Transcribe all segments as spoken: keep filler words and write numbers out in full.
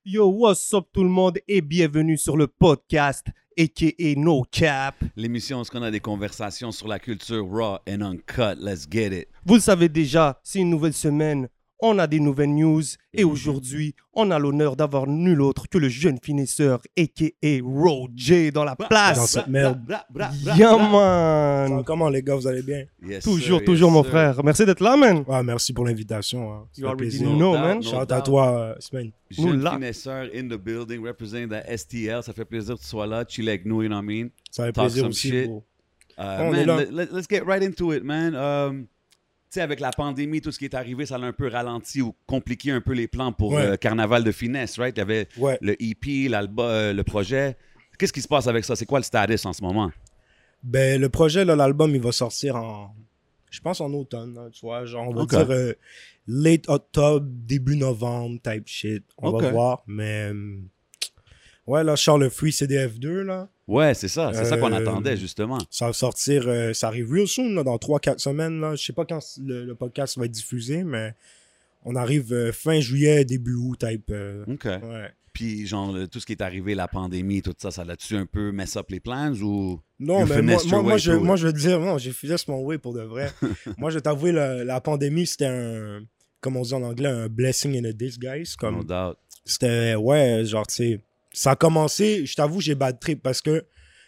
Yo, what's up tout le monde et bienvenue sur le podcast aka No Cap. L'émission où on a des conversations sur la culture raw and uncut. Let's get it. Vous le savez déjà, c'est une nouvelle semaine, on a des nouvelles news et aujourd'hui, on a l'honneur d'avoir nul autre que le jeune finisseur aka Roger dans la Dans place. cette merde. Bra, bra, bra, Yeah bra. man. Comment les gars, vous allez bien? Yes, Toujours, sir, toujours yes, mon sir. frère. Merci d'être là man. Ouais, merci pour l'invitation. Hein. Ça You fait already plaisir. know, doubt, man. no Shout à doubt. toi, euh, Semaine. Nous Jeune là. finesseur in the building, representing the S T L. Ça fait plaisir que tu sois là, chill avec nous, you know what I mean? Ça fait Talk plaisir some aussi. shit. Bro. Uh, On est man, là. let, let- let's get right into it, man. Um, tu sais, avec la pandémie, tout ce qui est arrivé, ça a un peu ralenti ou compliqué un peu les plans pour Ouais. euh, Carnaval de finesse, right? Il y avait Ouais. le E P, l'album, euh, le projet. Qu'est-ce qui se passe avec ça? C'est quoi le status en ce moment? Ben, le projet, là, l'album, il va sortir en. Je pense en automne, là, tu vois. Genre, on va Ok. dire euh, late octobre, début novembre, type shit. On Ok. va voir. Mais. euh, Ouais, là, Charles Free C D F deux, là. Ouais, c'est ça. C'est ça qu'on Euh, attendait, justement. Ça va sortir. euh, ça arrive real soon, là, dans trois quatre semaines, là. Je sais pas quand le, le podcast va être diffusé, mais. On arrive euh, fin juillet, début août, type. euh, OK. Ouais. Puis, genre, le- tout ce qui est arrivé, la pandémie, tout ça, ça l'a-tu un peu mess up les plans ou... Non, You mais moi, finessed moi, your moi, way je, through it. moi, je veux te dire, non, j'ai finesse mon way pour de vrai. Moi, je vais t'avouer, la, la pandémie, c'était un, comme on dit en anglais, un blessing in a disguise. Comme, No doubt. c'était, ouais, genre, tu sais, ça a commencé, je t'avoue, j'ai bad trip parce que,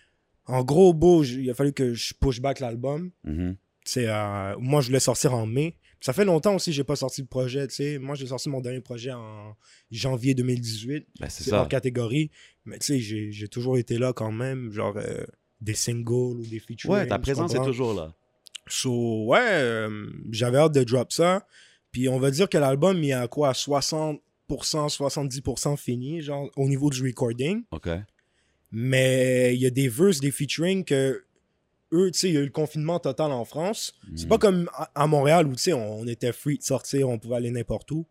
en gros, beau, j- il a fallu que je push back l'album. Mhm. Tu sais, euh, moi, je voulais sortir en mai. Ça fait longtemps aussi que j'ai pas sorti le projet, tu sais. Moi, j'ai sorti mon dernier projet en janvier deux mille dix-huit. Ben, c'est C'est ça. en catégorie. Mais tu sais, j'ai j'ai toujours été là quand même, genre euh, des singles ou des features. Ouais, ta présence est toujours là. So, ouais, euh, j'avais hâte de drop ça. Puis on va dire que l'album, il est à quoi? soixante pour cent, soixante-dix pour cent fini, genre, au niveau du recording. OK. Mais il y a des verses, des featuring que eux, tu sais, il y a eu le confinement total en France. C'est Mhm. pas comme à, à Montréal où, tu sais, on, on était free de sortir, on pouvait aller n'importe où.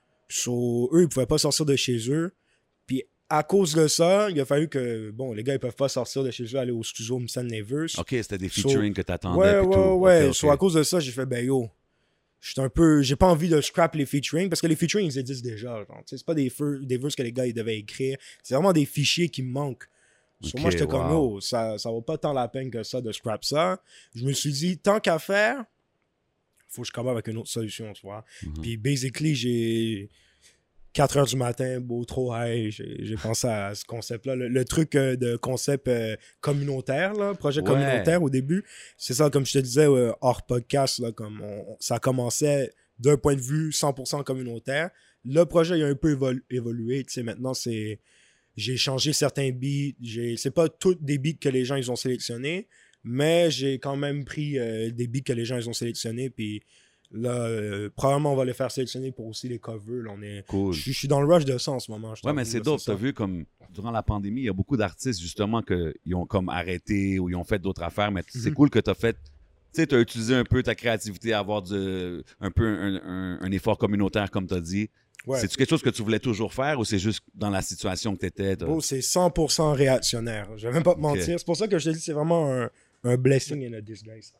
So, eux, ils pouvaient pas sortir de chez eux. Puis à cause de ça, il a fallu que, bon, les gars, ils peuvent pas sortir de chez eux, aller au studio, me send les verses. OK, c'était des So- featuring que t'attendais. Ouais, puis ouais, tout. ouais. OK, OK. So, à cause de ça, j'ai fait, ben yo, j'étais un peu, j'ai pas envie de scrap les featuring parce que les featuring, ils existent déjà. genre. Tu sais, c'est pas des, feux- des verses que les gars, ils devaient écrire. C'est vraiment des fichiers qui me manquent. So, Ok, moi, j'étais comme, wow. yo, ça, ça vaut pas tant la peine que ça de scrap ça. Je me suis dit, tant qu'à faire, faut que je commence avec une autre solution, tu vois. Mhm. Puis, basically, j'ai quatre heures du matin, beau, trop high, j'ai j'ai pensé à ce concept-là. Le, le truc euh, de concept euh, communautaire, là, projet Ouais. communautaire au début, c'est ça, comme je te disais, euh, hors podcast, là, comme on- on- ça commençait d'un point de vue cent pour cent communautaire. Le projet il a un peu évolu- évolué, tu sais, maintenant, c'est... J'ai changé certains beats, j'ai- c'est pas tous des beats que les gens ils ont sélectionnés, mais j'ai quand même pris euh, des beats que les gens ils ont sélectionnés, puis là, euh, probablement on va les faire sélectionner pour aussi les covers. Là, on est... Cool. Je suis- je suis dans le rush de ça en ce moment. je Ouais, mais t'avoue, c'est là, dope. ça. T'as vu, comme, durant la pandémie, il y a beaucoup d'artistes, justement, qui ont comme arrêté ou ils ont fait d'autres affaires, mais c'est Mhm. cool que t'as fait... Tu sais, t'as utilisé un peu ta créativité à avoir du, un peu un, un- un effort communautaire, comme t'as dit. Ouais. C'est-tu quelque chose que tu voulais toujours faire ou c'est juste dans la situation que t'étais? t'as- Bro, c'est cent pour cent réactionnaire. Je vais même pas te Ok. mentir. C'est pour ça que je te dis c'est vraiment un, un blessing in a disguise.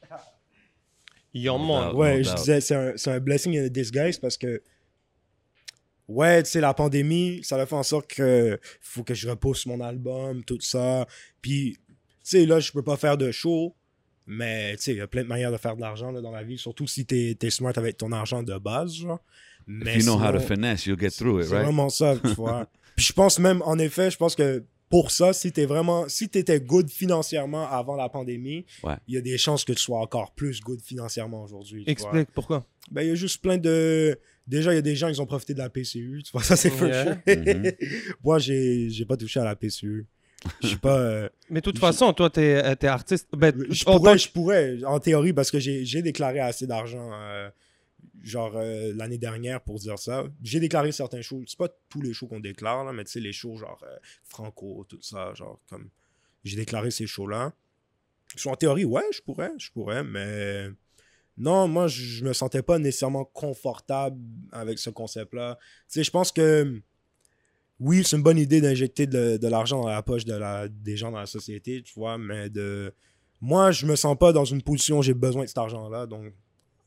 Yo No man. doubt. Ouais, no je doubt. disais, c'est un, c'est un blessing in a disguise parce que, ouais, tu sais, la pandémie, ça a fait en sorte que faut que je repousse mon album, tout ça. Puis, tu sais, là, je peux pas faire de show, mais, tu sais, il y a plein de manières de faire de l'argent là, dans la vie, surtout si t'es es smart avec ton argent de base, genre. Mais If you know how to sinon, finesse, you'll get through it, c'est right? vraiment ça, tu vois. Puis je pense même, en effet, je pense que pour ça, si t'es vraiment, si t'étais good financièrement avant la pandémie, Ouais. il y a des chances que tu sois encore plus good financièrement aujourd'hui. tu vois. Explique pourquoi. Ben, il y a juste plein de... Déjà, il y a des gens, ils ont profité de la P C U. Tu vois, ça, c'est for Yeah. sure. Mhm. Moi, j'ai j'ai pas touché à la P C U. Je suis pas... euh, Mais de toute façon, toi t'es euh, t'es artiste. Ben, je en pourrais, tant je pourrais, en théorie, parce que j'ai j'ai déclaré assez d'argent, euh, genre, euh, l'année dernière, pour dire ça. J'ai déclaré certains shows. C'est pas tous les shows qu'on déclare, là, mais tu sais, les shows, genre, euh, Franco, tout ça, genre, comme... J'ai déclaré ces shows-là. So, en théorie, ouais, je pourrais, je pourrais, mais... Non, moi, je je me sentais pas nécessairement confortable avec ce concept-là. Tu sais, je pense que... Oui, c'est une bonne idée d'injecter de, de l'argent dans la poche de la, des gens dans la société, tu vois, mais de... Moi, je me sens pas dans une position où j'ai besoin de cet argent-là, donc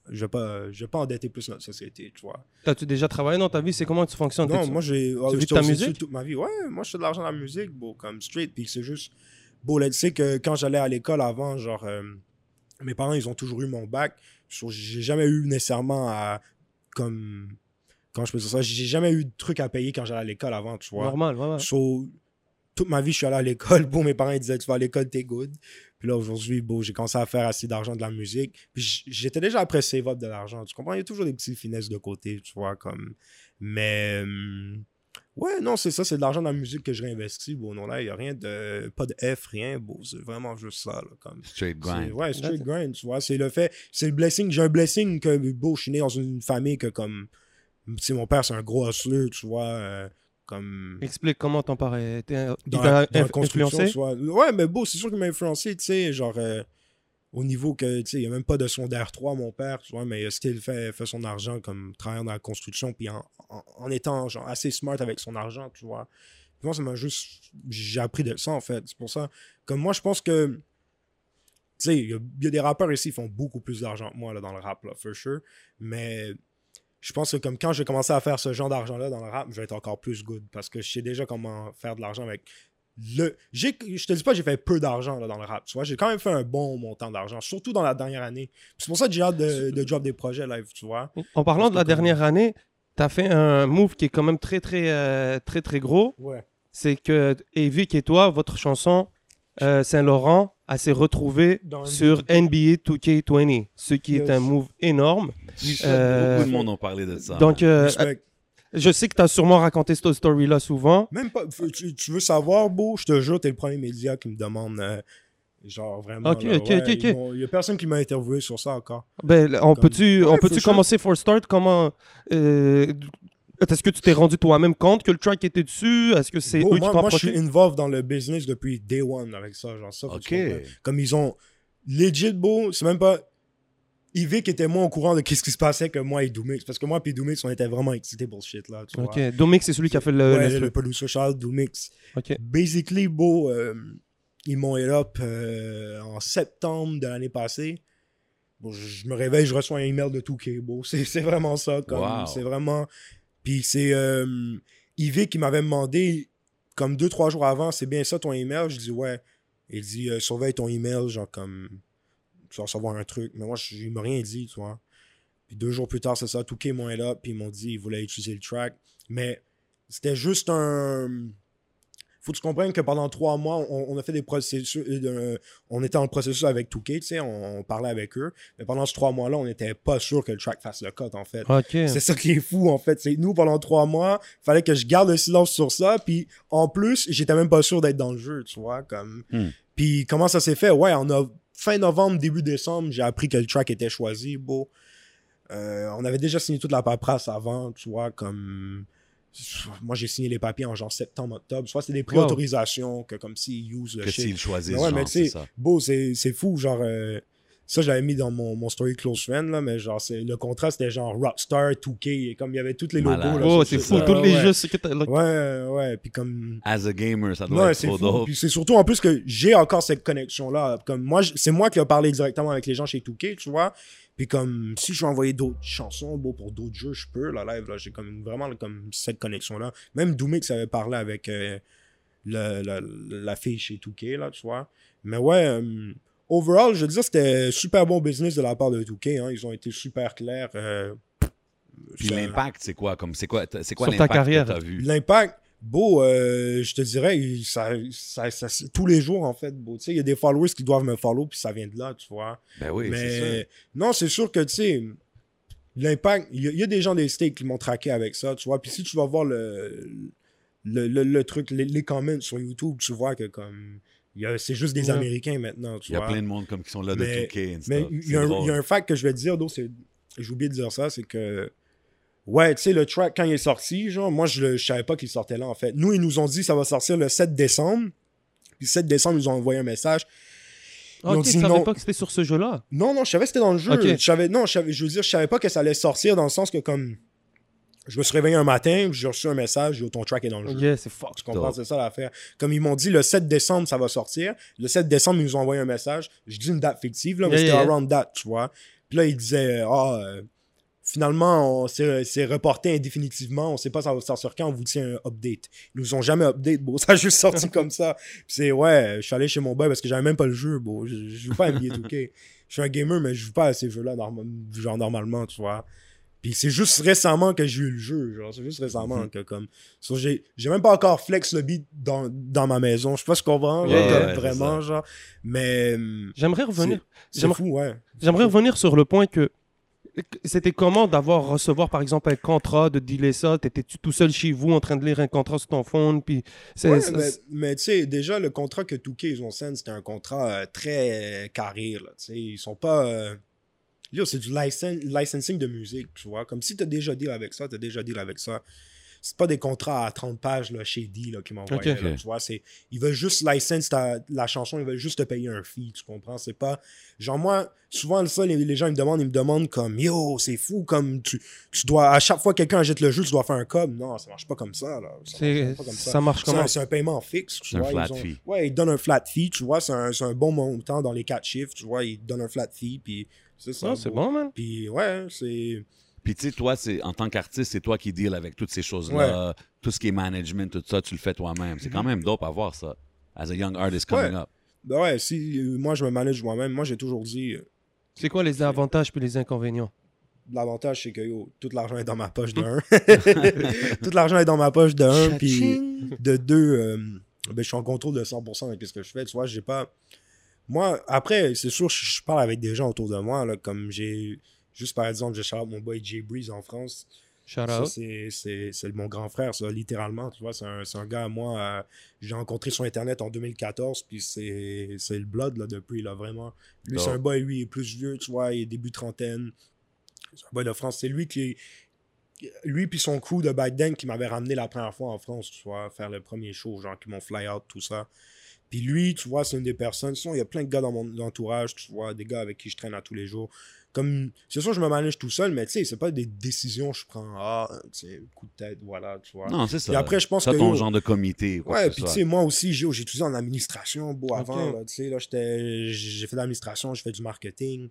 je vais pas, je vais pas endetter plus notre société, tu vois. T'as-tu déjà travaillé dans ta vie? C'est comment tu fonctionnes? Non, T'es- moi, j'ai... Tu vis de ta musique? toute ma vie. Ouais, moi, je fais de l'argent dans la musique, bon, comme straight, puis c'est juste... Bon, là, tu sais que quand j'allais à l'école avant, genre, euh, mes parents, ils ont toujours eu mon bac. So, j'ai jamais eu nécessairement à, comme... Quand je peux dire ça, j'ai jamais eu de truc à payer quand j'allais à l'école avant, tu vois. Normal, ouais, ouais. So, toute ma vie, je suis allé à l'école. Bon, mes parents ils disaient, tu vas à l'école, t'es good. Puis là, aujourd'hui, bon, j'ai commencé à faire assez d'argent de la musique. Puis j- j'étais déjà après save up de l'argent. Tu comprends? Il y a toujours des petites finesses de côté, tu vois, comme... Mais... hum, ouais, non, c'est ça, c'est de l'argent de la musique que je réinvestis. Bon, non, là, il n'y a rien de... Pas de F, rien. Bon, c'est vraiment juste ça, là, comme... Straight C'est- grind. Ouais, straight Ouais. grind, tu vois. C'est le fait... C'est le blessing. J'ai un blessing que, bon, je suis né dans une famille que, comme... Tu sais, mon père, c'est un gros hustler, tu vois. euh, comme... Explique comment ton père était. Il dans, t'a la, dans la inf- construction, influencé? tu vois. Ouais, mais bon, c'est sûr qu'il m'a influencé, tu sais, genre, euh, au niveau que, tu sais, il n'y a même pas de secondaire trois, mon père, tu vois, mais il a still fait, fait son argent comme travaillant dans la construction, puis en, en, en étant, genre, assez smart avec son argent, tu vois. Puis moi, ça m'a juste... J'ai appris de ça, en fait. C'est pour ça. Comme moi, je pense que... Tu sais, il y, a- il y a des rappeurs ici qui font beaucoup plus d'argent que moi, là, dans le rap, là, for sure. Mais... Je pense que comme quand j'ai commencé à faire ce genre d'argent-là dans le rap, je vais être encore plus good parce que je sais déjà comment faire de l'argent avec le... J'ai... Je te dis pas que j'ai fait peu d'argent là, dans le rap, tu vois. J'ai quand même fait un bon montant d'argent, surtout dans la dernière année. C'est pour ça que j'ai hâte de, de drop des projets live, tu vois. En parlant Parce de la que comme- dernière année, t'as fait un move qui est quand même très, très, euh, très, très gros. Ouais. C'est que Evic et toi, votre chanson euh, Saint-Laurent, elle s'est retrouvée Dans sur N B A deux K vingt, ce qui est Yes. un move énorme. Euh, Beaucoup de monde ont parlé de ça. Donc, euh, Respect. je sais que tu as sûrement raconté cette story-là souvent. Même pas... Tu, tu veux savoir, Beau? Je te jure, t'es le premier média qui me demande... euh, genre, vraiment... Ok, là, ok, ouais, ok, ok. ils m'ont- Il y a personne qui m'a interviewé sur ça encore. Ben, on Comme- peut-tu, Ouais, on for peut-tu sure. commencer for start? Comment... euh, Est-ce que tu t'es rendu toi-même compte que le track était dessus? Est-ce que c'est Beau, eux qui moi, t'ont moi, je suis approché? involved dans le business depuis day one avec ça. Genre, ça faut que tu OK. comprennes. Comme ils ont... Legit, Beau, c'est même pas... Yvick était moins au courant de qu'est-ce qui se passait que moi et Doomix. Parce que moi et Doomix, on était vraiment excités pour ce shit là, tu vois. Ok, Domix, c'est celui qui a fait le... Ouais, le- le producer Charles Doomix. Ok. Basically, Beau, euh, ils m'ont hit up euh, en septembre de l'année passée. Bon, je, je me réveille, je reçois un email de deux K, Beau. C'est c'est vraiment ça. Comme, Wow. C'est vraiment... Puis c'est euh, Yvick qui m'avait demandé, comme deux, trois jours avant, c'est bien ça ton email? Je dis ouais. Il dit, euh, surveille ton email, genre comme... Tu vas recevoir un truc. Mais moi, je- il m'a rien dit, tu vois. Puis deux jours plus tard, c'est ça, deux K m'ont hit up, puis ils m'ont dit ils voulaient utiliser le track. Mais c'était juste un... Faut que tu comprennes que pendant trois mois, on, on a fait des processus... euh, on était en processus avec deux K, tu sais, on, on parlait avec eux. Mais pendant ces trois mois-là, on n'était pas sûr que le track fasse le cut, en fait. Ok. C'est ça qui est fou, en fait. C'est nous, pendant trois mois, fallait que je garde le silence sur ça. Puis, en plus, j'étais même pas sûr d'être dans le jeu, tu vois. Comme... Hmm. Puis, comment ça s'est fait? Ouais, en no- fin novembre, début décembre, j'ai appris que le track était choisi. Beau. Euh, on avait déjà signé toute la paperasse avant, tu vois, comme... Moi, j'ai signé les papiers en genre septembre, octobre. Soit c'est des préautorisations, que comme s'ils use le Que shit. s'ils choisissent, Mais ouais, genre, mais tu c'est sais, ça. beau, c'est c'est fou, genre... euh, ça, je l'avais mis dans mon, mon story close friend, là, mais genre, c'est, le contrat, c'était genre Rockstar, deux K, et comme il y avait tous les logos. Malade. Là, Oh, sur c'est ce fou. shit-là, Tous les ouais. jeux, c'est que t'as- Ouais, ouais, puis comme... As a gamer, ça doit Ouais, être c'est trop fou. dope. Puis c'est surtout en plus que j'ai encore cette connexion-là. Comme moi, j- c'est moi qui ai parlé directement avec les gens chez deux K, tu vois. Puis comme, si je veux envoyer d'autres chansons, bon, pour d'autres jeux, je peux, la live, là. J'ai comme vraiment comme cette connexion-là. Même Doomix avait parlé avec euh, le- le- la fille chez deux K, là, tu vois. Mais ouais, euh, overall, je veux dire, c'était super bon business de la part de deux K. Hein. Ils ont été super clairs. euh, Puis ça- l'impact, c'est quoi? Comme, c'est quoi, c'est quoi Sur ta l'impact carrière. que t'as vu? L'impact, beau, euh, je te dirais, il- ça, ça, ça- ça- tous les jours, en fait, beau. Tu sais, il y a des followers qui doivent me follow, puis ça vient de là, tu vois. Ben oui, c'est sûr. Mais non, c'est sûr que, tu sais, l'impact, il y, a- il y a des gens des States qui m'ont traqué avec ça, tu vois. Puis si tu vas voir le, le, le, le truc, les, les comments sur YouTube, tu vois que, comme, il y a- c'est juste des Ouais. Américains maintenant, tu Il y a vois. plein de monde comme qui sont là de Mais- deux K et Mais stuff. il y, C'est a un- drôle. il y a un fact que je vais te dire, d'où c'est. J'ai oublié de dire ça, c'est que. Ouais, tu sais, le track, quand il est sorti, genre, moi, je, le- je savais pas qu'il sortait là, en fait. Nous, ils nous ont dit ça va sortir le sept décembre. Puis le sept décembre, ils nous ont envoyé un message. Ils ont Ok, dit tu savais non. pas que c'était sur ce jeu-là. Non, non, je savais que c'était dans le jeu. Ok. Je savais, non, je, savais, je veux dire, je savais pas que ça allait sortir dans le sens que, comme. Je me suis réveillé un matin, puis j'ai reçu un message, yo, ton track est dans le jeu. Yeah, c'est fuck. Tu comprends, Dope. c'est ça l'affaire. Comme ils m'ont dit, le sept décembre, ça va sortir. Le sept décembre, ils nous ont envoyé un message. Je dis une date fictive, là, mais Yeah, c'était yeah, yeah. around that, tu vois. Puis là, il disait, ah, euh, finalement, on s'est c'est reporté indéfinitivement, on sait pas ça va sortir quand, on vous tient un update. Ils nous ont jamais update, bon, ça a juste sorti comme ça. Puis c'est, ouais, je suis allé chez mon boy parce que j'avais même pas le jeu, bon, je, je joue pas à N B A deux K. Je suis un gamer, mais je joue pas à ces jeux-là, normal, genre normalement, tu vois. Puis c'est juste récemment que j'ai eu le jeu, genre, c'est juste récemment mm-hmm. que comme... So, j'ai, j'ai même pas encore flex le beat dans, dans ma maison, je sais pas ce qu'on comprend, yeah, genre, ouais, vraiment, genre, mais... J'aimerais revenir... C'est, j'aimerais, c'est fou, ouais. J'aimerais revenir sur le point que c'était comment d'avoir recevoir par exemple un contrat de dealer ça, t'étais-tu tout seul chez vous en train de lire un contrat sur ton phone, puis c'est, ouais, c'est, mais, c'est... mais tu sais, déjà le contrat que deux K ils ont send, c'était un contrat euh, très euh, carré, là, tu sais, ils sont pas... Euh... Yo, c'est du licen- licensing de musique, tu vois. Comme si t'as déjà deal avec ça, t'as déjà deal avec ça. C'est pas des contrats à trente pages là, chez D là, qui m'envoyaient. Okay. Là, tu vois, c'est, ils veulent juste license ta, la chanson, ils veulent juste te payer un fee, tu comprends? C'est pas... Genre moi, souvent ça, les, les gens ils me demandent, ils me demandent comme, yo, c'est fou, comme tu, tu dois, à chaque fois que quelqu'un achète le jeu, tu dois faire un cob. Non, ça marche pas comme ça, là. Ça c'est... marche pas comme ça. ça marche comment? C'est un, c'est un paiement fixe, tu c'est vois. un flat ils ont... fee. Ouais, ils donnent un flat fee, tu vois, c'est un, c'est un bon montant dans les quatre chiffres, tu vois, ils donnent un flat fee, puis c'est ça. Oh, c'est bon, man. Puis ouais, c'est... Puis tu sais, toi, c'est, en tant qu'artiste, c'est toi qui deal avec toutes ces choses-là. Ouais. Tout ce qui est management, tout ça, tu le fais toi-même. C'est quand même dope à voir ça, as a young artist coming ouais. up. Ben ouais, si euh, moi je me manage moi-même, moi j'ai toujours dit... Euh, c'est quoi les avantages puis les inconvénients? L'avantage, c'est que yo, tout l'argent est dans ma poche de un. Tout l'argent est dans ma poche de un, puis de deux, euh, ben, je suis en contrôle de cent pour cent avec ce que je fais. Tu vois, j'ai pas... Moi, après, c'est sûr, je, je parle avec des gens autour de moi, là, comme j'ai... Juste par exemple, je shout mon boy Jay Breeze en France. Shout ça, out. c'est, c'est, c'est mon grand frère, ça, littéralement. Tu vois, c'est un, c'est un gars, moi, euh, j'ai rencontré sur Internet en deux mille quatorze, puis c'est, c'est le blood, là, depuis, là, vraiment. Lui, oh. c'est un boy, lui, il est plus vieux, tu vois, il est début trentaine. C'est un boy de France. C'est lui qui... Lui puis son crew de back then qui m'avait ramené la première fois en France, tu vois, faire le premier show, genre, qui m'ont fly out, tout ça. Puis lui, tu vois, c'est une des personnes. Sinon, il y a plein de gars dans mon entourage, tu vois, des gars avec qui je traîne à tous les jours. Comme, c'est sûr, je me manage tout seul, mais tu sais, c'est pas des décisions que je prends. Ah, tu sais, coup de tête, voilà, tu vois. Non, c'est ça. Et après, je pense ça, que. ton yo, genre de comité. Ouais, puis tu sais, moi aussi, j'ai, j'ai étudié en administration, beau, okay. avant, là, tu sais, là, j'étais, j'ai fait de l'administration, j'ai fait du marketing.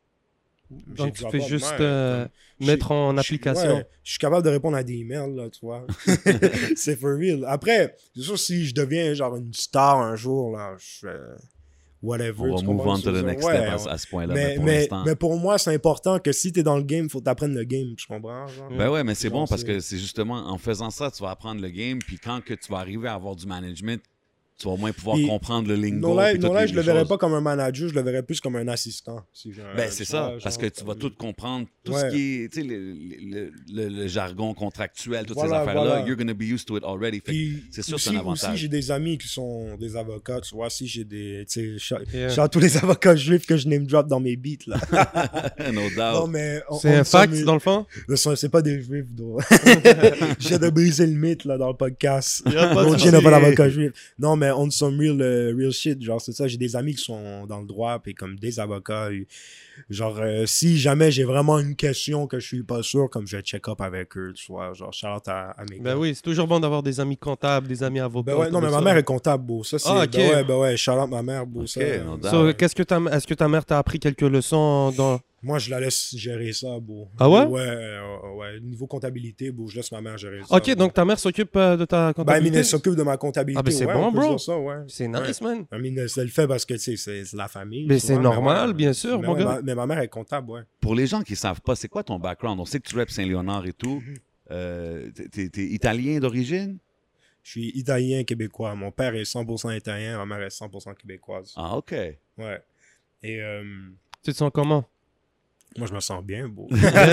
Donc, tu fais juste euh, mettre en application. Ouais, je suis capable de répondre à des emails, là, tu vois. C'est for real. Après, c'est sûr, si je deviens genre une star un jour, là, je fais whatever. On va move on to the next ouais, step à, à ce point-là. Mais, mais, pour, mais, mais pour moi, c'est important que si t'es dans le game, il faut t'apprendre le game, tu comprends? Genre? Ben ouais, mais c'est genre, bon parce c'est... que c'est justement en faisant ça, tu vas apprendre le game, puis quand que tu vas arriver à avoir du management, tu vas au moins pouvoir puis, comprendre le lingo. Non, là, non, là je le verrais pas comme un manager, je le verrais plus comme un assistant. Si un, ben, c'est ça, vois, parce que tu vas tout comprendre, tout ouais. ce qui est, tu sais, le, le, le, le jargon contractuel, toutes voilà, ces affaires-là, voilà. You're gonna be used to it already. Puis, c'est sûr que c'est un avantage. Aussi, j'ai des amis qui sont des avocats, tu vois, si j'ai des, tu sais, je suis tous les avocats juifs que je name drop dans mes beats, là. No doubt. Non, mais on, c'est on un fact, dans le fond? C'est pas des juifs, donc. J'ai de briser le mythe, là, dans le podcast. Donc, j'ai pas d'avocat juif. Non, mais on some real Uh, real shit, genre c'est ça, j'ai des amis qui sont dans le droit puis comme des avocats et, genre euh, si jamais j'ai vraiment une question que je suis pas sûr, comme je vais check up avec eux, tu vois, genre shout out à, à mes ben gars. Oui, c'est toujours bon d'avoir des amis comptables, des amis avocats. Ben ouais, non mais ma mère est comptable, beau, ça c'est ah, okay. ben ouais, ben ouais, shout out ma mère, beau, okay, ça. So, qu'est-ce que ta est-ce que ta mère t'a appris quelques leçons dans Moi, je la laisse gérer ça, beau. Ah ouais? Ouais, euh, ouais. Niveau comptabilité, beau, je laisse ma mère gérer ça. Ok, beau. Donc ta mère s'occupe euh, de ta comptabilité? Ben, elle s'occupe de ma comptabilité. Ah, ben c'est ouais, bon, bro. Ça, ouais. C'est nice, ouais. man. I mean, elle le fait parce que, tu sais, c'est, c'est la famille. Mais c'est vois, normal, mais ouais, bien sûr, mais mon ouais, gars. Ma, mais ma mère est comptable, ouais. Pour les gens qui ne savent pas, c'est quoi ton background? On sait que tu rappes Saint-Léonard et tout. Mm-hmm. euh, t'es, t'es italien d'origine? Je suis italien québécois. Mon père est cent pour cent italien, ma mère est cent pour cent québécoise. Ah, OK. Ouais. Et... Euh, tu te sens comment? Moi, je me sens bien, beau.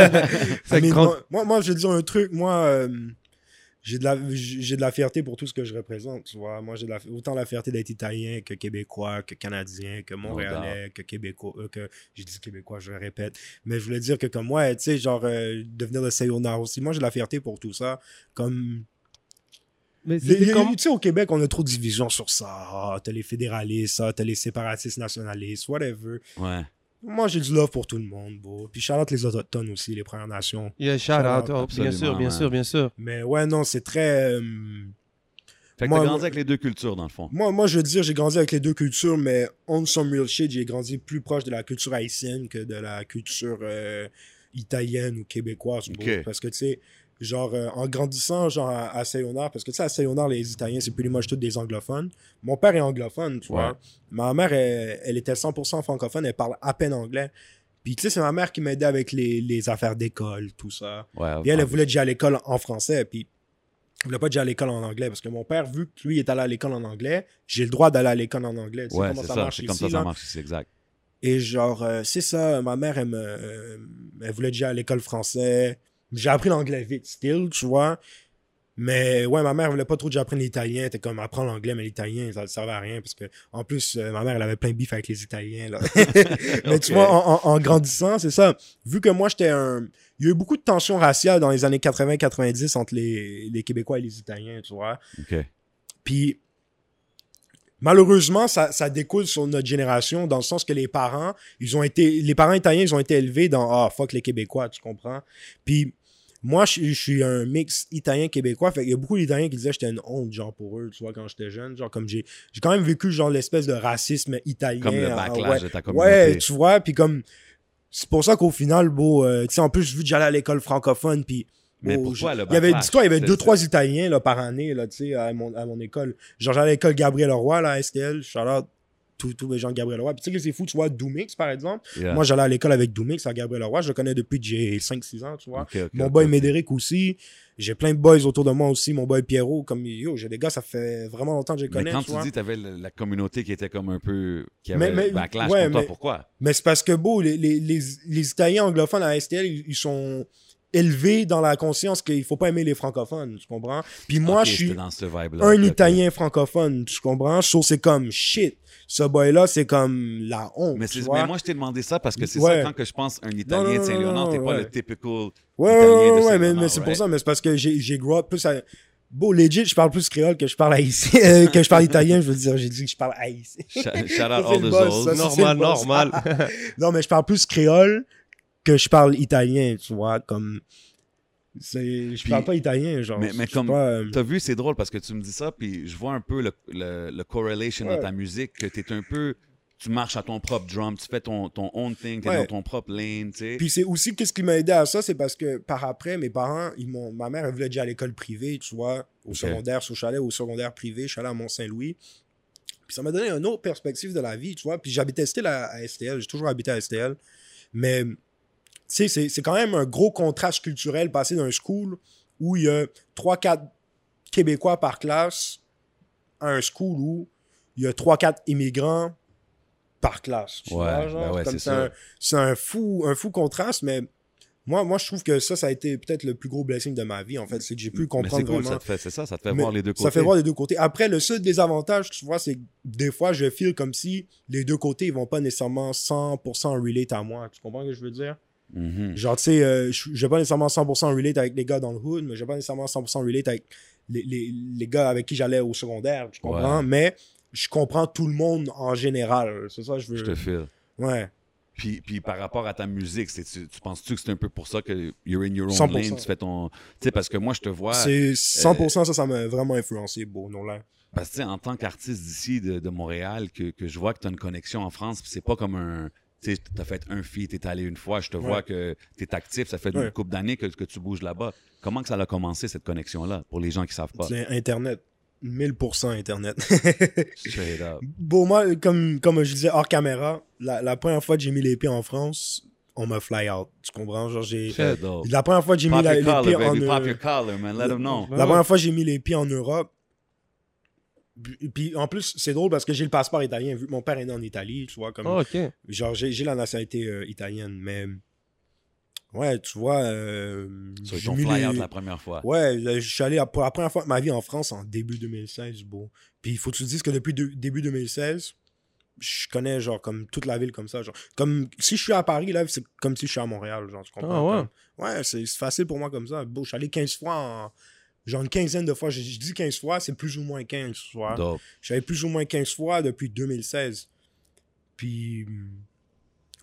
I mean, moi, moi, moi, je vais te dire un truc. Moi, euh, j'ai, de la, j'ai de la fierté pour tout ce que je représente, tu vois. Moi, j'ai de la, autant la fierté d'être italien que québécois, que canadien, que montréalais, que québécois. Euh, que, j'ai dit québécois, je le répète. Mais je voulais dire que comme moi, tu sais, genre, euh, devenir de Saint-Léonard aussi. Moi, j'ai de la fierté pour tout ça. Comme... Mais c'était comme... Tu sais, au Québec, on a trop de divisions sur ça. Ah, t'as les fédéralistes, ah, t'as les séparatistes nationalistes, whatever. Ouais. Moi, j'ai du love pour tout le monde, bro. Puis shout out les Autochtones aussi, les Premières Nations. Yeah, shout out, oh, bien sûr, bien sûr, bien sûr. Mais ouais, non, c'est très... Euh, Fait que moi, t'as grandi avec les deux cultures, dans le fond. Moi, moi, je veux dire, j'ai grandi avec les deux cultures, mais on some real shit, j'ai grandi plus proche de la culture haïtienne que de la culture euh, italienne ou québécoise. Okay. Parce que, tu sais, genre, euh, en grandissant, genre, à, à Sayonara, parce que, tu sais, à Sayonara, les Italiens, c'est plus much tous des anglophones. Mon père est anglophone, tu Ouais. vois. Ma mère, elle, elle était cent pour cent francophone, elle parle à peine anglais. Puis, tu sais, c'est ma mère qui m'aidait avec les, les affaires d'école, tout ça. Ouais, Puis, elle, elle ouais. voulait que j'aille à l'école en français, puis je voulais pas que j'aille à l'école en anglais, parce que mon père, vu que lui est allé à l'école en anglais, j'ai le droit d'aller à l'école en anglais. Tu sais Ouais, comment c'est ça, ça. marche C'est ici, comme ça, ça là. marche ici, exact. Et genre, euh, c'est ça, ma mère, elle me, euh, elle voulait que j'aille à l'école français. J'ai appris l'anglais vite, still, tu vois. Mais ouais, ma mère voulait pas trop que j'apprenne l'italien. Elle était comme, apprends l'anglais, mais l'italien, ça ne servait à rien. Parce que, en plus, euh, ma mère, elle avait plein de bif avec les Italiens, là. Mais Ok. tu vois, en, en- en grandissant, c'est ça. Vu que moi, j'étais un... Il y a eu beaucoup de tensions raciales dans les années quatre-vingts quatre-vingt-dix entre les, les Québécois et les Italiens, tu vois. OK. Puis, malheureusement, ça, ça découle sur notre génération, dans le sens que les parents, ils ont été, les parents italiens, ils ont été élevés dans, ah, fuck les Québécois, tu comprends? Puis, moi, je, je suis un mix italien-québécois, fait qu'il y a beaucoup d'Italiens qui disaient que j'étais une honte, genre, pour eux, tu vois, quand j'étais jeune, genre, comme j'ai, j'ai quand même vécu, genre, l'espèce de racisme italien. Comme le ah, backlash ouais, de ta communauté. ouais, tu vois, puis comme, c'est pour ça qu'au final, beau, euh, tu sais, en plus, vu que j'allais à l'école francophone, puis Mais bon, pourquoi je- le il y avait, backlash? dis-toi, il y avait C'est- deux, c'est- trois Italiens, là, par année, là, tu sais, à mon, à mon école. Genre, j'allais à l'école Gabriel Leroy, là, à S T L, shout out tous tous les gens de Gabriel Leroy. Puis tu sais que c'est fou, tu vois, Doomix, par exemple. Yeah. Moi, j'allais à l'école avec Doomix à Gabriel Leroy. Je le connais depuis que j'ai cinq six ans, tu vois. Ok, ok, Mon ok, boy ok. Médéric aussi. J'ai plein de boys autour de moi aussi. Mon boy Pierrot, comme yo, j'ai des gars, ça fait vraiment longtemps que je les Mais connais, quand tu tu vois. dis que tu avais la communauté qui était comme un peu. Qui Mais- avait mais- le backlash ouais, contre toi, mais- pourquoi? Mais c'est parce que, beau, les, les, les, les Italiens anglophones à S T L, ils, ils sont élevés dans la conscience qu'il faut pas aimer les francophones, tu comprends? Puis moi, Ok, je suis c'était dans ce vibe-là. un Ok, ok. Italien francophone, tu comprends? So, c'est comme shit. Ce boy-là, c'est comme la honte. Mais, tu c'est- vois? mais moi, je t'ai demandé ça parce que c'est Ouais. ça, quand que je pense un Non, Italien non, de non, Saint-Léonard, t'es non, pas ouais. le typical Ouais, Italien ouais, de ouais, ouais, Saint-Léonard. mais, mais c'est pour right? ça, mais c'est parce que j'ai, j'ai grow up plus à... Bon, legit, je parle plus créole que je parle haïtien, euh, que je parle italien, je veux dire, j'ai dit que je parle haïtien. Shout shout out Ça, c'est all le the boss, Zos. ça, ça, c'est le Normal, boss. normal. Non, mais je parle plus créole que je parle italien, tu vois, comme... C'est... Je Puis- parle pas italien, genre. Mais, mais je sais comme, pas, euh, t'as vu, c'est drôle parce que tu me dis ça, puis je vois un peu le, le, le correlation Ouais. dans ta musique, que t'es un peu, tu marches à ton propre drum, tu fais ton, ton own thing, t'es Ouais. dans ton propre lane, tu sais. Puis c'est aussi, qu'est-ce qui m'a aidé à ça, c'est parce que par après, mes parents, ils m'ont, ma mère, elle voulait déjà à l'école privée, tu vois, au Ok. secondaire, sur chalet, au secondaire privé, je suis allé à Mont-Saint-Louis. Puis ça m'a donné une autre perspective de la vie, tu vois. Puis j'habitais still à, à S T L, j'ai toujours habité à S T L. Mais, tu sais, c'est, c'est quand même un gros contraste culturel passer d'un school où il y a trois quatre Québécois par classe à un school où il y a trois quatre immigrants par classe. Tu Ouais, vois, genre, ben ouais, comme c'est c'est, sûr. un, c'est un fou, un fou contraste, mais moi, moi, je trouve que ça, ça a été peut-être le plus gros blessing de ma vie, en fait. C'est que j'ai pu Mais comprendre c'est cool, vraiment. ça te fait, c'est ça, ça te fait Mais voir les deux côtés. Ça fait voir les deux côtés. Après, le seul désavantage, tu vois, c'est que des fois, je feel comme si les deux côtés, ils vont pas nécessairement cent pour cent relate à moi. Tu comprends ce que je veux dire? Mhm. Genre, tu sais, euh, je je vais pas nécessairement cent pour cent relate avec les gars dans le hood, mais je vais pas nécessairement cent pour cent relate avec les, les, les gars avec qui j'allais au secondaire. Tu comprends? Ouais. Mais je comprends tout le monde en général. C'est ça que je veux. Je te file. Ouais. Puis, puis par rapport à ta musique, c'est, tu, tu penses-tu que c'est un peu pour ça que you're in your own cent pour cent. lane, tu fais ton... Tu sais, parce que moi, je te vois... C'est cent pour cent ça, ça m'a vraiment influencé, beau, non là. Parce que, tu sais, en tant qu'artiste d'ici, de, de Montréal, que, que je vois que tu as une connexion en France, puis c'est pas comme un... Tu sais, t'as fait un feat, t'es allé une fois, je te vois Ouais. que t'es actif, ça fait une Ouais. couple d'années que, que tu bouges là-bas. Comment que ça a commencé, cette connexion-là, pour les gens qui savent pas? C'est Internet. mille pour cent Internet. Straight up. Bon, moi, comme, comme je disais hors caméra, la, la première fois que j'ai mis les pieds en France, on m'a fly out. Tu comprends? Genre, j'ai... Très dope. La première fois que j'ai mis Pop la- your les pieds collar, en baby. Pop Europe. your collar, man. Let them know. La première fois que j'ai mis les pieds en Europe. Puis, puis en plus, c'est drôle parce que j'ai le passeport italien, vu que mon père est né en Italie, tu vois, comme... Oh, ok. Genre, j'ai, j'ai la nationalité euh, italienne, mais... Ouais, tu vois... Euh, Sur j'ai ton mis fly les- out la première fois. Ouais, je suis allé à- pour la première fois de ma vie en France en début deux mille seize, beau. Puis il faut que tu te dises que depuis de- début deux mille seize, je connais genre comme toute la ville comme ça. Genre. Comme si je suis à Paris, là, c'est comme si je suis à Montréal, genre, tu comprends? Ah ouais? Comme- ouais, c'est, c'est facile pour moi comme ça. Beau, je suis allé quinze fois en... Genre une quinzaine de fois. Je, je dis quinze fois, c'est plus ou moins quinze fois. Dope. Je suis allé plus ou moins quinze fois depuis deux mille seize. Puis...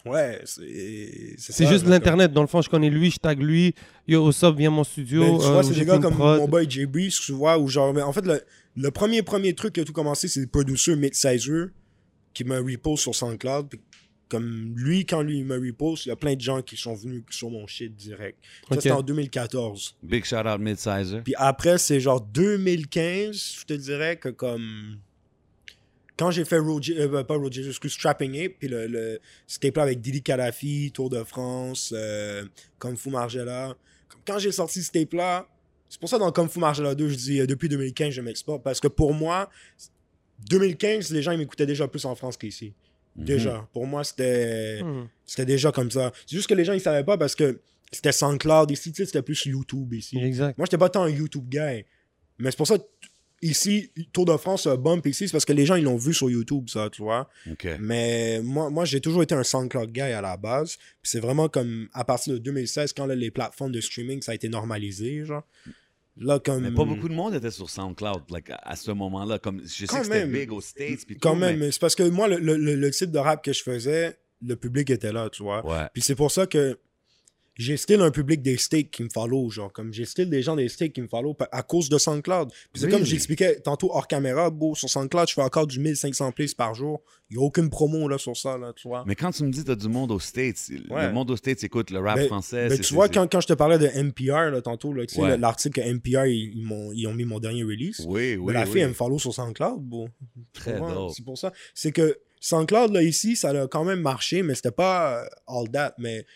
Ouais, c'est C'est juste l'Internet. Dans le fond, je connais lui, je tag lui. Yo, what's up, viens mon studio. Ben, tu euh, vois, c'est des gars comme prod. mon boy J B, tu vois, où genre, mais en fait, le, le premier, premier truc qui a tout commencé, c'est le producer Mid-Sizer qui m'a repost sur SoundCloud. Puis comme lui, quand lui il m'a repost, il y a plein de gens qui sont venus sur mon shit direct. Ça, Okay. c'était en deux mille quatorze. Big shout out Mid-Sizer. Puis après, c'est genre deux mille quinze, je te dirais que comme. Quand j'ai fait Roger, euh, pas Roger, excuse, Strapping Ape, puis le, le c'était là avec Didi Kadhafi, Tour de France, euh, Kung Fu Margiela. Quand j'ai sorti ce tape-là, c'est pour ça dans Kung Fu Margiela deux, je dis euh, depuis deux mille quinze, je m'exporte. Parce que pour moi, deux mille quinze, les gens ils m'écoutaient déjà plus en France qu'ici. Mm-hmm. Déjà. Pour moi, c'était mm. c'était déjà comme ça. C'est juste que les gens ils savaient pas parce que c'était SoundCloud ici, tu sais, c'était plus YouTube ici. Exact. Moi, j'étais pas tant un YouTube guy. Mais c'est pour ça que ici, Tour de France, bump ici, c'est parce que les gens, ils l'ont vu sur YouTube, ça, tu vois. Okay. Mais moi, moi j'ai toujours été un SoundCloud guy à la base. Puis c'est vraiment comme, à partir de deux mille seize, quand là, les plateformes de streaming, ça a été normalisé, genre. Là, comme... Mais pas beaucoup de monde était sur SoundCloud like, à ce moment-là. Comme, je sais quand que c'était même. big aux States. Puis quand tout, même, mais... c'est parce que moi, le, le, le, le type de rap que je faisais, le public était là, tu vois. Ouais. Puis c'est pour ça que j'ai still un public des States qui me follow, genre, comme j'ai still des gens des States qui me follow à cause de SoundCloud. Puis c'est really? Comme j'expliquais tantôt hors caméra, beau, sur SoundCloud, je fais encore du mille cinq cents plays par jour. Il n'y a aucune promo, là, sur ça, là, tu vois. Mais quand tu me dis que tu as du monde aux States, ouais. le monde aux States écoute le rap ben, français. Ben, c'est, tu c'est, vois, c'est... Quand, quand je te parlais de N P R, là, tantôt, là, tu sais, ouais. l'article que N P R, ils, ils, m'ont, ils ont mis mon dernier release. Oui, oui, ben, la oui. fille, elle me follow sur SoundCloud, beau. Très dope. C'est pour ça. C'est que SoundCloud, là, ici, ça a quand même marché, mais c'était pas uh, all that, mais...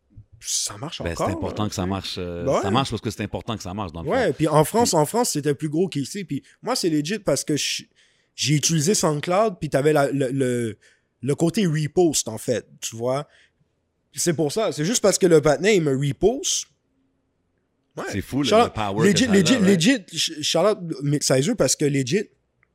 ça marche ben, encore. C'est important là, que ça marche. Euh, ben ouais. Ça marche parce que c'est important que ça marche dans le ouais, fond. puis en France, puis... en France, c'était plus gros qu'ici. Puis moi, c'est legit parce que je, j'ai utilisé SoundCloud, puis t'avais la, le, le, le côté repost, en fait, tu vois. C'est pour ça. C'est juste parce que le patinet, il me repost. Ouais. C'est fou, le, le power legit, que legit, ça a, right? legit, shout-out Mid-Sizer, parce que legit,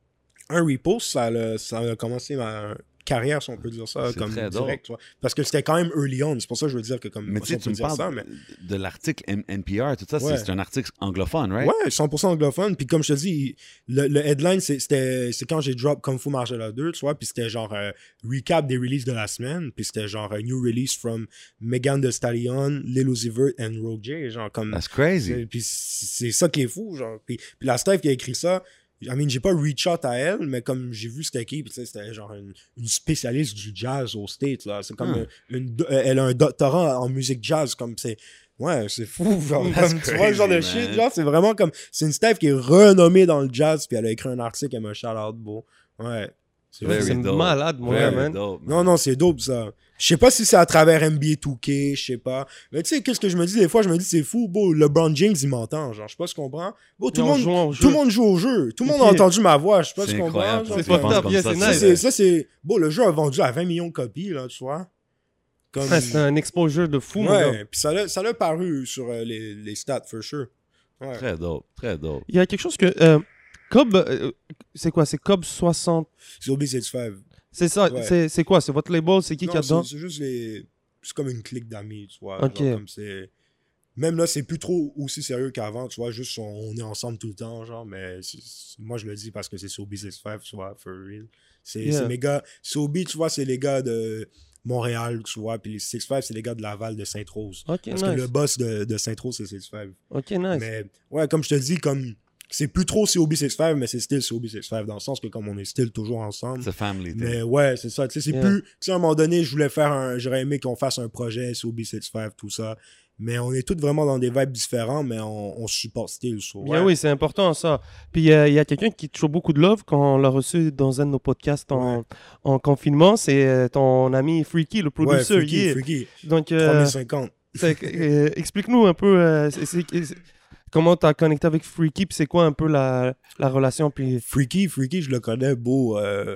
un repost, ça a, ça a commencé ma carrière, si on peut dire ça, c'est comme direct, drôle. tu vois. Parce que c'était quand même early on, c'est pour ça que je veux dire que comme... Mais tu sais, tu me parles ça, mais... de l'article N P R, tout ça, ouais. c'est, c'est un article anglophone, right? Ouais, cent pour cent anglophone, puis comme je te dis, le, le headline, c'est, c'était, c'est quand j'ai drop Kung Fu Margiela deux, tu vois, puis c'était genre euh, recap des releases de la semaine, puis c'était genre a new release from Megan Thee Stallion, Lil Uzi Vert and Rogue J, genre comme... That's crazy! Puis c'est ça qui est fou, genre, puis, puis la Steph qui a écrit ça, I mean, j'ai pas reach out à elle, mais comme j'ai vu c'était qui, puis c'était genre une, une spécialiste du jazz aux States, là. C'est comme hmm. une, une, elle a un doctorat en musique jazz, comme c'est... Ouais, c'est fou, genre, comme, crazy, tu vois le genre de man. Shit, genre, c'est vraiment comme... C'est une Steph qui est renommée dans le jazz, puis elle a écrit un article, elle m'a shout-out beau. Ouais. C'est, c'est malade, moi, ouais, man. Dope, man. Non, non, c'est dope, ça. Je sais pas si c'est à travers N B A deux K, je sais pas. Mais tu sais, qu'est-ce que je me dis des fois? Je me dis, c'est fou, bon, LeBron James, il m'entend, genre, je sais pas ce qu'on comprend. Bon, tout, non, le monde, tout le monde joue au jeu. Tout le monde okay. a entendu ma voix, je sais pas ce qu'on comprend. C'est pas top, yeah, c'est nice. C'est, ça, c'est... Bon, le jeu a vendu à vingt millions de copies, là, tu vois. Comme... Ouais, c'est un exposure de fou, ouais, mon gars. Puis ça l'a, ça l'a paru sur euh, les, les stats, for sure. Ouais. Très dope, très dope. Il y a quelque chose que... Euh, Cobb, euh, c'est quoi? C'est Cobb soixante... C'est O B soixante-cinq. C'est ça, ouais. c'est, c'est quoi? C'est votre label? C'est qui non, qui a dedans? C'est, c'est juste les... C'est comme une clique d'amis, tu vois. Okay. Genre, comme c'est... Même là, c'est plus trop aussi sérieux qu'avant, tu vois. Juste, on, on est ensemble tout le temps, genre. Mais c'est... moi, je le dis parce que c'est Sobi soixante-cinq, tu vois, for real. C'est, yeah. c'est mes gars... Sobi, tu vois, c'est les gars de Montréal, tu vois. Puis les soixante-cinq, c'est les gars de Laval, de Sainte-Rose. Okay, parce nice. que le boss de, de Sainte-Rose, c'est soixante-cinq. OK, nice. Mais, ouais, comme je te dis, comme... C'est plus trop C O B soixante-cinq, mais c'est still C O B soixante-cinq, dans le sens que comme on est still toujours ensemble. C'est family. Mais thing. Ouais, c'est ça. Tu sais, c'est yeah. plus... Tu sais, à un moment donné, je voulais faire un... J'aurais aimé qu'on fasse un projet C O B soixante-cinq, tout ça. Mais on est tous vraiment dans des vibes différents, mais on, on supporte still. So, ouais. yeah, oui, c'est important, ça. Puis il euh, y a quelqu'un qui touche beaucoup de love quand on l'a reçu dans un de nos podcasts en, ouais. en confinement. C'est ton ami Freaky, le producteur. Ouais, Freaky, yeah. Freaky. Donc, euh, trois mille cinquante. euh, explique-nous un peu... Euh, c'est, c'est, c'est... Comment t'as connecté avec Freaky, puis c'est quoi un peu la, la relation, puis... Freaky, Freaky, je le connais, beau, euh,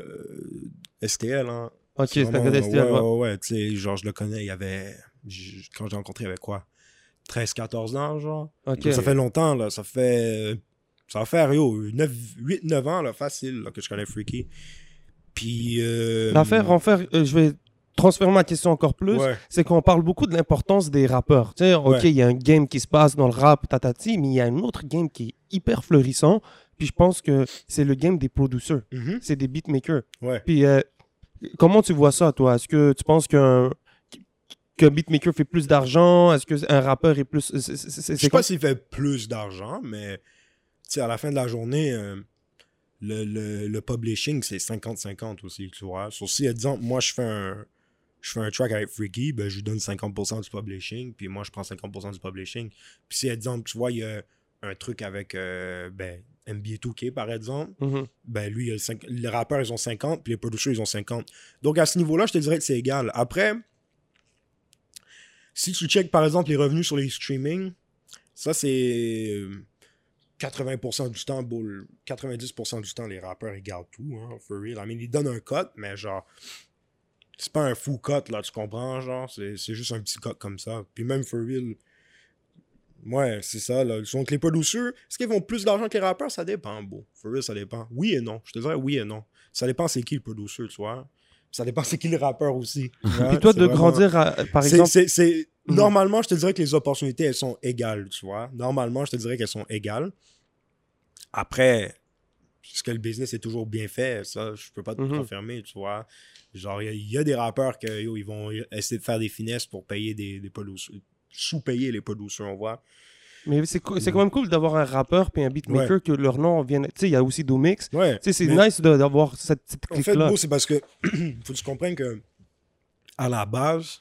S T L, hein. Ok, c'est un gars d'S T L, ouais. Ouais, ouais, ouais, tu sais, genre, je le connais, il y avait... Je, quand j'ai rencontré, il y avait quoi? treize quatorze ans, genre. Okay. Ça fait longtemps, là, ça fait... Ça va faire, yo, huit neuf ans, là, facile, là, que je connais Freaky. Puis... Euh... L'affaire, en fait, euh, je vais... transférer ma question encore plus, ouais. c'est qu'on parle beaucoup de l'importance des rappeurs. Tu sais, OK, il ouais. y a un game qui se passe dans le rap, tatati, mais il y a un autre game qui est hyper florissant, puis je pense que c'est le game des producers. Mm-hmm. C'est des beatmakers. Ouais. Puis, euh, comment tu vois ça, toi? Est-ce que tu penses qu'un... qu'un beatmaker fait plus d'argent? Est-ce qu'un rappeur est plus... C'est, c'est, c'est je sais pas s'il fait plus d'argent, mais à la fin de la journée, euh, le, le, le publishing, c'est cinquante cinquante aussi, tu vois. Sur si, exemple, moi, je fais un... je fais un track avec Freaky, ben, je lui donne cinquante pour cent du publishing, puis moi, je prends cinquante pour cent du publishing. Puis si, exemple, tu vois, il y a un truc avec euh, ben, N B A deux K, par exemple, mm-hmm. ben lui, il a cinq... les rappeurs, ils ont cinquante, puis les producers, ils ont cinquante. Donc, à ce niveau-là, je te dirais que c'est égal. Après, si tu checkes, par exemple, les revenus sur les streaming, ça, c'est quatre-vingts pour cent du temps, bull... quatre-vingt-dix pour cent du temps, les rappeurs, ils gardent tout, hein, for real. I mean, ils donnent un cut, mais genre... c'est pas un fou cut, là, tu comprends, genre, c'est, c'est juste un petit cut comme ça. Puis même for real, ouais, c'est ça, là. Donc les producers, est-ce qu'ils font plus d'argent que les rappeurs? Ça dépend, beau. For real, ça dépend. Oui et non, je te dirais oui et non. Ça dépend c'est qui le producer, tu vois. Ça dépend c'est qui le rappeur aussi. Et toi, de vraiment... grandir, à, par c'est, exemple... C'est, c'est... Mm-hmm. Normalement, je te dirais que les opportunités, elles sont égales, tu vois. Normalement, je te dirais qu'elles sont égales. Après... est-ce que le business est toujours bien fait? Ça, je peux pas te mm-hmm. confirmer, tu vois. Genre, il y, y a des rappeurs qui ils vont essayer de faire des finesses pour payer des, des producers, sous-payer les producers, on voit. Mais c'est, co- c'est quand même cool d'avoir un rappeur puis un beatmaker ouais. que leur nom vienne... Tu sais, il y a aussi Doomix. Ouais. Tu sais, c'est mais... nice de, d'avoir cette, cette clique-là. En fait, beau, c'est parce que faut que tu comprennes que à la base,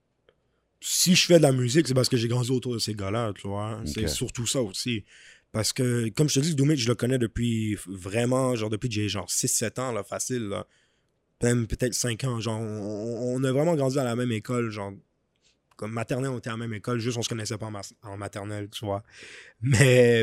si je fais de la musique, c'est parce que j'ai grandi autour de ces gars-là, tu vois. Okay. C'est surtout ça aussi. Parce que, comme je te dis, Doomix, je le connais depuis vraiment, genre depuis que j'ai genre six sept ans, là, facile, là. Même peut-être cinq ans. Genre, on, on a vraiment grandi à la même école, genre, comme maternelle, on était à la même école, juste on se connaissait pas en, ma- en maternelle, tu vois. Mais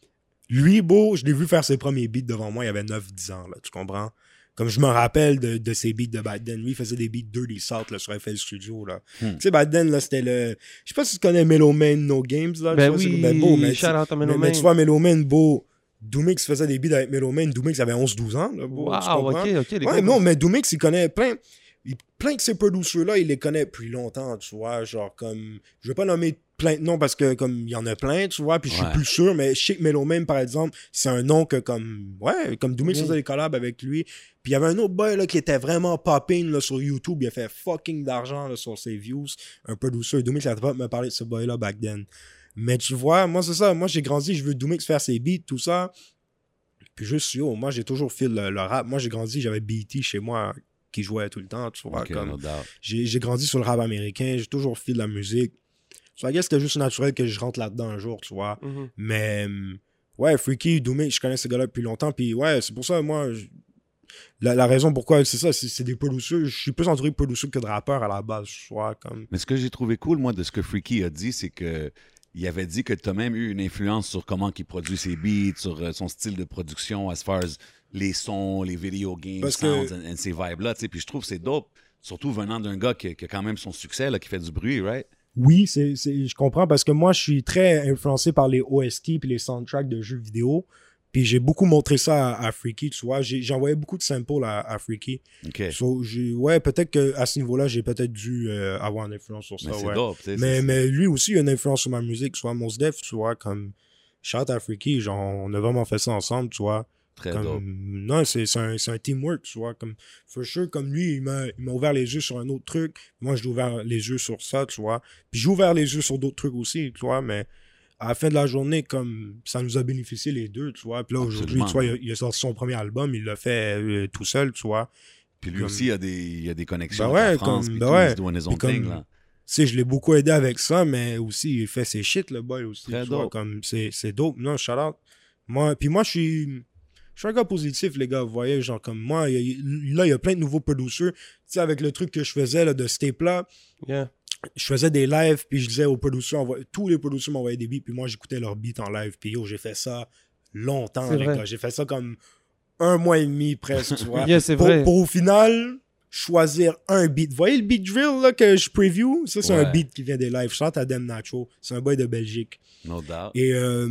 lui, beau, je l'ai vu faire ses premiers beats devant moi, il avait neuf dix ans, là, tu comprends? Comme je me rappelle de, de ses beats de Bad Den. Lui, il faisait des beats Dirty South là, sur F L Studio. Là. Hmm. Tu sais, Bad Den, là, c'était le... Je sais pas si tu connais Mellow Man No Games. Là, ben tu oui, vois, ben, beau, mais, shout out à Mellow mais, Man. mais tu vois, Mellow Man, beau... Doomix faisait des beats avec Mellow Man. Doomix avait onze douze ans. Là, beau, wow, ok, ok. Les ouais, non, mais Doomix, il connaît plein... Il, plein de ces producers-là, il les connaît depuis longtemps, tu vois. Genre, comme... Je vais pas nommer plein de noms parce que, comme, il y en a plein, tu vois. Puis je suis ouais. plus sûr, mais je sais que Mellow Man, par exemple, c'est un nom que, comme... Ouais, comme Doomix mmh. faisait des collabs avec lui. Puis il y avait un autre boy là, qui était vraiment popping là, sur YouTube. Il a fait fucking d'argent là, sur ses views. Un producer. Doomix n'arrêtait pas de me parler de ce boy-là back then. Mais tu vois, moi, c'est ça. Moi, j'ai grandi, je veux Doomix faire ses beats, tout ça. Puis juste, yo, moi, j'ai toujours fait le, le rap. Moi, j'ai grandi, j'avais B T chez moi qui jouait tout le temps, tu vois. Okay, comme, no j'ai, j'ai grandi sur le rap américain. J'ai toujours fait de la musique. So, I guess c'était juste naturel que je rentre là-dedans un jour, tu vois. Mm-hmm. Mais... ouais, Freaky, Doomix, je connais ces gars-là depuis longtemps. Puis ouais, c'est pour ça, moi... Je... La, la raison pourquoi c'est ça, c'est, c'est des producers. Je suis plus entouré de producers que de rappeurs à la base, je vois, comme... Mais ce que j'ai trouvé cool, moi, de ce que Freaky a dit, c'est que il avait dit que tu as même eu une influence sur comment il produit ses beats, sur uh, son style de production, as far as les sons, les video games, Parce sounds, que... and, and ces vibes-là, tu sais. Puis je trouve que c'est dope, surtout venant d'un gars qui, qui a quand même son succès, là, qui fait du bruit, right? Oui, c'est, c'est, je comprends, parce que moi, je suis très influencé par les O S T et les soundtracks de jeux vidéo. Puis j'ai beaucoup montré ça à, à Freaky, tu vois. J'ai, j'envoyais beaucoup de samples à, à Freaky. OK. So, j'ai, ouais, peut-être qu'à ce niveau-là, j'ai peut-être dû euh, avoir une influence sur ça. Mais c'est ouais. dope, c'est, mais, c'est, mais lui aussi, il a une influence sur ma musique, tu vois. Mos Def, tu vois, comme shout à Freaky, genre, on a vraiment fait ça ensemble, tu vois. Très comme, dope. Non, c'est, c'est, un, c'est un teamwork, tu vois. Comme, for sure, comme lui, il m'a, il m'a ouvert les yeux sur un autre truc. Moi, j'ai ouvert les yeux sur ça, tu vois. Puis j'ai ouvert les yeux sur d'autres trucs aussi, tu vois, mais... à la fin de la journée, comme ça nous a bénéficié les deux, tu vois. Puis là, aujourd'hui, tu vois, il a, il a sorti son premier album, il l'a fait euh, tout seul, tu vois. Puis lui comme... aussi, il a des, il a des connexions ben ouais, avec la France, comme, puis ben tout, ouais. il se doit his own comme, thing, là. Tu sais, je l'ai beaucoup aidé avec ça, mais aussi, il fait ses shit, le boy, aussi. Très tu dope. vois, comme, c'est, c'est dope. Non, shout out. Moi, puis moi, je suis... Je suis un gars positif, les gars, vous voyez, genre comme moi, il y a, là, il y a plein de nouveaux producers. Tu sais, avec le truc que je faisais, là, de ce tape-là, yeah. je faisais des lives, puis je disais aux producers, envoie... tous les producers m'envoyaient des beats, puis moi, j'écoutais leurs beats en live, puis yo, j'ai fait ça longtemps, c'est les vrai. gars. J'ai fait ça comme un mois et demi, presque, tu vois. Yeah, c'est pour, vrai. pour au final, choisir un beat. Vous voyez le beat drill, là, que je preview? Ça, c'est ouais. un beat qui vient des lives. Je chante à Dem Nacho. C'est un boy de Belgique. No doubt. Et, euh...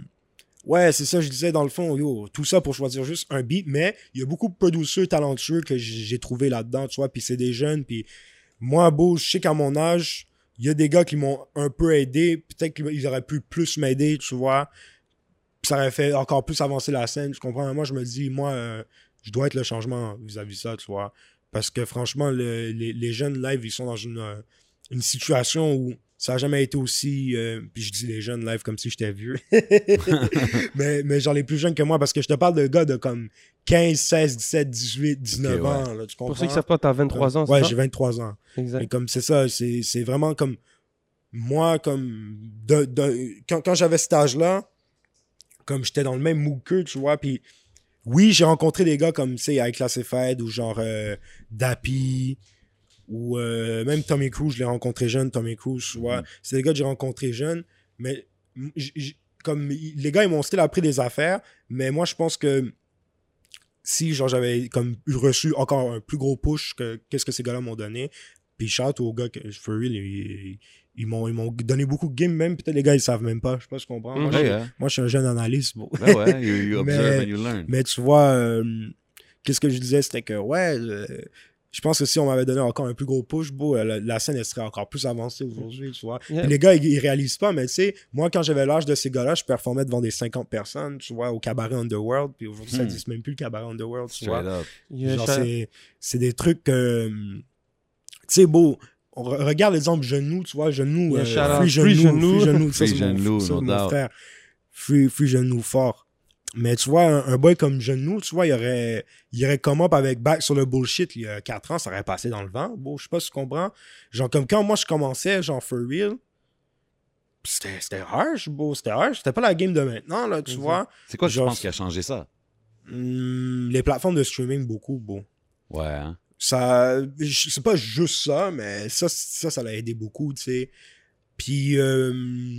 ouais, c'est ça, je disais, dans le fond, yo, tout ça pour choisir juste un beat, mais il y a beaucoup de producers talentueux que j'ai trouvé là-dedans, tu vois, puis c'est des jeunes, puis moi, beau, je sais qu'à mon âge, il y a des gars qui m'ont un peu aidé, peut-être qu'ils auraient pu plus m'aider, tu vois, puis ça aurait fait encore plus avancer la scène, tu comprends? Moi, je me dis, moi, euh, je dois être le changement vis-à-vis de ça, tu vois, parce que franchement, le, les, les jeunes live, ils sont dans une... Euh, une situation où ça n'a jamais été aussi... Euh, puis je dis les jeunes live comme si j'étais vieux. mais, mais genre les plus jeunes que moi, parce que je te parle de gars de comme quinze, seize, dix-sept, dix-huit, dix-neuf okay, ouais. ans. Là, tu comprends? Pour ceux qui ne savent pas, tu as vingt-trois ans, c'est ouais, ça? Ouais, j'ai vingt-trois ans. Exact. Et comme c'est ça, c'est, c'est vraiment comme... Moi, comme... De, de, quand, quand j'avais cet âge-là, comme j'étais dans le même mood qu'eux, tu vois, puis oui, j'ai rencontré des gars comme, tu sais, avec Classified ou genre euh, Dappy ou euh, même Tommy Cruise, je l'ai rencontré jeune, Tommy Cruise, tu vois. Mm-hmm. C'est des gars que j'ai rencontrés jeunes, mais j- j- comme les gars, ils m'ont still appris des affaires, mais moi, je pense que si genre j'avais comme reçu encore un plus gros push que qu'est-ce que ces gars-là m'ont donné, puis shout aux gars que, for real, ils, Ils m'ont, ils m'ont donné beaucoup de games, même. Peut-être les gars, ils savent même pas. Je sais pas si tu comprends. Moi, mm-hmm. je, yeah. moi, je suis un jeune analyste. Bon. Ben ouais, you, you observe mais, and you learn. Mais tu vois, euh, qu'est-ce que je disais, c'était que, ouais, euh, je pense que si on m'avait donné encore un plus gros push, beau, la, la scène, elle serait encore plus avancée aujourd'hui, tu vois. Yeah. Les gars, ils, ils réalisent pas, mais tu sais, moi, quand j'avais l'âge de ces gars-là, je performais devant des cinquante personnes, tu vois, au cabaret Underworld. Puis aujourd'hui, hmm. ça n'existe même plus le cabaret Underworld, tu Straight vois. Up. Yeah, genre, c'est, c'est des trucs que, tu sais, beau. On re- regarde l'exemple Genou, tu vois, Genou, yeah, euh, Free Genou, Free Genou, free genou ça, free c'est, genou, mon, ça, no c'est mon doubt. frère. Free, free Genou fort. Mais tu vois, un, un boy comme Genou, tu vois, il aurait, il aurait come up avec Back sur le bullshit il y a quatre ans, ça aurait passé dans le vent. Bon, je sais pas si tu comprends. Genre, comme quand moi je commençais, genre, for real, c'était, c'était harsh, beau, c'était harsh. C'était pas la game de maintenant, là, tu mm-hmm. vois. C'est quoi, genre, tu penses qui a changé ça? Hum, les plateformes de streaming, beaucoup, beau. Ouais, hein? Ça, c'est pas juste ça, mais ça, ça, ça l'a aidé beaucoup, tu sais. Puis, euh,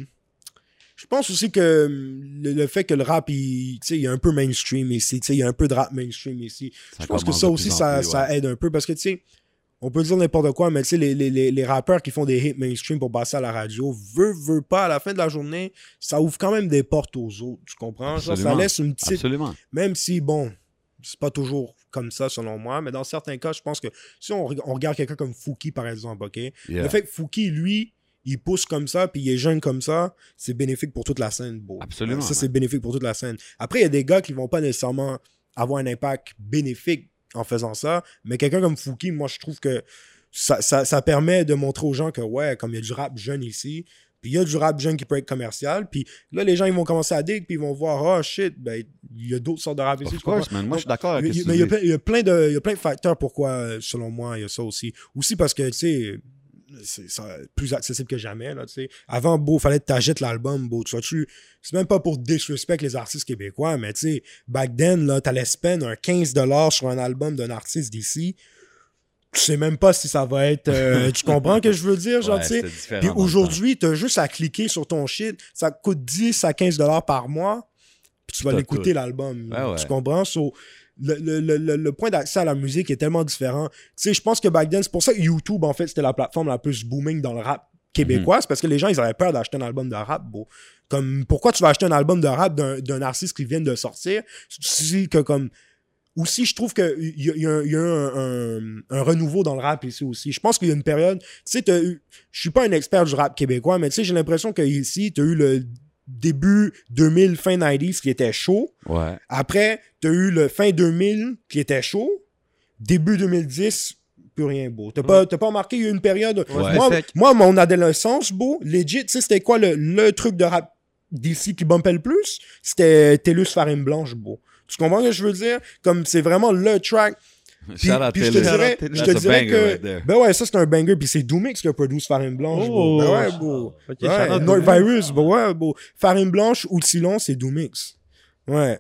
je pense aussi que le, le fait que le rap, il, tu sais, il y a un peu mainstream ici, tu sais, il y a un peu de rap mainstream ici. Ça je pense que ça aussi, ça, plus, ouais. ça aide un peu parce que, tu sais, on peut dire n'importe quoi, mais tu sais, les, les, les, les rappeurs qui font des hits mainstream pour passer à la radio, veut, veut pas, à la fin de la journée, ça ouvre quand même des portes aux autres, tu comprends? Genre, ça laisse une petite... Absolument. Même si, bon, c'est pas toujours comme ça, selon moi, mais dans certains cas, je pense que si on, on regarde quelqu'un comme Fouki, par exemple, OK? Yeah. Le fait que Fouki, lui, il pousse comme ça, puis il est jeune comme ça, c'est bénéfique pour toute la scène. Bon. Absolument. Ça, c'est bénéfique pour toute la scène. Après, il y a des gars qui vont pas nécessairement avoir un impact bénéfique en faisant ça, mais quelqu'un comme Fouki, moi, je trouve que ça, ça, ça permet de montrer aux gens que, ouais, comme il y a du rap jeune ici, puis il y a du rap jeune qui peut être commercial, puis là, les gens, ils vont commencer à dig, puis ils vont voir, oh shit, ben, il y a d'autres sortes de rap ici. Of course, man. Moi, je suis d'accord avec ça. Mais il y, y a plein de, il y a plein de facteurs pourquoi, selon moi, il y a ça aussi. Aussi parce que, tu sais, c'est ça, plus accessible que jamais, là, tu sais. Avant, beau, fallait que t'achètes l'album, beau, tu vois, tu, c'est même pas pour disrespect les artistes québécois, mais tu sais, back then, là, t'allais spend un quinze dollars sur un album d'un artiste d'ici. Tu sais même pas si ça va être... Euh, tu comprends ce que je veux dire, genre, ouais, tu sais? Puis aujourd'hui, t'as juste à cliquer sur ton shit. Ça coûte dix à quinze dollars par mois, puis tu vas l'écouter, tout. l'album. Ouais, ouais. Tu comprends? So, le, le, le, le point d'accès à la musique est tellement différent. Tu sais, je pense que back then, c'est pour ça que YouTube, en fait, c'était la plateforme la plus booming dans le rap québécois. Mm-hmm. C'est parce que les gens, ils avaient peur d'acheter un album de rap, beau. Comme, pourquoi tu vas acheter un album de rap d'un, d'un artiste qui vient de sortir? Si que, comme... Aussi, je trouve qu'il y a, y a, y a un, un, un renouveau dans le rap ici aussi. Je pense qu'il y a une période... Tu sais, je suis pas un expert du rap québécois, mais tu sais, j'ai l'impression qu'ici, tu as eu le début deux mille, fin quatre-vingt-dix qui était chaud. Ouais. Après, tu as eu le fin deux mille qui était chaud. Début deux mille dix, plus rien, beau. T'as ouais. pas, t'as pas remarqué, il y a eu une période... Ouais. Moi, moi, mon adolescence, beau, legit, tu sais, c'était quoi le, le truc de rap d'ici qui bumpait le plus? C'était Télus Farine Blanche, beau. Tu comprends ce que je veux dire? Comme c'est vraiment le track. Puis, puis je te dirais, je te dirais que... Right ben ouais, ça c'est un banger. Puis c'est Doomix qui a produit Farine Blanche. Oh, ben ouais, beau. Okay, ouais, North Virus, ben ouais, beau. Farine Blanche ou Silon, c'est Doomix. Ouais.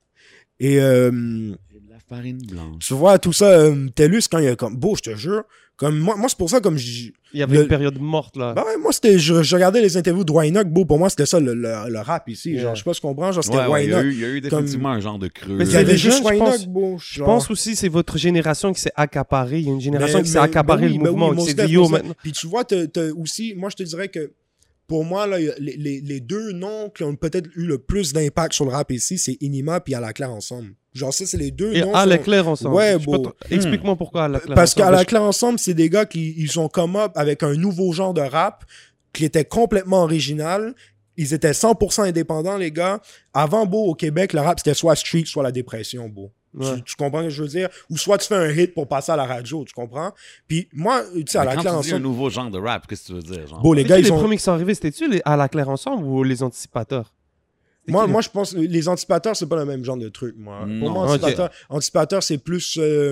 Et... Euh, la farine blanche. Tu vois, tout ça, euh, Télus, quand il y a comme... Beau, je te jure. Comme moi, moi c'est pour ça, comme... J... Il y avait le... une période morte, là. Ben ouais, moi, c'était... Je, je regardais les interviews de Wynock, beau, pour moi, c'était ça, le, le, le rap ici. Yeah. Genre, je sais pas ce qu'on comprend, genre, c'était ouais, Wynock. Ouais, il y a eu, il y a eu définitivement comme... un genre de creux. Mais il y avait juste Wynock, beau. Je pense aussi c'est votre génération qui s'est accaparée. Il y a une génération mais, qui s'est accaparée ben oui, le ben mouvement, oui, qui s'est dit yo maintenant. Puis tu vois, t'as, t'as aussi... Moi, je te dirais que pour moi, là, les, les, les deux noms qui ont peut-être eu le plus d'impact sur le rap ici, c'est Inima puis À la Claire ensemble. Genre, ça, c'est les deux et noms. À la Claire ensemble. Ouais, beau. Explique-moi pourquoi À la Claire Parce qu'À la Claire ensemble, c'est des gars qui ils ont come up avec un nouveau genre de rap qui était complètement original. Ils étaient cent pour cent indépendants, les gars. Avant, beau, au Québec, le rap, c'était soit street, soit la dépression, beau. Ouais. Tu, tu comprends ce que je veux dire? Ou soit tu fais un hit pour passer à la radio, tu comprends? Puis moi, tu sais, à Mais la quand claire tu dis un ensemble... nouveau genre de rap, qu'est-ce que tu veux dire? Genre? Bon, les C'est gars, qui ils les ont... premiers qui sont arrivés, c'était-tu les- à la claire ensemble ou les anticipateurs? C'est Moi, qui, moi, je pense que les anticipateurs, c'est pas le même genre de truc, moi. Pour Non. moi, Ok. anticipateur, anticipateur, c'est plus... euh,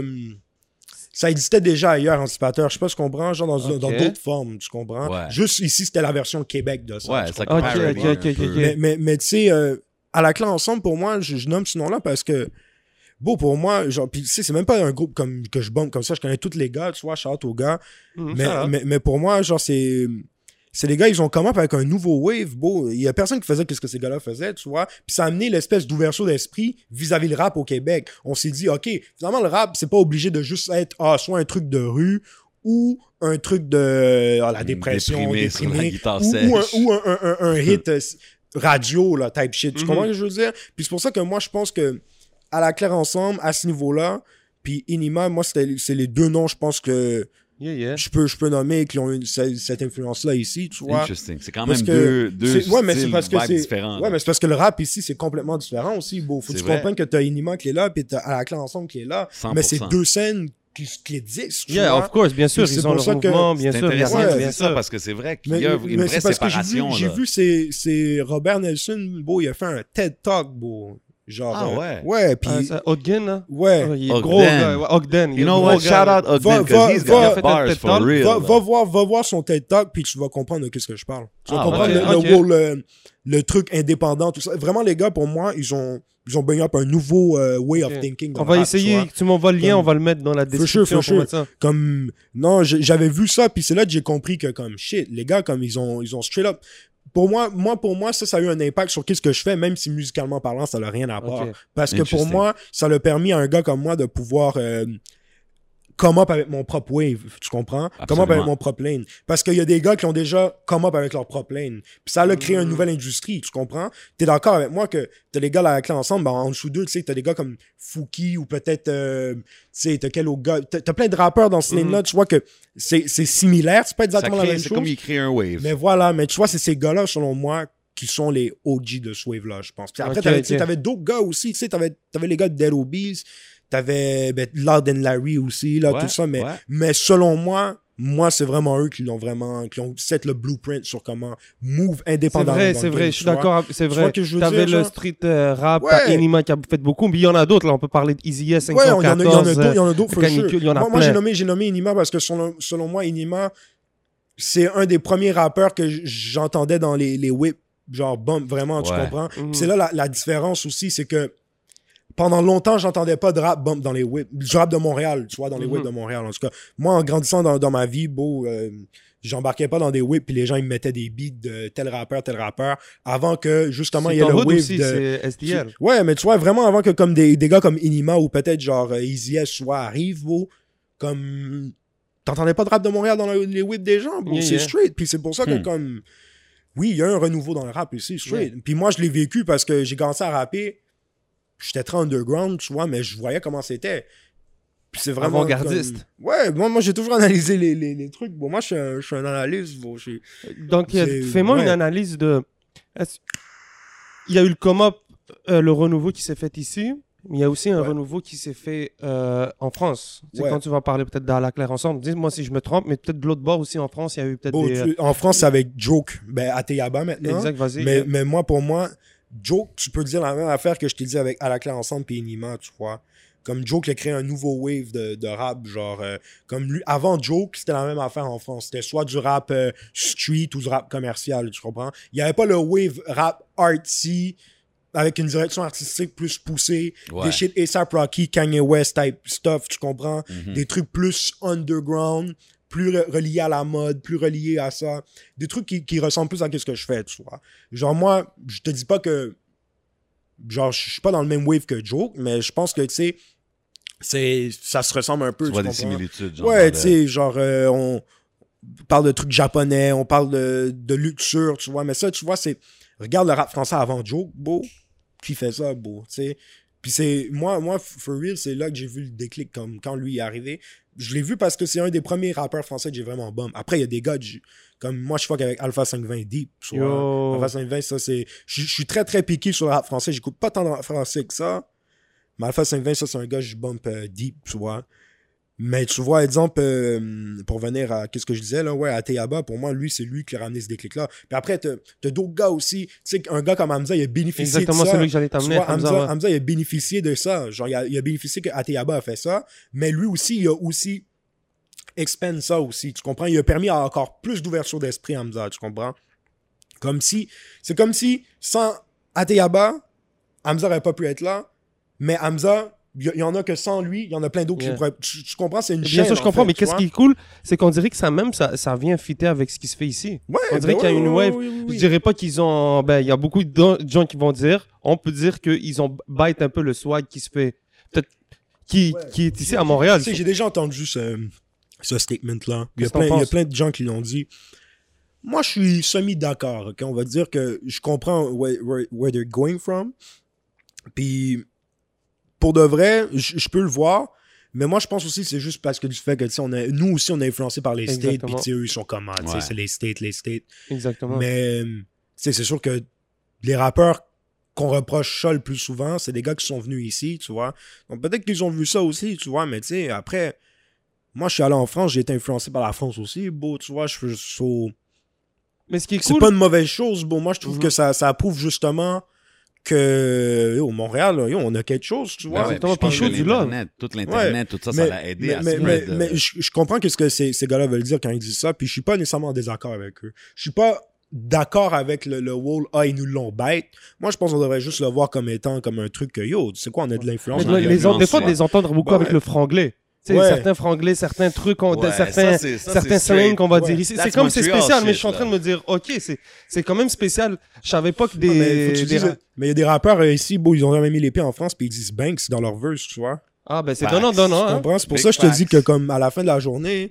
ça existait déjà ailleurs, anticipateur. Je sais pas si tu comprends, genre dans, Ok. dans d'autres formes, tu comprends? Ouais. Juste ici, c'était la version Québec de ça. Ouais, tu ça comprends? Ok, parody ok, un ok, peu. ok, ok. Mais, mais, mais tu sais, euh, à la clé ensemble, pour moi, je, je nomme ce nom-là parce que, bon, pour moi, genre, pis tu sais, c'est même pas un groupe comme, que je bombe comme ça. Je connais tous les gars, tu vois, shout out aux gars. Mhm, mais, ça va. mais, mais pour moi, genre, c'est. C'est les gars, ils ont come up avec un nouveau wave, beau. Il y a personne qui faisait ce que ces gars-là faisaient, tu vois. Puis ça a amené l'espèce d'ouverture d'esprit vis-à-vis le rap au Québec. On s'est dit, OK, finalement, le rap, c'est pas obligé de juste être, ah, soit un truc de rue ou un truc de ah, la dépression, Déprimé sur la déprimé, guitare ou, sèche. ou un, ou un, un, un, un hit euh, radio, là, type shit. Tu Mhm. comprends ce que je veux dire? Puis c'est pour ça que moi, je pense que à la claire ensemble, à ce niveau-là, puis Inima, moi, c'était- c'est les deux noms, je pense que Yeah, yeah. je peux, je peux nommer qui ont eu cette, cette influence-là ici, tu vois. Interesting. C'est quand Parce même que deux, deux c'est- ouais, mais c'est styles, parce que vibes c'est différents. ouais, mais c'est parce que le rap ici c'est complètement différent aussi. Bon, faut que C'est tu vrai. comprennes que t'as Inima qui est là puis t'as à la clé ensemble qui est là, cent pour mais c'est cent. deux scènes qui, qui existent. tu Yeah, vois. of course, bien sûr, Puis c'est ils ont pour leur ça que mouvement, bien C'est sûr, bien intéressant sûr, de bien dire ça sûr. parce que c'est vrai qu'il Mais, y a mais une vraie c'est parce que j'ai séparation. vu, j'ai là. vu c'est c'est Robert Nelson, beau, il a fait un TED Talk, beau, genre. Ah euh, ouais. Ouais, puis Ah, ça, Ogden, là? ouais. Oh, il est Ogden. gros, gars. Ouais, Ogden. il est You know gros, what? gars. Shout out Ogden, Va- va- because he's va- got va- bars va- for va- real. Va, là. va voir, va voir son TED Talk, puis tu vas comprendre de qu'est-ce que je parle. Tu vas Ah, comprendre ouais. le, Ok. le, wow, le, le truc indépendant, tout ça. Vraiment, les gars, pour moi, ils ont, ils ont bring up un nouveau euh, way Ok. of thinking. dans On le va rap, tu essayer, vois. tu m'envoies le lien, Comme- on va le mettre dans la For description sure, for pour sure. mettre ça. Comme, non, j'ai- j'avais vu ça, puis c'est là que j'ai compris que, comme, shit, les gars, comme, ils ont, ils ont straight up. Pour moi, moi, pour moi, ça, ça a eu un impact sur qu'est-ce que je fais, même si musicalement parlant, ça n'a rien à voir. Ok. Parce que pour Interesting. moi, ça l'a permis à un gars comme moi de pouvoir euh, come up avec mon propre wave, tu comprends? Come up Absolument. avec mon propre lane. Parce qu'il y a des gars qui ont déjà come up avec leur propre lane. Puis ça a créé une nouvelle industrie, tu comprends? T'es d'accord avec moi que t'as les gars là, avec ensemble, ben, en dessous d'eux, tu sais, t'as des gars comme Fouki ou peut-être, euh, tu sais, t'as quel autre gars? T'as t'as plein de rappeurs dans ce lane-là, tu vois que c'est c'est similaire, c'est pas Ça exactement la crée- même C'est chose. comme il crée un wave. Mais voilà, mais tu vois, c'est ces gars-là, selon moi, qui sont les O G de ce wave-là, je pense. Puis après, Ok, t'avais, ok. tu sais, t'avais d'autres gars aussi, tu sais, t'avais, t'avais les gars de Dead Obies, t'avais ben, Loud and Larry aussi, là, Ouais, tout ça, mais, ouais. mais selon moi, moi, c'est vraiment eux qui l'ont vraiment, qui ont set le blueprint sur comment move C'est indépendamment. vrai, dans c'est le vrai, game, je suis tu vois. d'accord, c'est Tu vois vrai. que je veux T'avais dire, le genre? street euh, rap, Ouais. t'as Inima qui a fait beaucoup, mais il y en a d'autres, là, on peut parler de Easy S Ouais, il y en a, il y en a cinq cent quatorze, d'autres, il y en a d'autres, for Canicule, sure. il y en a Moi, moi, j'ai plein. nommé, j'ai nommé Inima parce que selon, selon moi, Inima, c'est un des premiers rappeurs que j- j'entendais dans les, les whips, genre bump, vraiment, tu Ouais. comprends? Mhm. Puis c'est là la, la différence aussi, c'est que pendant longtemps, j'entendais pas de rap bump dans les whips. Du rap de Montréal, tu vois, dans les Mhm. whips de Montréal. En tout cas, moi, en grandissant dans, dans ma vie, beau, euh, j'embarquais pas dans des whips, puis les gens, ils me mettaient des beats de tel rappeur, tel rappeur, avant que, justement, il y ait C'est le ton hood wave aussi, de... c'est S D L. Ouais, mais tu vois, vraiment avant que comme des, des gars comme Inima ou peut-être genre euh, Easy S soit arrive, beau, comme t'entendais pas de rap de Montréal dans le- les whips des gens, beau, Yeah, c'est yeah. straight. Puis c'est pour ça que Hmm. comme oui, il y a un renouveau dans le rap ici, straight. Puis moi je l'ai vécu parce que j'ai commencé à rapper, j'étais très underground, tu vois, mais je voyais comment c'était. Puis c'est vraiment Avant-gardiste. comme- Ouais, moi, moi j'ai toujours analysé les, les, les trucs. Bon, moi je suis un, je suis un analyste, bon, je suis- Donc, euh, C'est- fais-moi ouais. une analyse de... est-ce- Il y a eu le come-up, euh, le renouveau qui s'est fait ici, mais il y a aussi un Ouais. renouveau qui s'est fait euh, en France. C'est Ouais. quand tu vas parler peut-être dans la claire ensemble. Dis-moi si je me trompe, mais peut-être de l'autre bord aussi en France, il y a eu peut-être Bon, des... tu- en France, c'est avec Joke, ben à Teyaba maintenant. Exact, vas-y. Mais, mais moi, pour moi, Joke, tu peux dire la même affaire que je t'ai dit avec À la clé ensemble puis Inima, tu vois. Comme Joke, il a créé un nouveau wave de, de rap, genre, euh, comme lui, avant Joke, c'était la même affaire en France. C'était soit du rap euh, street ou du rap commercial, tu comprends? Il n'y avait pas le wave rap artsy, avec une direction artistique plus poussée, Ouais. des shit A$AP Rocky, Kanye West type stuff, tu comprends? Mhm. Des trucs plus underground, plus re- reliés à la mode, plus reliés à ça. Des trucs qui, qui ressemblent plus à ce que je fais, tu vois. Genre, moi, je te dis pas que. Genre, je suis pas dans le même wave que Joke, mais je pense que, tu sais, c'est, ça se ressemble un peu. Tu vois des comprends? similitudes. genre, Ouais, dans tu le- sais, genre, euh, on parle de trucs japonais, on parle de, de luxure, tu vois. Mais ça, tu vois, c'est. Regarde le rap français avant Joke, beau. Qui fait ça, beau, tu sais. Puis c'est. Moi, moi, for real, c'est là que j'ai vu le déclic, comme quand lui est arrivé. Je l'ai vu parce que c'est un des premiers rappeurs français que j'ai vraiment bum. Après, il y a des gars, du- comme moi, je fuck avec Alpha cinq vingt Deep. tu vois. Yo. Alpha cinq vingt, ça, c'est. Je je suis très, très piqué sur le rap français. J'écoute pas tant de rap français que ça. Mais Alpha cinq vingt, ça, c'est un gars, je bump euh, deep, tu vois. Mais tu vois, exemple, euh, pour venir à qu'est-ce que je disais, là, ouais, à Teyaba, pour moi, lui, c'est lui qui a ramené ce déclic-là. Puis après, t'as, t'as d'autres gars aussi. Tu sais, un gars comme Hamza, il a bénéficié Exactement, de ça. c'est lui que j'allais t'amener. Vois, Hamza, Hamza, ouais. Hamza, il a bénéficié de ça. Genre, il a, il a bénéficié que Ateyaba a fait ça. Mais lui aussi, il a aussi expand ça aussi. Tu comprends? Il a permis à encore plus d'ouverture d'esprit, Hamza. Tu comprends? Comme si, c'est comme si, sans Ateyaba, Hamza n'aurait pas pu être là. Mais Hamza, il y, y en a que sans lui, il y en a plein d'autres yeah. qui pourraient. Tu, tu comprends? C'est une Bien chaîne. sûr, je comprends, fait, mais qu'est-ce vois? qui est cool, c'est qu'on dirait que ça même, ça, ça vient fitter avec ce qui se fait ici. Ouais, on dirait ben qu'il y a ouais, une ouais, wave. oui, oui, oui. Je dirais pas qu'ils ont. Ben, il y a beaucoup de gens qui vont dire, on peut dire qu'ils ont bite un peu le swag qui se fait. Peut-être. Qui, Ouais. qui est ici à Montréal. Tu sais, j'ai déjà entendu ce, ce statement-là. Il y, a Qu'est-ce que plein, t'en il y a penses? plein de gens qui l'ont dit. Moi, je suis semi-d'accord. ok? On va dire que je comprends where, where, where they're going from. Puis, pour de vrai, je je peux le voir. Mais moi, je pense aussi que c'est juste parce que du fait que, tu sais, on a, nous aussi, on est influencé par les States. Exactement. Puis, tu sais, eux, ils sont comment? Tu sais, Ouais. c'est les States, les States. Exactement. Mais, tu sais, c'est sûr que les rappeurs qu'on reproche ça le plus souvent, c'est des gars qui sont venus ici, tu vois. Donc, peut-être qu'ils ont vu ça aussi, tu vois. Mais, tu sais, après, moi, je suis allé en France, j'ai été influencé par la France aussi. Beau, tu vois, je fais so... Mais ce qui est C'est cool. pas une mauvaise chose. Bon, moi, je trouve Mhm. que ça, ça prouve justement que, yo, Montréal, là, yo, on a quelque chose, tu vois. Ouais, ouais, Exactement, puis je puis pense chaud que du love. l'Internet, tout l'Internet, tout ça, ça l'a aidé mais, à mais, spread. mais, euh, mais je, je comprends que ce que ces, ces gars-là veulent dire quand ils disent ça, puis je suis pas nécessairement en désaccord avec eux. Je suis pas d'accord avec le, le wall, ah, ils nous l'ont bête. Moi, je pense qu'on devrait juste le voir comme étant comme un truc que, yo, tu sais quoi, on a de l'influence. Mais on a les, de les, l'influence, des fois, de ouais. les entendre beaucoup Ouais. avec le franglais. Tu sais, Ouais. certains franglais, certains trucs, on- Ouais, certains, ça, c'est- ça, certains c'est straight. slangs qu'on va Ouais. dire ici. C'est That's comme c'est Montreal spécial, mais shit, je suis en train là. de me dire, ok, c'est, c'est quand même spécial. Je savais pas que des. Ah, mais faut que tu des dises- ra- mais il y a des rappeurs euh, ici, bon, ils ont jamais mis les pieds en France, puis ils disent Banks dans leur verse, tu vois. Ah, ben c'est Facts. donnant, donnant. Tu Hein. comprends? C'est pour Big ça que je te facts. dis que, comme, à la fin de la journée,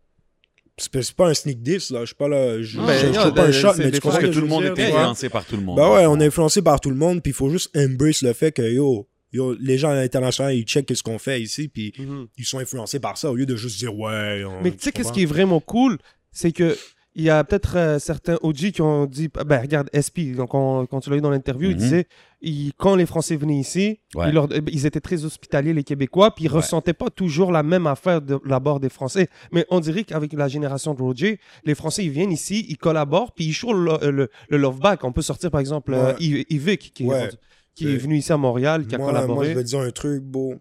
c'est pas- c'est pas un sneak diss, là. Je suis pas là. Je, Ouais, je- je non, fais pas un ben, shot, c'est mais des tu fois comprends Parce que ce tout le je monde veux est dire, tu vois? influencé par tout le monde. Ben dans ouais, le on fond. est influencé par tout le monde, puis il faut juste embrace le fait que, yo, yo les gens à l'international, ils checkent ce qu'on fait ici, puis Mhm. ils sont influencés par ça, au lieu de juste dire, ouais. on- Mais tu sais, qu'est-ce comprends? qui est vraiment cool, c'est que il y a peut-être euh, certains O G qui ont dit, ben regarde, S P, donc on- quand tu l'as eu dans l'interview, il Mhm. disait, il- quand les Français venaient ici, Ouais. ils, leur- ils étaient très hospitaliers, les Québécois, puis ils Ouais. ressentaient pas toujours la même affaire de la part des Français. Mais on dirait qu'avec la génération de Roger, les Français, ils viennent ici, ils collaborent, puis ils show le, le, le love back. On peut sortir, par exemple, euh, Ouais. Yves- Yvick, qui, est, Ouais. rendu- qui est Ouais. venu ici à Montréal, qui a moi, moi, collaboré. je vais te dire un truc, beau.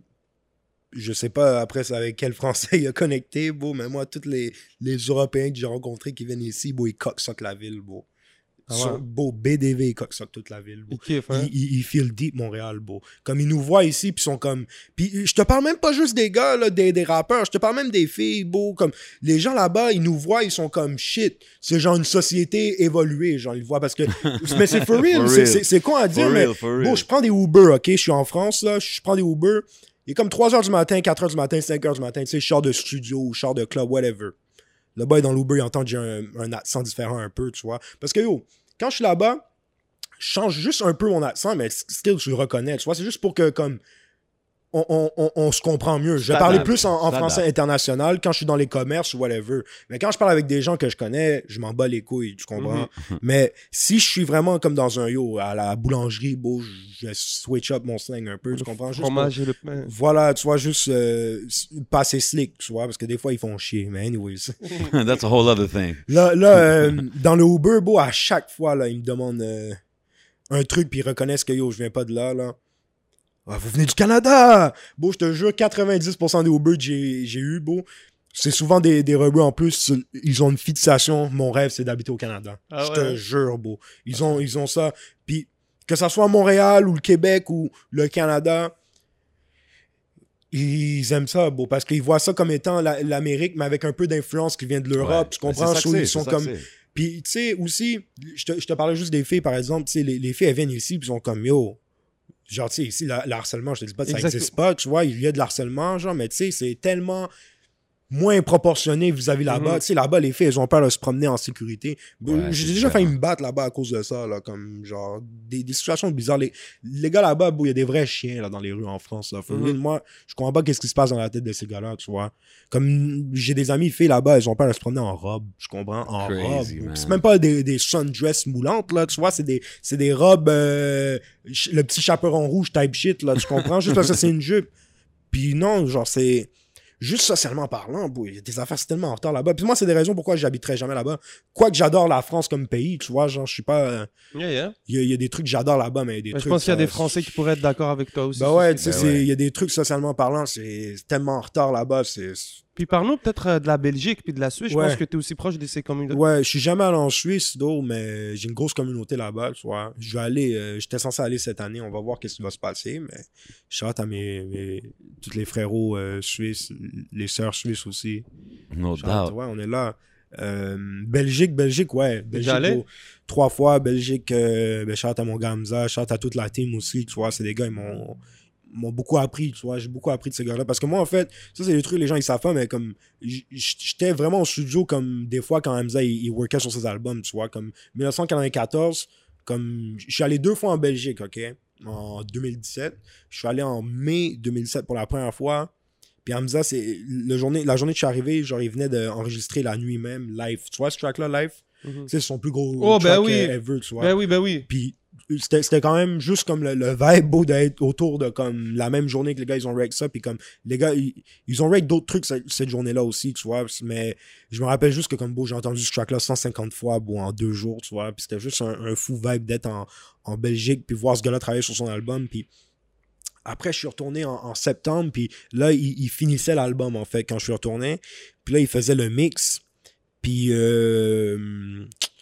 Je sais pas après c'est avec quel Français il a connecté, beau, mais moi, tous les, les Européens que j'ai rencontrés qui viennent ici, beau, ils cocksockent la ville, beau. Ah ouais. Sur- beau, B D V, ils cocksockent toute la ville, beau. Ils kiffent, hein. Ils, ils, ils feel deep Montréal, beau. Comme ils nous voient ici, puis ils sont comme. Puis je te parle même pas juste des gars, là, des, des rappeurs, je te parle même des filles, beau. Comme les gens là-bas, ils nous voient, ils sont comme shit. C'est genre une société évoluée, genre ils le voient parce que. Mais c'est for real, For c'est- real. c'est c'est con à dire, For mais. real, for real. Beau, je prends des Uber, ok? Je suis en France, là, je prends des Uber. Il est comme trois heures du matin, quatre heures du matin, cinq heures du matin, tu sais, je sors de studio, ou je sors de club, whatever. Le boy dans l'Uber, il entend que j'ai un, un accent différent un peu, tu vois. Parce que yo, quand je suis là-bas, je change juste un peu mon accent, mais still, tu le reconnais, tu vois. C'est juste pour que, comme, on, on, on, on se comprend mieux. Je vais T'adaptes. parler plus en, en français T'adaptes. international quand je suis dans les commerces ou whatever. Mais quand je parle avec des gens que je connais, je m'en bats les couilles, tu comprends? Mais si je suis vraiment comme dans un yo, à la boulangerie, beau, je vais switch up mon slang un peu, tu comprends? Juste pour- Fromage et le pain. voilà, tu vois, juste euh, passer slick, tu vois, parce que des fois, ils font chier. Mais anyways. That's a whole other thing. Là, là euh, dans le Uber, beau, à chaque fois, là, ils me demandent euh, un truc, puis ils reconnaissent que, yo, je viens pas de là, là. Ah, vous venez du Canada! Beau, je te jure, quatre-vingt-dix pour cent des Uber que j'ai j'ai eu, beau, c'est souvent des, des rebeux en plus. Ils ont une fixation. Mon rêve, c'est d'habiter au Canada. Ah je ouais? te jure, beau. Ils ont, ils ont ça. Puis, que ça soit Montréal ou le Québec ou le Canada, ils aiment ça, beau, parce qu'ils voient ça comme étant la- l'Amérique, mais avec un peu d'influence qui vient de l'Europe. Ouais. Tu comprends? Ben, c'est ça que So, c'est, ils sont c'est ça comme. que c'est. Puis, tu sais, aussi, je te, je te parlais juste des filles, par exemple. Tu sais, les, les filles, elles viennent ici, puis ils sont comme, yo. Genre, tu sais, ici, le, le harcèlement, je te dis pas que ça Exact. existe pas, tu vois. Il y a de l'harcèlement, genre, mais tu sais, c'est tellement moins proportionné vis-à-vis là-bas. Mm-hmm. Tu sais, là-bas, les filles, elles ont peur de se promener en sécurité. Ouais, J'ai c'est déjà différent. failli me battre là-bas à cause de ça, là, comme, genre, des, des situations bizarres. Les, les gars là-bas, il y a des vrais chiens, là, dans les rues en France, là. Mm-hmm. Moi, je comprends pas qu'est-ce qui se passe dans la tête de ces gars-là, tu vois. Comme, j'ai des amis filles là-bas, elles ont peur de se promener en robe, je comprends, en Crazy, robe. man. C'est même pas des, des sundress moulantes, là, tu vois, c'est des, c'est des robes, euh, le petit chaperon rouge type shit, là, tu comprends, juste parce que c'est une jupe. Puis non, genre, c'est... Juste socialement parlant, il y a des affaires, c'est tellement en retard là-bas. Puis moi, c'est des raisons pourquoi j'habiterai jamais là-bas. Quoique j'adore la France comme pays, tu vois, genre, je suis pas... euh, Yeah, yeah. Il y, a- il y a des trucs que j'adore là-bas, mais il y a des Mais trucs... je pense qu'il y a ça, des Français qui pourraient être d'accord avec toi aussi. Ben sur ouais, ce tu sais, Ben c'est- ouais. il y a des trucs socialement parlant, c'est c'est tellement en retard là-bas, c'est... Puis parle-nous peut-être euh, de la Belgique puis de la Suisse. Je Ouais. pense que tu es aussi proche de ces communautés. Ouais, je suis jamais allé en Suisse, d'eau, mais j'ai une grosse communauté là-bas, tu vois. Je vais aller, euh, j'étais censé aller cette année, on va voir qu'est-ce qui va se passer, mais je hâte à mes, mes, tous les frérots euh, suisses, les sœurs suisses aussi. No Shout out, doubt. ouais, on est là. Euh, Belgique, Belgique, ouais. Belgique, allé? gros, trois fois. Belgique, euh, ben, shout out à mon gars Hamza, shout out à toute la team aussi, tu vois. C'est des gars, ils m'ont m'ont beaucoup appris, tu vois. J'ai beaucoup appris de ces gars-là. Parce que moi, en fait, ça, c'est des trucs, les gens, ils savent pas, mais comme, j- j'étais vraiment au studio, comme, des fois, quand Hamza, il, il workait sur ses albums, tu vois. Comme, dix-neuf cent quatre-vingt-quatorze, comme, je suis allé deux fois en Belgique, OK? En deux mille dix-sept. Je suis allé en mai deux mille dix-sept pour la première fois. Puis Hamza, c'est le journée, la journée que je suis arrivé, genre, il venait d'enregistrer la nuit même, live. Tu vois ce track-là, live? Mhm. Tu sais, c'est son plus gros Oh, ben track oui. euh, ever, tu vois. Ben oui, ben oui. Puis c'était c'était quand même juste comme le, le vibe beau d'être autour de comme la même journée que les gars, ils ont rake ça. Puis comme les gars, ils, ils ont rake d'autres trucs cette, cette journée-là aussi, tu vois. Mais je me rappelle juste que comme beau, j'ai entendu ce track-là cent cinquante fois, beau, en deux jours, tu vois. Puis c'était juste un, un fou vibe d'être en, en Belgique, puis voir ce gars-là travailler sur son album. Puis après, je suis retourné en, en septembre, puis là, il, il finissait l'album, en fait, quand je suis retourné. Puis là, il faisait le mix. Puis, euh,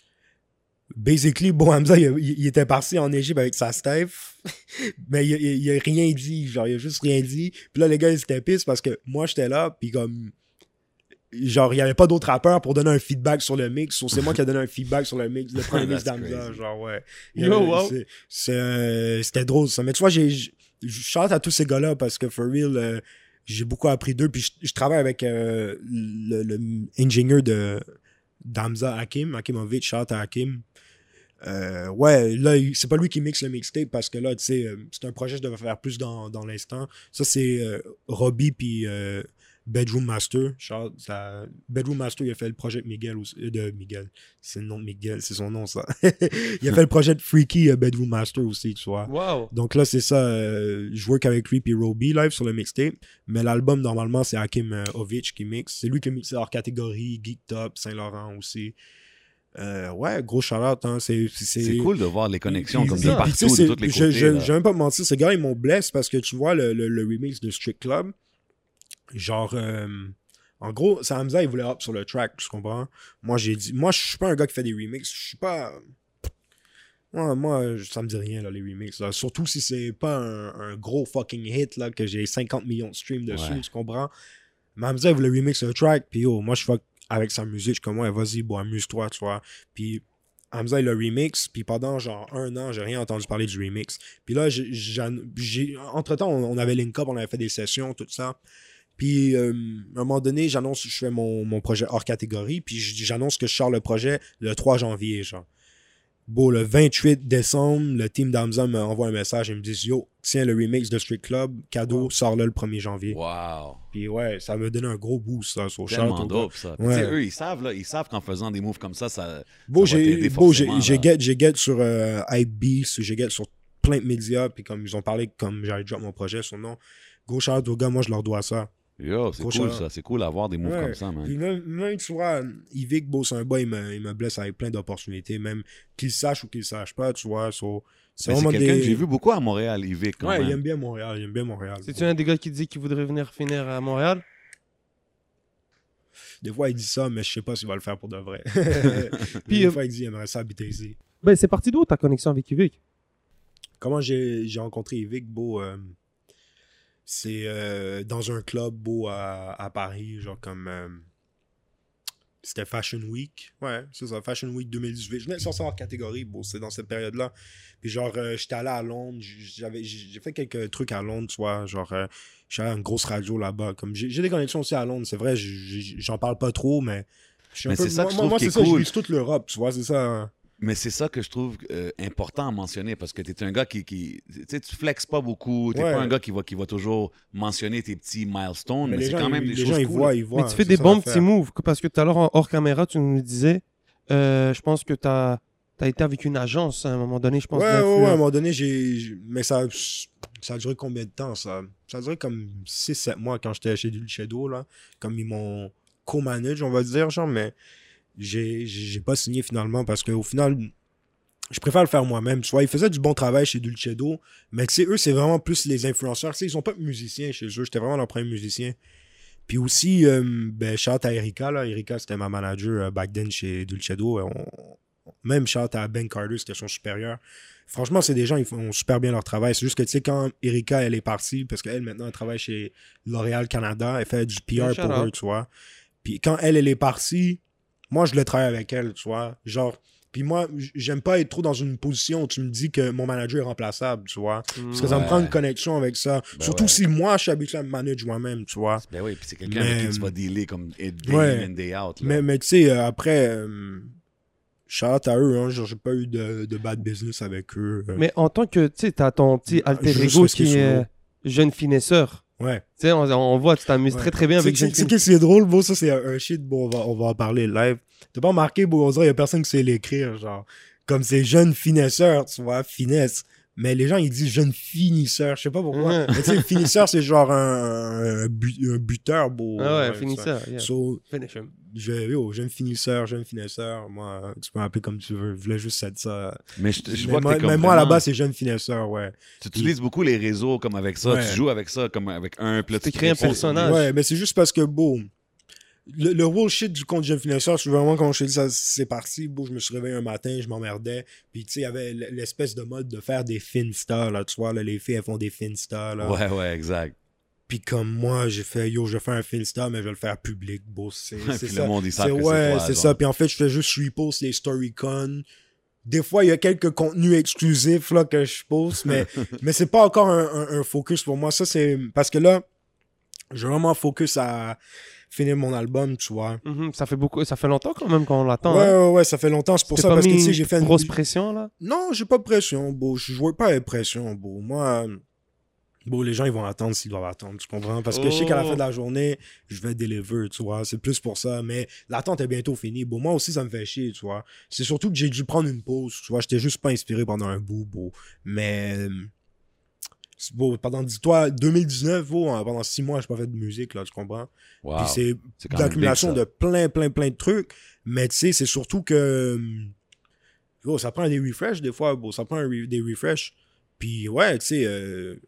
basically, bon, Hamza, il, il était parti en Égypte avec sa Steph, mais il, il, il a rien dit, genre, il a juste rien dit. Puis là, les gars, ils étaient pistes parce que moi, j'étais là, puis comme, genre, il n'y avait pas d'autres rappeurs pour donner un feedback sur le mix. So, c'est moi qui ai donné un feedback sur le mix, le premier mix That's d'Hamza, crazy. genre, ouais. Yo, Euh, wow. c'est- c'est, euh, C'était drôle, ça. Mais tu vois, j'ai, je chante à tous ces gars-là parce que, for real, euh, j'ai beaucoup appris d'eux. Puis je, je travaille avec euh, le, le ingénieur de d'Hamza, Hakim, Hakimovic, shout à Hakim. Euh, ouais, là, il- c'est pas lui qui mixe le mixtape parce que là, tu sais, euh, c'est un projet que je devais faire plus dans, dans l'instant. Ça, c'est euh, Robbie puis euh, Bedroom Master. Shout, ça, Bedroom Master, il a fait le projet de Miguel aussi, euh, de Miguel. C'est le nom de Miguel, c'est son nom, ça. Il a fait le projet de Freaky euh, Bedroom Master aussi, tu vois. Wow. Donc là, c'est ça. euh, je work avec lui puis Robbie live sur le mixtape. Mais l'album, normalement, c'est Hakim euh, Ovic qui mixe. C'est lui qui mixe hors catégorie, Geek Top, Saint-Laurent aussi. Euh, ouais, gros shout-out. Hein. C'est, c'est, C'est cool de voir les connexions Puis- comme puis- de puis, tu sais, partout, de c'est- tous les je- côtés. je- là. Je vais même pas me mentir, ces gars, ils m'ont blessé parce que tu vois le, le, le remix de Strict Club. Genre, euh, en gros, c'est Hamza, il voulait hop sur le track, tu comprends? Moi, j'ai dit, moi, je suis pas un gars qui fait des remixes. Je suis pas. Moi, moi, ça me dit rien, là, les remixes. Là. Surtout si c'est pas un, un gros fucking hit, là, que j'ai cinquante millions de streams dessus, Ouais. tu comprends? Mais Hamza, il voulait remix le track, puis oh, moi, je fuck avec sa musique, je suis comme, ouais, vas-y, bon, amuse-toi, tu vois. Puis Hamza, il a remix, puis pendant genre un an, j'ai rien entendu parler du remix. Puis là, j'ai, j'ai, entre-temps, on, on avait link up, on avait fait des sessions, tout ça. Puis, euh, à un moment donné, j'annonce que je fais mon, mon projet hors catégorie, puis j'annonce que je sors le projet le trois janvier, genre. Bon, le vingt-huit décembre, le team d'Hamza m'envoie un message et me dit yo, tiens, le remix de Street Club, cadeau, sort-le le premier janvier. Wow. Puis ouais, ça m'a donné un gros boost, ça, sur Tellement Shout, dope, ça. Puis Ouais. tu sais, eux, ils savent, là, ils savent qu'en faisant des moves comme ça, ça, Bon, ça va j'ai t'aider bon, j'ai forcément, j'ai là. get, j'ai get sur euh, Hypebeast, j'ai get sur plein de médias, puis comme ils ont parlé comme j'allais drop mon projet, son nom. Gros shout aux gars, moi je leur dois ça. Yo, c'est Gros cool, shout-out. ça. C'est cool d'avoir des moves Ouais. comme ça, man. Puis même, même, tu vois, Yvick, beau, c'est un boy, il me, il me blesse avec plein d'opportunités, même qu'il sache ou qu'il sache pas, tu vois. So, c'est Mais c'est vraiment quelqu'un des... que j'ai vu beaucoup à Montréal, Yvick, quand Ouais, même. il aime bien Montréal, il aime bien Montréal. C'est-tu un des gars qui dit qu'il voudrait venir finir à Montréal? Des fois, il dit ça, mais je sais pas s'il va le faire pour de vrai. Puis, des euh, fois, il dit qu'il aimerait ça habiter ici. Ben, c'est parti d'où ta connexion avec Yvick? Comment j'ai j'ai rencontré Yvick, beau, euh, c'est euh, dans un club, beau, à, à Paris, genre comme... euh, c'était Fashion Week. Ouais, c'est ça, Fashion Week deux mille dix-huit. Je venais de sortir hors catégorie, beau, c'est dans cette période-là. Puis genre, euh, j'étais allé à Londres, j'avais, j'ai fait quelques trucs à Londres, tu vois, genre... euh, je suis allé à une grosse radio là-bas. Comme j'ai, j'ai des connexions aussi à Londres, c'est vrai, j'en parle pas trop, mais... mais peu, c'est ça moi, que je trouve moi, qui c'est est ça, cool. je vise toute l'Europe, tu vois, c'est ça. Hein. Mais c'est ça que je trouve euh, important à mentionner parce que tu es un gars qui. qui tu sais, tu flexes pas beaucoup. Tu n'es Ouais. pas un gars qui va, qui va toujours mentionner tes petits milestones, mais, Mais, les c'est gens, quand même ils, des les choses gens, ils cool. voient, ils voient. Mais tu fais c'est des ça bons l'affaire. petits moves, que- parce que tout à l'heure, en- hors caméra, tu nous disais, euh, je pense que tu as été avec une agence à un moment donné, je pense. Ouais, ouais, ouais, à un d'influence. moment donné, j'ai. j'ai- Mais ça, ça a duré combien de temps, ça? Ça a duré comme six sept mois quand j'étais chez Dulcedo, là. Comme ils m'ont co-manage, on va dire, genre, mais j'ai j'ai pas signé finalement parce qu'au final, je préfère le faire moi-même. Tu vois, ils faisaient du bon travail chez Dulcedo, mais tu sais, eux, c'est vraiment plus les influenceurs. Tu sais, ils sont pas musiciens chez eux. J'étais vraiment leur premier musicien. Puis aussi, euh, ben, shout à Erika, là. Erika, c'était ma manager euh, back then chez Dulcedo. On... Même shout à Ben Carter, c'était son supérieur. Franchement, c'est des gens, ils font super bien leur travail. C'est juste que, tu sais, quand Erika, elle est partie, parce qu'elle, maintenant, elle travaille chez L'Oréal Canada, elle fait du P R Ouais, pour shout out. eux, tu vois. Puis quand elle, elle est partie, moi, je le travaille avec elle, tu vois. Genre, puis moi, j'aime pas être trop dans une position où tu me dis que mon manager est remplaçable, tu vois. Parce que ça me Ouais. prend une connexion avec ça. Ben Surtout ouais. si moi, je suis habitué à me manager moi-même, tu vois. Ben oui, puis c'est quelqu'un Mais- avec qui tu vas dealer comme day Ouais. in, day out. Là. Mais, mais tu sais, euh, après, euh, shout out à eux, hein, genre, j'ai pas eu de, de bad business avec eux. euh. Mais en tant que, tu sais, t'as ton petit alter Juste ego rester qui solo. est euh, jeune finesseur. Ouais. Tu sais, on, on voit, tu t'amuses Ouais. très très bien C'est avec c'est- jeune c'est que c'est drôle, bon, ça c'est un, un shit, bon, on va, on va en parler live. T'as pas remarqué, bon, on dirait qu'il y a personne qui sait l'écrire, genre, comme c'est jeune finesseur, tu vois, finesse. Mais les gens, ils disent jeune finisseur, je sais pas pourquoi. Ouais. Mais tu sais, finisseur, c'est genre un, un, bu- un buteur, beau. Ah ouais, ça. finisseur. Yeah. So, Finish him. je, yo, jeune finisseur, jeune finesseur, moi, tu peux m'appeler comme tu veux. Je voulais juste être ça. Mais je, je mais vois moi, que t'es comme mais moi, vraiment- là-bas, c'est jeune finesseur, ouais. tu utilises beaucoup les réseaux comme avec ça. Ouais. Tu joues avec ça comme avec un plat. Tu crées un personnage. Ouais, mais c'est juste parce que, bon, le, le whole shit du compte jeune finesseur, c'est vraiment quand je te dis ça, c'est parti. Bon, je me suis réveillé un matin, je m'emmerdais. Puis, tu sais, il y avait l'espèce de mode de faire des Finsta, là, tu vois, là, les filles, elles font des Finsta, là. Ouais, ouais, exact. Puis, comme moi, j'ai fait, yo, je vais faire un Finsta, mais je vais le faire public, bon, c'est c'est Puis ça. le monde, ils C'est savent que ouais, c'est toi. c'est genre. ça. Puis en fait, je fais juste repost les Storycon. Des fois, il y a quelques contenus exclusifs là, que je poste, mais, mais c'est pas encore un, un- un focus pour moi. Ça, c'est parce que là, j'ai vraiment focus à finir mon album, tu vois. Mhm, ça fait beaucoup, ça fait longtemps quand même qu'on l'attend. Ouais, hein. ouais, ouais, ça fait longtemps. C'est pour T'es ça, pas parce que mis tu sais, j'ai fait une grosse pression là. Non, j'ai pas de pression, beau. Je jouais pas avec pression, beau. Moi, bon, les gens, ils vont attendre s'ils doivent attendre, tu comprends? Parce que je sais qu'à la fin de la journée, je vais deliver, tu vois. C'est plus pour ça. Mais l'attente est bientôt finie. Bon, moi aussi, ça me fait chier, tu vois. C'est surtout que j'ai dû prendre une pause, tu vois. J'étais juste pas inspiré pendant un bout, beau. Mais, euh, c'est beau, pendant, dis-toi, deux mille dix-neuf, beau, hein, pendant six mois, j'ai pas fait de musique, là, tu comprends? Wow. Puis c'est C'est quand même l'accumulation big, ça. de plein, plein, plein de trucs. Mais tu sais, c'est surtout que. Yo, ça prend des refresh des fois. Bon, ça prend un re- des refresh. Puis ouais, tu sais. Euh,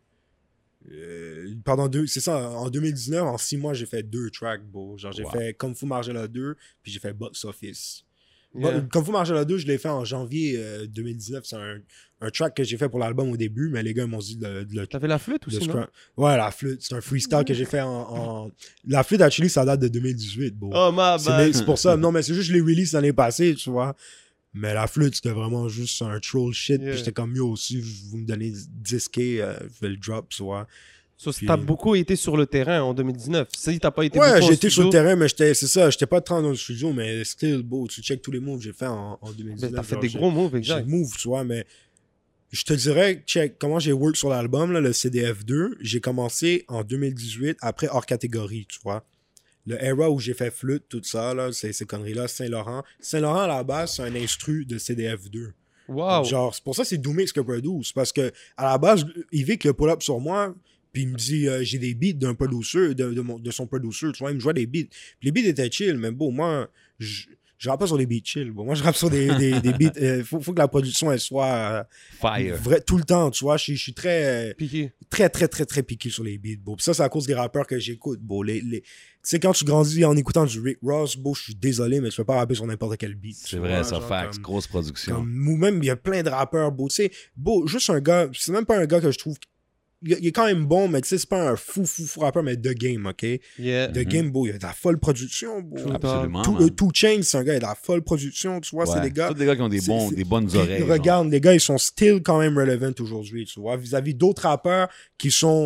euh, pendant deux. C'est ça, en deux mille dix-neuf, en six mois, j'ai fait deux tracks, beau. Genre, j'ai Wow. fait Kung Fu Margella deux, puis j'ai fait Box Office. Yeah. Bon, Kung Fu Margella deux, je l'ai fait en janvier euh, deux mille dix-neuf. C'est un, un track que j'ai fait pour l'album au début, mais les gars ils m'ont dit de, le- de le T'avais la flûte de aussi, non? scrum- Ouais, la flûte. C'est un freestyle que j'ai fait en, en- La flûte, actually, ça date de deux mille dix-huit. Bon. Oh ma C'est bad. mais c'est pour ça. Non, mais c'est juste que je l'ai release l'année passée, tu vois. Mais la flûte, c'était vraiment juste un troll shit. Yeah. Puis j'étais comme, yo, si vous me donnez dix K, euh, je vais le drop, tu vois. So, Puis- t'as beaucoup été sur le terrain en deux mille dix-neuf. Si t'as pas été Ouais, beaucoup en j'étais sur le studio, terrain, mais j'étais, c'est ça, j'étais pas trop dans le studio, mais still, beau, tu check tous les moves que j'ai fait en, en deux mille dix-neuf. ben, t'as fait genre, des j'ai- gros moves, J'ai exact. move, tu vois, mais je te dirais, check, comment j'ai work sur l'album, là, le C D F deux, j'ai commencé en deux mille dix-huit, après hors catégorie, tu vois. Le era où j'ai fait flûte, tout ça, là, ces, ces conneries-là, Saint-Laurent. Saint-Laurent, à la base, c'est un instru de C D F deux. Wow. Genre, c'est pour ça que c'est Doomix que produce. Parce que, à la base, Yvick le pull-up sur moi, puis il me dit, euh, j'ai des beats d'un producer, de, de, mon- de son producer, tu vois, il me jouait des beats. Puis les beats étaient chill, mais bon, moi, je, je rappe pas sur des beats chill. Bon, moi, je rappe sur des, des, des beats. Il faut, faut que la production, elle soit euh, Fire. vrai, tout le temps, tu vois. Je, suis- je suis très, euh, Piqué. très, très, très, très piqué sur les beats. Bon, Puis ça, c'est à cause des rappeurs que j'écoute. Bon, les, les... Tu sais, quand tu grandis en écoutant du Rick Ross, bon, je suis désolé, mais tu peux pas rapper sur n'importe quel beat. tu C'est vois, vrai, ça, genre, fax. comme- Grosse production. comme, ou même, il y a plein de rappeurs beaux. Tu sais, beau, juste un gars, c'est même pas un gars que je trouve. Il, il est quand même bon, mais tu sais, c'est pas un fou, fou, fou rappeur, mais The Game, ok? Yeah. The Mhm. Game, beau, il y a de la folle production, beau. True Absolument. Two, man. euh, Two Chainz, c'est un gars, il y a de la folle production, tu vois, c'est Ouais. des gars. Tous des gars qui ont des, c'est- bons, c'est- des bonnes Puis, oreilles. genre. regarde, les gars, ils sont still quand même relevant aujourd'hui, tu vois, vis-à-vis d'autres rappeurs qui sont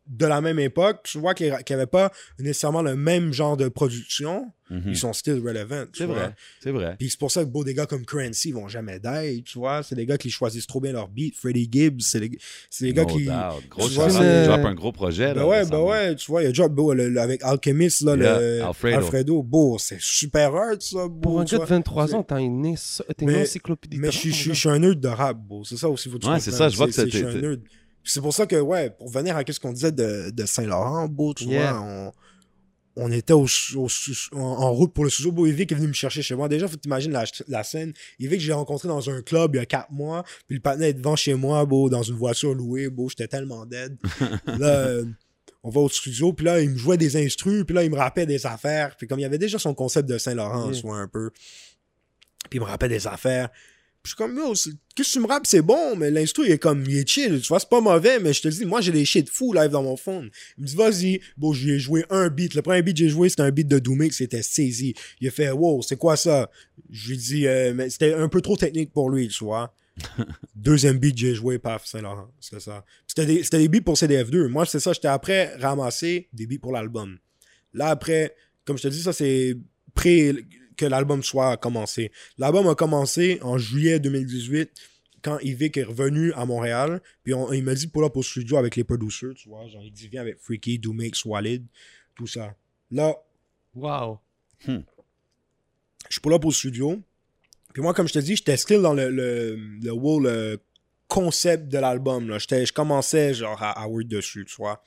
de la même époque, tu vois qu'ils n'avaient pas nécessairement le même genre de production, mm-hmm. ils sont still relevant. C'est vrai, vois. c'est vrai. Puis c'est pour ça que beau, des gars comme Currency vont jamais die, tu vois. C'est des gars qui choisissent trop bien leur beat. Freddie Gibbs, c'est des, c'est des gars no qui... Doubt. Gros vois, il drop un gros projet. Ben là, ouais, ben ouais, tu vois, il a drop beau, le, le, avec Alchemist, là, yeah, le Alfredo. Alfredo. Beau, c'est super hard, ça. Beau, pour un gars de vingt-trois ans, t'as une, une mais, encyclopédie. Mais je suis un nerd de rap, beau. C'est ça aussi, faut que tu Ouais, c'est ça, je vois que c'est... Je suis un nerd. C'est pour ça que, ouais, pour venir à ce qu'on disait de, de Saint-Laurent, beau, tu yeah. vois, on, on était au, au, en, en route pour le studio. Beau, Yvick est venu me chercher chez moi. Déjà, faut t'imaginer la, la scène. Yvick, je l'ai rencontré dans un club il y a quatre mois, puis le patinet est devant chez moi, beau, dans une voiture louée, beau, j'étais tellement dead. Là, euh, on va au studio, puis là, il me jouait des instrus, puis là, il me rappelait des affaires. Puis comme il y avait déjà son concept de Saint-Laurent, yeah. soit un peu, puis il me rappelait des affaires. Puis je suis comme, yo, qu'est-ce que tu me rappes, c'est bon, mais l'instru, il est comme, il est chill, tu vois, c'est pas mauvais, mais je te dis, moi, j'ai des shit fous live dans mon phone. Il me dit, vas-y, bon, j'ai joué un beat. Le premier beat que j'ai joué, c'était un beat de Doomix, c'était Saisi. Il a fait, wow, c'est quoi ça? Je lui dis, euh, mais c'était un peu trop technique pour lui, tu vois. Deuxième beat que j'ai joué, paf, Saint-Laurent, c'était ça. C'était des, c'était des beats pour C D F deux. Moi, c'est ça, j'étais après ramasser des beats pour l'album. Là, après, comme je te dis, ça, c'est pré... que l'album soit commencé. L'album a commencé en juillet deux mille dix-huit quand Yvick est revenu à Montréal. Puis on, il m'a dit pull up au studio avec les producers, tu vois. Genre, il dit viens avec Freaky, Doomix, Walid, tout ça. Là, wow. Hmm. Je pull up au studio. Puis moi, comme je te dis, j'étais still dans le, le, le whole le concept de l'album. Là. Je commençais genre à, à work dessus, tu vois.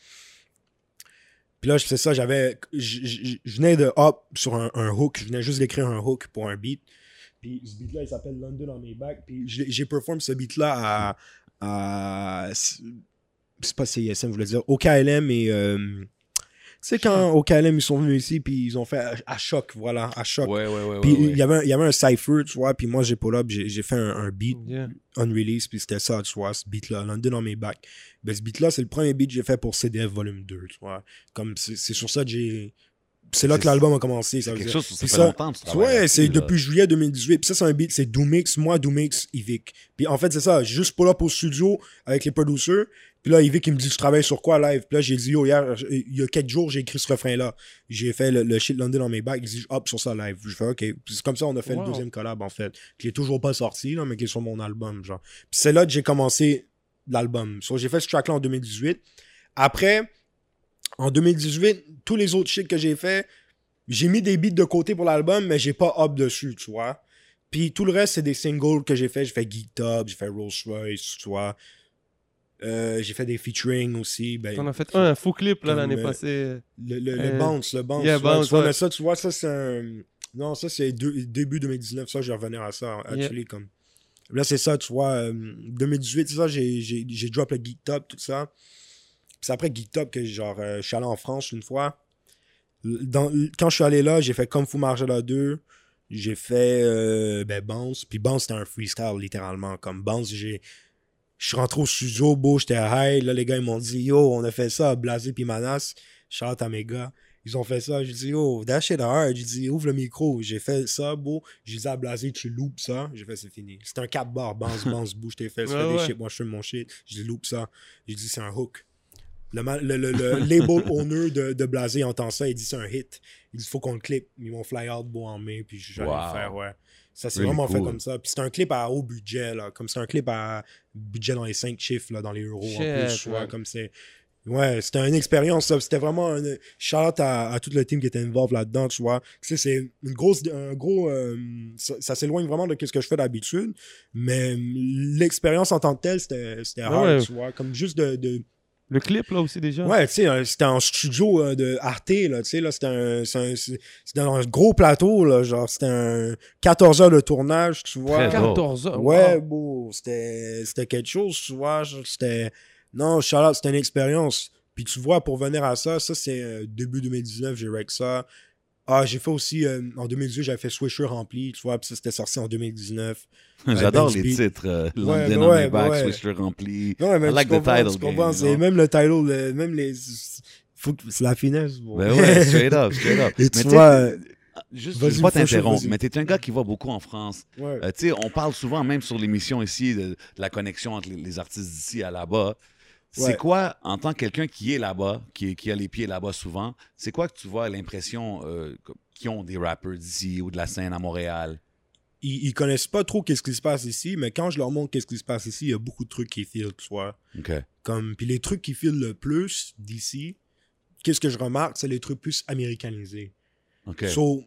Puis là, c'est ça, j'avais. Je venais de hop sur un, un hook. Je venais juste d'écrire un hook pour un beat. Puis ce beat-là, il s'appelle London on my back. Puis j'ai performé ce beat-là à. à c'est pas C I S M, je voulais dire. O K L M et. Euh, tu sais, quand O K L M, ils sont venus ici, puis ils ont fait à, à choc, voilà, à choc. Ouais, ouais, ouais. Puis ouais, il ouais. y avait, il y avait un cypher, tu vois, puis moi, j'ai pull up, j'ai fait un, un beat yeah. unreleased, puis c'était ça, tu vois, ce beat-là, London on my back. Ben, ce beat-là, c'est le premier beat que j'ai fait pour C D F Volume deux, tu vois. Comme, c'est sur ça que j'ai... C'est là que l'album a commencé. C'est quelque dire. chose, ça fait ça, longtemps que tu travailles ouais, c'est là. depuis juillet deux mille dix-huit. Puis ça, c'est un beat, c'est Doomix, moi, Doomix, Yvick. Puis en fait, c'est ça, juste pull up au studio avec les producers. Puis là, Yvick, il me dit, tu travailles sur quoi live? Puis là, j'ai dit, yo, hier, il y a quelques jours, j'ai écrit ce refrain-là. J'ai fait le, le shit London on my back. Il dit, hop, sur ça live. Je fais, OK. Puis c'est comme ça, on a fait wow. le deuxième collab, en fait. Qui est toujours pas sorti, là, mais qui est sur mon album, genre. Puis c'est là que j'ai commencé l'album. So, j'ai fait ce track-là en deux mille dix-huit. Après, en deux mille dix-huit, tous les autres shit que j'ai fait, j'ai mis des beats de côté pour l'album, mais j'ai pas hop dessus, tu vois. Puis tout le reste, c'est des singles que j'ai fait. J'ai fait Geeked Up, j'ai fait Rolls Royce, tu vois. Euh, j'ai fait des featuring aussi. Ben, T'en as fait un, un faux clip là l'année passée. Le, le, euh, le Bounce, le Bounce. Yeah, bounce vois, ouais. Mais ça, tu vois, ça c'est un... Non, ça c'est deux, début deux mille dix-neuf, ça je vais revenir à ça, actually, yeah. comme... Là, c'est ça, tu vois, euh, deux mille dix-huit, c'est ça, j'ai drop le Geeked Up, tout ça. Puis c'est après Geeked Up que, genre, euh, je suis allé en France une fois. Dans, quand je suis allé là, j'ai fait Kung Fu Margiela deux, j'ai fait euh, ben, Bounce, puis Bounce c'était un freestyle littéralement, comme Bounce, j'ai je suis rentré au studio, beau, j'étais high, là les gars ils m'ont dit yo, on a fait ça, Blasé puis Manas, shout à mes gars, ils ont fait ça, j'ai dit yo, that shit hard, j'ai dit ouvre le micro, j'ai fait ça, beau, j'ai dit à Blasé tu loupes ça, j'ai fait c'est fini, c'était un quatre bars, Bounce, Bounce, bouge tes fesses, ouais, fais ouais. des shit, moi je fais mon shit, j'ai dit loupe ça, j'ai dit c'est un hook. Le, le, le, le label owner de, de Blasé entend ça, il dit c'est un hit. Il dit faut qu'on le clip. Ils vont fly out beau en mai, puis j'allais wow. le faire, ouais. Ça c'est really vraiment cool. Fait comme ça. Puis c'est un clip à haut budget, là. Comme c'est un clip à budget dans les cinq chiffres, là, dans les euros Shit, en plus. Ouais, comme c'est. Ouais, c'était une expérience, ça. C'était vraiment un shout-out à, à tout le team qui était involved là-dedans, tu vois. Tu sais, c'est une grosse. Un gros. Euh, ça, ça s'éloigne vraiment de ce que je fais d'habitude. Mais l'expérience en tant que telle, c'était hard, ouais. tu vois. Comme juste de. de Le clip, là, aussi, déjà? Ouais, tu sais, c'était en studio euh, de Arte, là, tu sais, là, c'était un, c'était un gros plateau, là, genre, c'était un quatorze heures de tournage, tu vois. quatorze heures? Ouais, wow. beau, c'était quelque chose, tu vois, c'était... Non, Charlotte, c'était une expérience. Puis tu vois, pour venir à ça, ça, c'est euh, début deux mille dix-neuf, j'ai rec ça. Ah, j'ai fait aussi, euh, en deux mille dix-huit, j'avais fait Swisher Rempli, tu vois, puis ça, c'était sorti en deux mille dix-neuf. J'adore les beat. titres. Euh, London ouais, on ouais, my back, ouais. Swisher Rempli. Ouais, I like the title game. C'est même le title, le, même les... C'est la finesse. Bon. Ben ouais, straight up, straight up. Et tu mais vois... Euh, juste, je ne veux pas t'interrompre, mais tu es un gars qui va beaucoup en France. Ouais. Euh, tu sais, on parle souvent, même sur l'émission ici, de, de la connexion entre les, les artistes d'ici à là-bas. C'est Ouais. quoi, en tant que quelqu'un qui est là-bas, qui, est- qui a les pieds là-bas souvent, c'est quoi que tu vois l'impression euh, qu'ils ont des rappers d'ici ou de la scène à Montréal? Ils, ils connaissent pas trop qu'est-ce qui se passe ici, mais quand je leur montre qu'est-ce qui se passe ici, il y a beaucoup de trucs qui filent, tu vois. OK. Comme, puis les trucs qui filent le plus d'ici, qu'est-ce que je remarque, c'est les trucs plus américanisés. OK. So,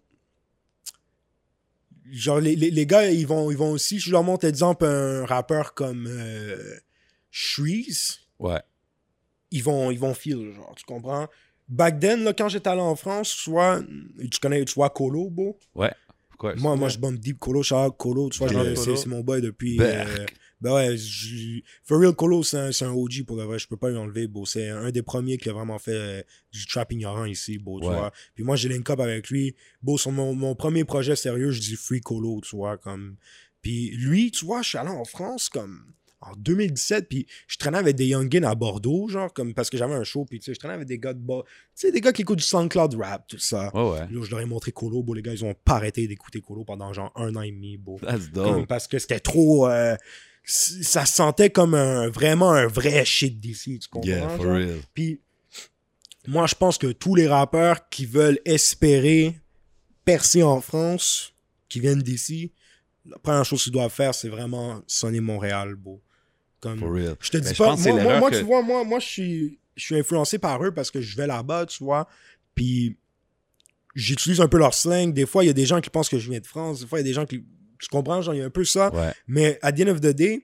genre, les, les, les gars, ils vont, ils vont aussi, je leur montre exemple un rappeur comme euh, Shreeze, Ouais. ils vont, ils vont feel, genre, tu comprends? Back then, là, quand j'étais allé en France, soit, tu connais, tu vois Colo, beau? Ouais. Pourquoi? Moi, moi, je bombe deep Colo, Charles Colo, tu vois, Ok. genre, c'est, Colo. c'est mon boy depuis... Berk. euh, ben ouais, j- For Real Colo, c'est un, c'est un O G pour le vrai, je peux pas lui enlever, beau. C'est un des premiers qui a vraiment fait euh, du trap ignorant ici, beau, tu Ouais. vois. Puis moi, j'ai link up avec lui. Beau, sur mon, mon premier projet sérieux, je dis Free Colo, tu vois, comme... Puis lui, tu vois, je suis allé en France, comme... En deux mille dix-sept, puis je traînais avec des youngins à Bordeaux, genre, comme parce que j'avais un show, puis tu sais, je traînais avec des gars de bas, tu sais, des gars qui écoutent du SoundCloud rap, tout ça. Ouais, ouais. Là, je leur ai montré Colo, beau, les gars, ils ont pas arrêté d'écouter Colo pendant genre un an et demi, beau. That's Comme, dope. parce que c'était trop, euh, c- ça se sentait comme un, vraiment un vrai shit d'ici, tu comprends? Yeah, for genre? real. Puis, moi, je pense que tous les rappeurs qui veulent espérer percer en France, qui viennent d'ici, la première chose qu'ils doivent faire, c'est vraiment sonner Montréal, beau. Comme, For real. je te dis Ben, je pas, pense que c'est moi, moi, l'erreur moi, que- tu vois, moi, moi je suis je suis influencé par eux parce que je vais là-bas, tu vois, puis j'utilise un peu leur slang. Des fois, il y a des gens qui pensent que je viens de France, des fois, il y a des gens qui... Tu comprends, genre, il y a un peu ça. Ouais. Mais at the end of the day,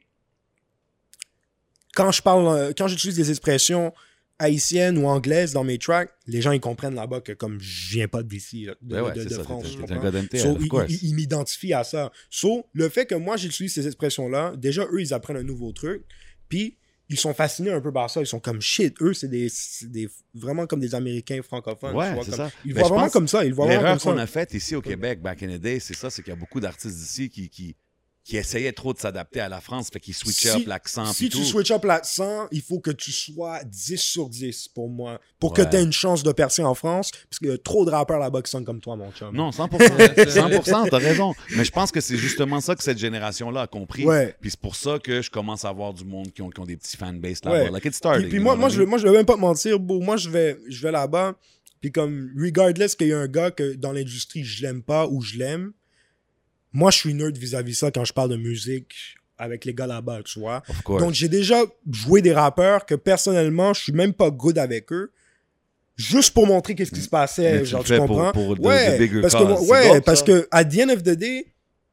quand je parle, euh, quand j'utilise des expressions haïtiennes ou anglaises dans mes tracks, les gens, ils comprennent là-bas que comme je viens pas d'ici, là, de, Ben ouais, de- c'est de ça. France. T'es- tu t'es un comprends? gars d'M T L, So, of ils- course. ils ils m'identifient à ça. So, le fait que moi, j'utilise ces expressions-là, déjà, eux, ils apprennent un nouveau truc, puis ils sont fascinés un peu par ça. Ils sont comme, shit, eux, c'est des, c'est des vraiment comme des Américains francophones. Ouais, tu vois, c'est comme- ça. Ils Ben, voient je vraiment pense comme ça. Ils voient vraiment L'erreur comme qu'on ça. a faite ici au Québec, back in the day, c'est ça, c'est qu'il y a beaucoup d'artistes d'ici qui, qui, qui essayaient trop de s'adapter à la France, fait qu'ils switchaient Si- up l'accent Si pis tu tout. switch up l'accent, il faut que tu sois dix sur dix pour moi. Pour Ouais. que tu aies une chance de percer en France. Parce qu'il y a trop de rappeurs là-bas qui sonnent comme toi, mon chum. Non, cent pour cent. cent pour cent, t'as raison. Mais je pense que c'est justement ça que cette génération-là a compris. Ouais. Puis c'est pour ça que je commence à voir du monde qui ont, qui ont des petits fanbases là-bas. Ouais. Like it started. Puis, puis you moi, know moi, what I je, mean? moi, je vais même pas te mentir, beau. Moi, je vais, je vais là-bas. Puis comme, regardless qu'il y a un gars que dans l'industrie, je l'aime pas ou je l'aime, moi, je suis nerd vis-à-vis ça quand je parle de musique avec les gars là-bas, tu vois. Of course. Donc, j'ai déjà joué des rappeurs que personnellement, je suis même pas good avec eux. Juste pour montrer qu'est-ce qui se passait, Mais tu genre, le tu fais pour- comprends? pour de- ouais, de bigger parce que, cause. moi- C'est ouais, dope, parce ça. que, at the end of the day,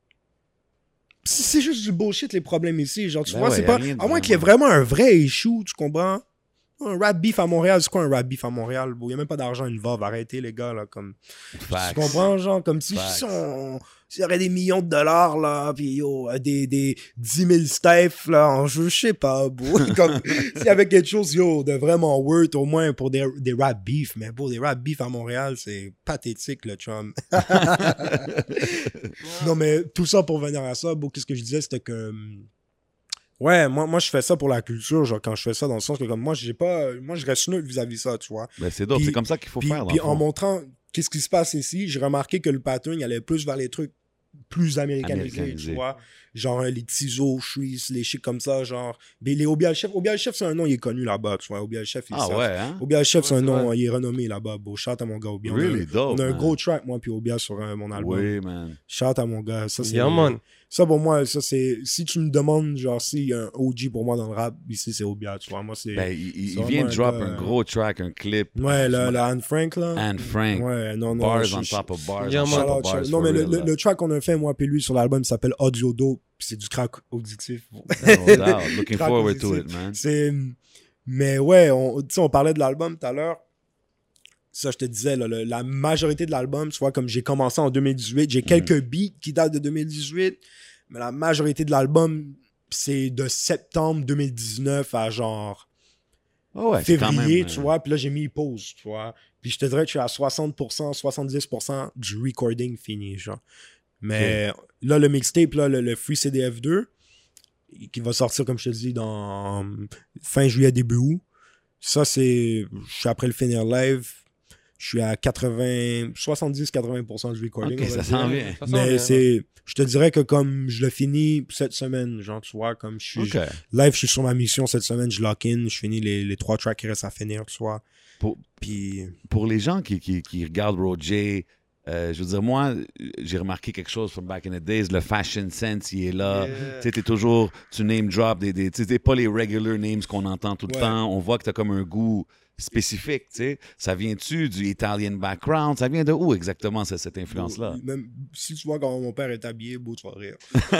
c'est c'est juste du bullshit, les problèmes ici. Genre, tu Ben vois, ouais, c'est y a pas. rien de À moins qu'il y ait vraiment- vraiment un vrai issue, tu comprends? Un rap beef à Montréal, c'est quoi un rap beef à Montréal? Il n'y a même pas d'argent involved. Arrêtez, les gars, là. Comme... Facts. Tu comprends, genre, comme si Facts. on- s'il y aurait des millions de dollars, là, puis yo, euh, des, des dix mille staffs, là, en jeu, je sais pas, bro. Comme, s'il y avait quelque chose, yo, de vraiment worth, au moins, pour des, des rap beef. Mais bon, des rap beef à Montréal, c'est pathétique, le chum. Non, mais tout ça pour venir à ça, bon, qu'est-ce que je disais, c'était que... hum, ouais, moi, moi, je fais ça pour la culture, genre, quand je fais ça, dans le sens que, comme, moi, j'ai pas... Moi, je reste neutre vis-à-vis de ça, tu vois. Ben, c'est dope. Puis- C'est comme ça qu'il faut Puis, faire. dans puis le en fond. montrant qu'est-ce qui se passe ici, j'ai remarqué que le pattern, il allait plus vers les trucs plus américanisés, Américanisés. tu vois. Genre euh, les Tizo, Shreeze, les shit comme ça, genre. Mais les Obial Chef, Obial Chef, c'est un nom, il est connu là-bas, tu vois. Obial Chef, il Ah savent. ouais, hein? Obial Chef, c'est Ouais, un c'est nom, vrai. il est renommé là-bas. Beau, shout à mon gars Obial. On a un- Really dope, On a un man. gros track, moi, puis Obial sur euh, mon album. Oui, man. Shout à mon gars. Ça, c'est. Yeah, man. Ça, pour moi, ça, c'est. Si tu me demandes, genre, s'il y a un O G pour moi dans le rap, ici, c'est Obial, tu vois. Moi, c'est. Ben, il, il- c'est il vient de vraiment drop un un gars, gros track, un clip. Ouais, le, le Anne Frank, là. Anne Frank. Ouais, non, non. Bars je- on je- top of bars Yeah, on man. top of Shout out, bars. shout- Non, for mais le, real, le, là. le track qu'on a fait, moi et lui, sur l'album, il s'appelle Audio Do, puis c'est du crack auditif. No doubt. Looking Crack forward to auditif. it, man. C'est... Mais ouais, on, tu sais, on parlait de l'album tout à l'heure. Ça, je te disais, là, le- la majorité de l'album, tu vois, comme j'ai commencé en deux mille dix-huit, j'ai quelques beats qui datent de deux mille dix-huit, mais la majorité de l'album, c'est de septembre deux mille dix-neuf à genre Oh ouais, c'est quand février, même, tu euh, vois. Puis là, j'ai mis pause, tu vois. Puis je te dirais que je suis à soixante pour cent, soixante-dix pour cent du recording fini, genre. Mais là, le mixtape, là, le, le Free C D F deux, qui va sortir, comme je te dis, dans fin juillet, début août. Ça, c'est... Je suis après le finir live. je suis à quatre-vingts, soixante-dix à quatre-vingts pour cent du recording. Ok, ça sent bien. Ça sent Mais bien, c'est, je te dirais que comme je le finis cette semaine, genre, tu vois, comme je suis Okay. live, je suis sur ma mission cette semaine, je lock in, je finis les, les trois tracks qui restent à finir, tu vois. Pour, Puis, pour les gens qui, qui, qui regardent Roger, euh, je veux dire, moi, j'ai remarqué quelque chose from back in the days, le fashion sense, il est là. Yeah. Tu sais, t'es toujours, tu name drop, des, des, tu sais, t'es pas les regular names qu'on entend tout le Ouais. temps. On voit que t'as comme un goût spécifique, tu sais. Ça vient-tu du Italian background? Ça vient de où exactement, cette, cette influence-là? même si tu vois comment mon père est habillé, beau, tu vas rire.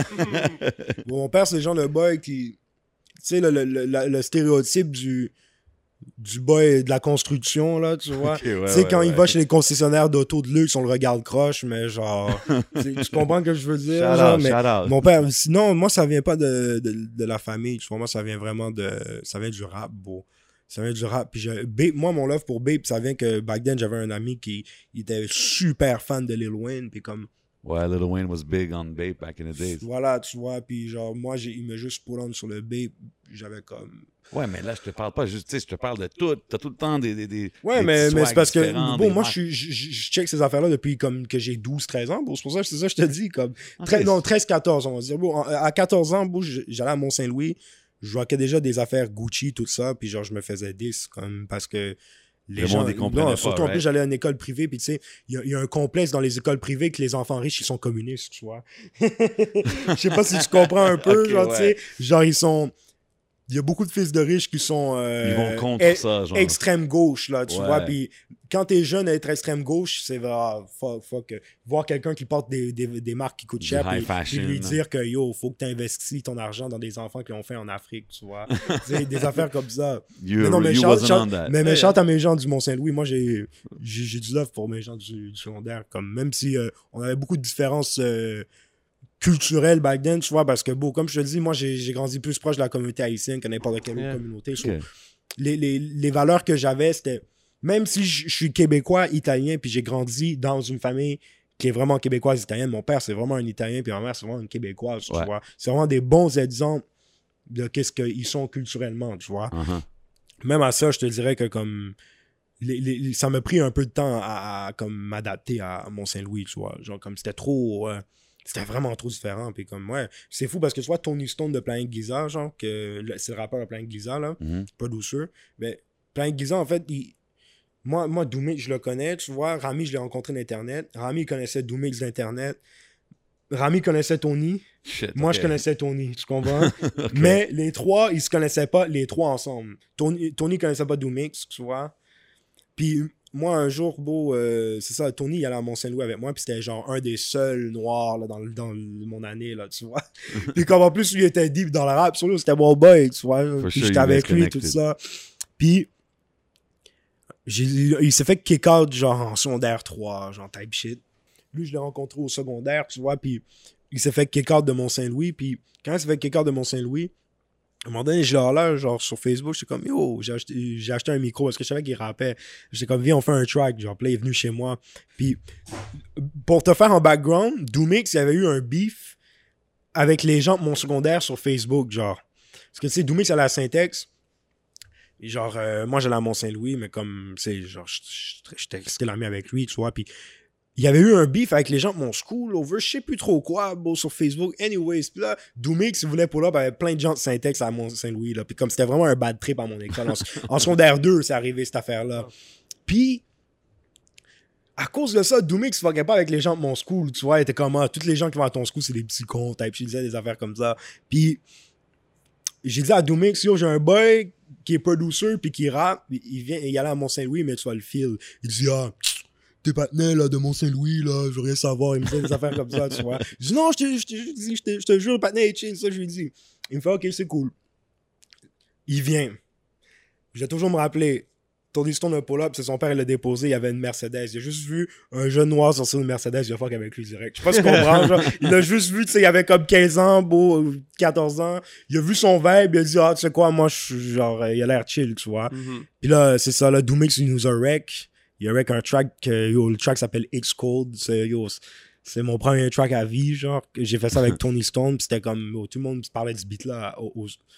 Bon, mon père, c'est le genre de boy qui, tu sais, le, le, le, le stéréotype du, du boy de la construction, là, tu vois. Okay, ouais, tu sais, ouais, quand ouais. il va chez les concessionnaires d'auto de luxe, on le regarde croche, mais genre, tu tu comprends ce que je veux dire? Shout genre, out, mais shout out. mon père, sinon, moi, ça vient pas de, de, de la famille, tu vois, moi, ça vient vraiment de, ça vient du rap, beau. Ça vient du rap. Puis je, Bape, moi, mon love pour Bape, ça vient que back then, j'avais un ami qui il était super fan de Lil Wayne, puis comme, Ouais, Lil Wayne was big on Bape back in the days. voilà, tu vois, puis genre, moi, j'ai, il m'a juste pull on sur le Bape, j'avais comme... Ouais, mais là, je te parle pas juste, tu sais, je te parle de tout. T'as tout le temps des. des, des Ouais, des mais, petits mais swags c'est parce que, différents, bon, des moi, marques. je, suis- je, je, je check ces affaires-là depuis comme que j'ai douze treize ans. Bon, c'est pour ça, c'est ça que je te dis. Comme, Ok. treize non, treize quatorze, on va dire. Bon, en- à quatorze ans, bon, je- j'allais à Mont-Saint-Louis. Je voyais déjà des affaires Gucci, tout ça. Puis genre, je me faisais dix, comme, parce que les Le gens. monde, ils comprenaient pas, surtout en right? plus, j'allais à une école privée. Puis tu sais, il y, a- il y a un complexe dans les écoles privées que les enfants riches, ils sont communistes, tu vois. Je sais pas si tu comprends un peu, Ok, genre, tu ouais. sais. Genre, ils sont. Il y a beaucoup de fils de riches qui sont. euh, Ils vont contre e- ça, genre. extrême gauche, là, tu Ouais. vois. Puis quand t'es jeune à être extrême gauche, c'est ah, fuck, fuck. euh, Voir quelqu'un qui porte des, des, des marques qui coûtent Du cher, high puis, fashion, puis lui là. dire que yo, faut que tu investisses ton argent dans des enfants qui l'ont fait en Afrique, tu vois. Tu sais, des affaires comme ça. You, mais non, mais you shout- wasn't shout- on that. mais, mais Ouais. shout à mes gens du Mont-Saint-Louis. Moi, j'ai j'ai j'ai du love pour mes gens du, du secondaire. Comme, même si euh, on avait beaucoup de différences euh, culturelles back then, tu vois, parce que, bon, comme je te dis, moi, j'ai j'ai grandi plus proche de la communauté haïtienne que n'importe quelle Yeah. autre communauté. So, Ok. les, les, les valeurs que j'avais, c'était... Même si je je suis québécois, italien, puis j'ai grandi dans une famille qui est vraiment québécoise, italienne. Mon père, c'est vraiment un Italien, puis ma mère, c'est vraiment une Québécoise, tu Ouais. vois. C'est vraiment des bons exemples de qu'est-ce qu'ils sont culturellement, tu vois. Uh-huh. Même à ça, je te dirais que comme... les- les- ça m'a pris un peu de temps à, à, comme m'adapter à Mont-Saint-Louis, tu vois. Genre, comme c'était trop... euh, c'était vraiment trop différent. Puis comme, ouais, c'est fou parce que tu vois, Tony Stone de Planet Giza, genre, que le- c'est le rappeur de Planet Giza, là, Mhm. pas douceur. Mais Planet Giza, en fait, il... moi, moi, Doomix, je le connais, tu vois. Rami, je l'ai rencontré d'Internet. Rami, il connaissait Doomix d'Internet. Rami connaissait Tony. Shit, Moi, ok. je connaissais Tony, tu comprends? Ok. Mais les trois, ils se connaissaient pas, les trois ensemble. Tony, Tony connaissait pas Doomix, tu vois. Puis moi, un jour, beau, euh, c'est ça, Tony, il allait à Mont-Saint-Louis avec moi, puis c'était genre un des seuls noirs là, dans, le- dans le- mon année, là, tu vois. Puis comme en plus, lui était deep dans le rap, sur lui, c'était mon boy, tu vois. For Puis sure, j'étais you avec guys lui, tout connected. ça. Puis j'ai- il s'est fait kick out, genre en secondaire trois, genre type shit. Lui, je l'ai rencontré au secondaire, tu vois, puis il s'est fait kick out de Mont-Saint-Louis, puis quand il s'est fait kick out de Mont-Saint-Louis, à un moment donné, je l'ai là, genre sur Facebook, j'étais comme, yo, j'ai acheté, j'ai acheté un micro parce que je savais qu'il rappait. J'étais comme, viens, on fait un track. Genre, puis là, il est venu chez moi. Puis, pour te faire en background, Doomix, il y avait eu un beef avec les gens de mon secondaire sur Facebook, genre. Parce que, tu sais, Doomix allait à Saint-Ex. Et genre, euh, moi, j'allais à Mont-Saint-Louis, mais comme, tu sais, genre, j'étais resté l'ami avec lui, tu vois. Puis, il y avait eu un beef avec les gens de mon school over je sais plus trop quoi, bon, sur Facebook. Anyways, puis là, Doomix, il voulait pull up avec plein de gens de Saint-Ex à Mont-Saint-Louis, là. Puis comme c'était vraiment un bad trip à mon école. En, en secondaire deux, c'est arrivé cette affaire-là. Puis, à cause de ça, Doomix ne fuckait pas avec les gens de mon school, tu vois. Il était comme, ah, tous les gens qui vont à ton school, c'est des petits cons, type. Je disais des affaires comme ça. Puis, j'ai dit à Doomix, yo, j'ai un boy qui est producer puis qui rappe. Il vient, il allait à Mont-Saint-Louis, mais tu vas le feel. Il dit, ah, t'es patiné là, de Mont-Saint-Louis, là, je veux rien savoir. Il me disait des affaires comme ça, tu vois. Je dis non, je te, je te, je te, je te, je te jure, patiné est chill, ça, je lui dis. Il me fait, ok, c'est cool. Il vient. Je vais toujours me rappeler. Tony Stone, un pull-up, c'est son père, il l'a déposé, il y avait une Mercedes. Il a juste vu un jeune noir sortir une Mercedes, il a fuck avec lui direct. Je sais pas si tu comprends, genre. Il a juste vu, tu sais, il avait comme quinze ans, beau, quatorze ans. Il a vu son vibe, il a dit, ah, tu sais quoi, moi, je suis genre, il a l'air chill, tu vois. Mhm. Puis là, c'est ça, là, Doomix, il nous a wreck. Il a wreck un track, que, yo, le track s'appelle X-Code. C'est, yo, c'est mon premier track à vie, genre. J'ai fait ça avec Tony Stone, puis c'était comme, yo, tout le monde parlait de ce beat-là au, au,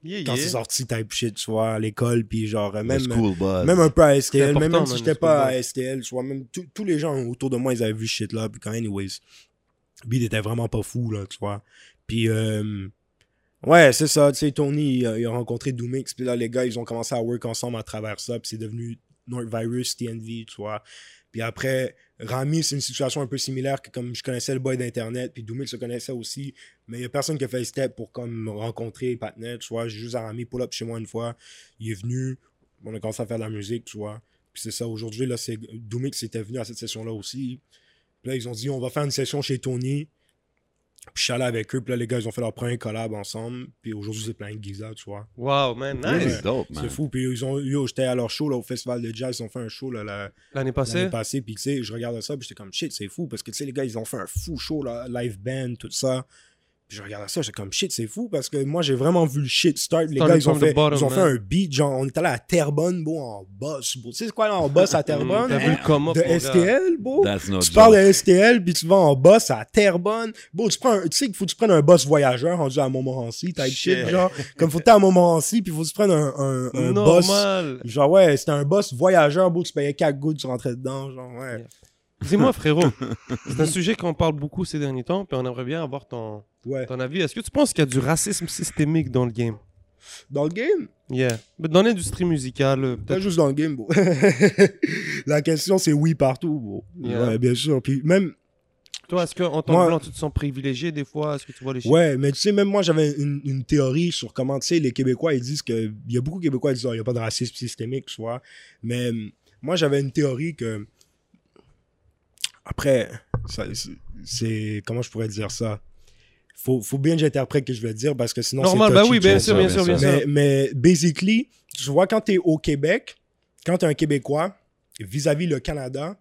Yeah, quand yeah. c'est sorti type shit, tu vois, à l'école, puis genre, même, school buzz. même un peu à S T L, C'est même, important, même si man, j'étais le pas school à S T L, tu vois, même tous tous les gens autour de moi, ils avaient vu ce shit là, puis quand, anyways, Beat était vraiment pas fou, là, tu vois. Puis, euh, ouais, c'est ça, tu sais, Tony, il a, il a rencontré Doomix, puis là, les gars, ils ont commencé à work ensemble à travers ça, puis c'est devenu Nordvirus, T N V, tu vois. Puis après, Rami, c'est une situation un peu similaire que comme je connaissais le boy d'Internet, puis Doomix le connaissait aussi, mais il n'y a personne qui a fait le step pour comme rencontrer Patnet, tu vois. J'ai juste à Rami pull up chez moi une fois, il est venu, on a commencé à faire de la musique, tu vois. Puis c'est ça, aujourd'hui, là, c'est Doomix était venu à cette session-là aussi. Puis là, ils ont dit, on va faire une session chez Tony. Puis je suis allé avec eux, puis là, les gars, ils ont fait leur premier collab ensemble. Puis aujourd'hui, c'est plein de Giza, tu vois. Wow, man, Yeah, nice. c'est dope, man. C'est fou. Puis ils ont, yo, j'étais à leur show, là, au Festival de Jazz, ils ont fait un show, là, la- L'année passée? l'année passée. Puis tu sais, je regardais ça, puis j'étais comme, shit, c'est fou. Parce que tu sais, les gars, ils ont fait un fou show, là, live band, tout ça. Puis je regardais ça, j'étais comme, shit, c'est fou. Parce que moi, j'ai vraiment vu le shit start. Les Started gars, ils ont, from the fait, bottom, ils ont fait man. un beat, genre, on est allé à Terrebonne, beau, en boss, beau. Tu sais, c'est quoi, là, en boss à Terrebonne? T'as vu le come-up, De mon S T L, beau. That's no Tu joke. parles de S T L, puis tu vas en boss à Terrebonne. Bon, tu prends un- tu sais qu'il faut que tu prennes un boss voyageur rendu à Montmorency, type shit, Shit. genre. Comme faut que t'es à Montmorency, puis faut que tu prennes un, un, un boss. Normal. Genre, ouais, c'était un boss voyageur, beau, tu payais quatre gouttes, tu rentrais dedans, genre, ouais. Yeah. Dis-moi, frérot, c'est un sujet qu'on parle beaucoup ces derniers temps, puis on aimerait bien avoir ton, Ouais. ton avis. Est-ce que tu penses qu'il y a du racisme systémique dans le game? Dans le game? Yeah. Mais dans l'industrie musicale, euh, Pas peut-être. juste dans le game, bro. La question, c'est oui partout, bro. Yeah. Ouais, bien sûr. Puis même, Toi, est-ce qu'en tant Moi- que blanc, tu te sens privilégié des fois? Est-ce que tu vois les chiffres? ouais, mais tu sais, même moi, j'avais une, une théorie sur comment, tu sais, les Québécois, ils disent que. Il y a beaucoup de Québécois qui disent, il n'y a pas de racisme systémique, tu vois. Mais hum, moi, j'avais une théorie que. Après, ça, c'est- c'est. Comment je pourrais dire ça? Faut, faut bien que j'interprète ce que je vais dire parce que sinon, Normal, c'est bah touchy, oui, bien tu sûr, vois. bien sûr, bien sûr. Mais, mais basically, tu vois, quand tu es au Québec, quand tu es un Québécois, vis-à-vis le Canada,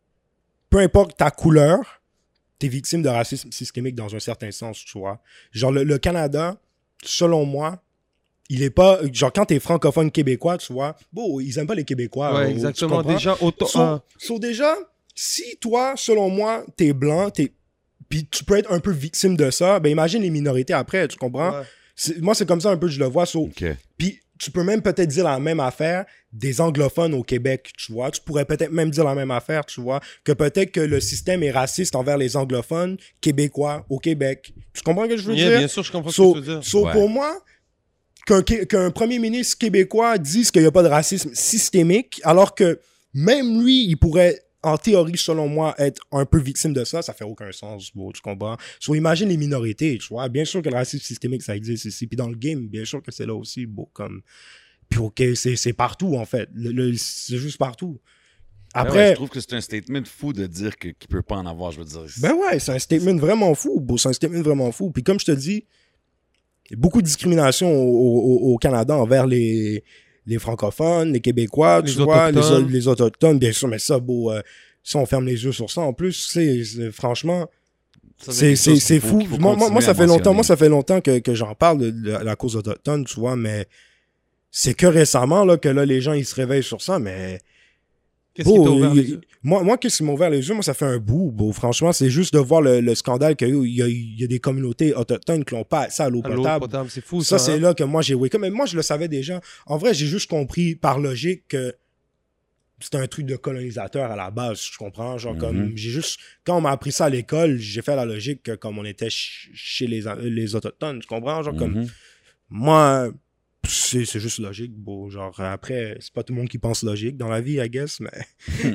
peu importe ta couleur, tu es victime de racisme systémique dans un certain sens, tu vois. Genre, le, le Canada, selon moi, il est pas... Genre, quand tu es francophone québécois, tu vois, bon, ils aiment pas les Québécois. Ouais, oh, tu exactement. comprends? Déjà, autant. So, ah, so déjà, si toi, selon moi, t'es blanc, t'es... puis tu peux être un peu victime de ça, ben imagine les minorités après, tu comprends? ouais. C'est- Moi, c'est comme ça un peu que je le vois. So, OK. puis tu peux même peut-être dire la même affaire des anglophones au Québec, tu vois. Tu pourrais peut-être même dire la même affaire, tu vois. Que peut-être que le système est raciste envers les anglophones québécois au Québec. Tu comprends ce que je veux Yeah, dire? bien sûr, je comprends ce So, que tu veux dire. so Ouais. pour moi, qu'un, Qué- qu'un premier ministre québécois dise qu'il n'y a pas de racisme systémique, alors que même lui, il pourrait, en théorie, selon moi, être un peu victime de ça, ça fait aucun sens, bro, tu comprends? So, imagine les minorités, tu vois. Bien sûr que le racisme systémique, ça existe ici. Puis dans le game, bien sûr que c'est là aussi, bro, comme... Puis ok, c'est, c'est partout, en fait. Le- le- c'est juste partout. Ben ouais, Après... je trouve que c'est un statement fou de dire que- qu'il peut pas en avoir, je veux dire. Ben ouais, c'est un statement vraiment fou, bro. C'est un statement vraiment fou. Puis comme je te dis, il y a beaucoup de discrimination au, au- au Canada envers les, les francophones, les Québécois, Les tu vois, les, Autochtones. les autochtones, bien sûr, mais ça, beau, euh, si on ferme les yeux sur ça, en plus, c'est, c'est- franchement, Ça, c'est, quelque c'est, chose c'est qu'il faut- fou. qu'il faut Moi, moi, moi, continuer ça à fait longtemps, mentionner. moi, ça fait longtemps que, que j'en parle de, de la cause autochtone, tu vois, mais c'est que récemment, là, que là, les gens, ils se réveillent sur ça, mais... Qu'est-ce qui t'a Bro, ouvert il- les yeux? Moi, moi qu'est-ce qui m'a ouvert les yeux? Moi, ça fait un bout, bro. Franchement, c'est juste de voir le, le scandale qu'il y a eu. Il y a, il y a des communautés autochtones qui n'ont pas accès à l'eau À l'eau potable. potable, c'est fou, Ça, ça. c'est hein? là que moi, j'ai wake up. Mais moi, je le savais déjà. En vrai, j'ai juste compris par logique que c'était un truc de colonisateur à la base, je comprends. Genre, Mhm. comme, j'ai juste... Quand on m'a appris ça à l'école, j'ai fait la logique que comme on était ch- chez les, les autochtones, tu comprends? Genre, comme... Mhm. Moi, c'est c'est juste logique, bon, genre après, c'est pas tout le monde qui pense logique dans la vie, I guess, mais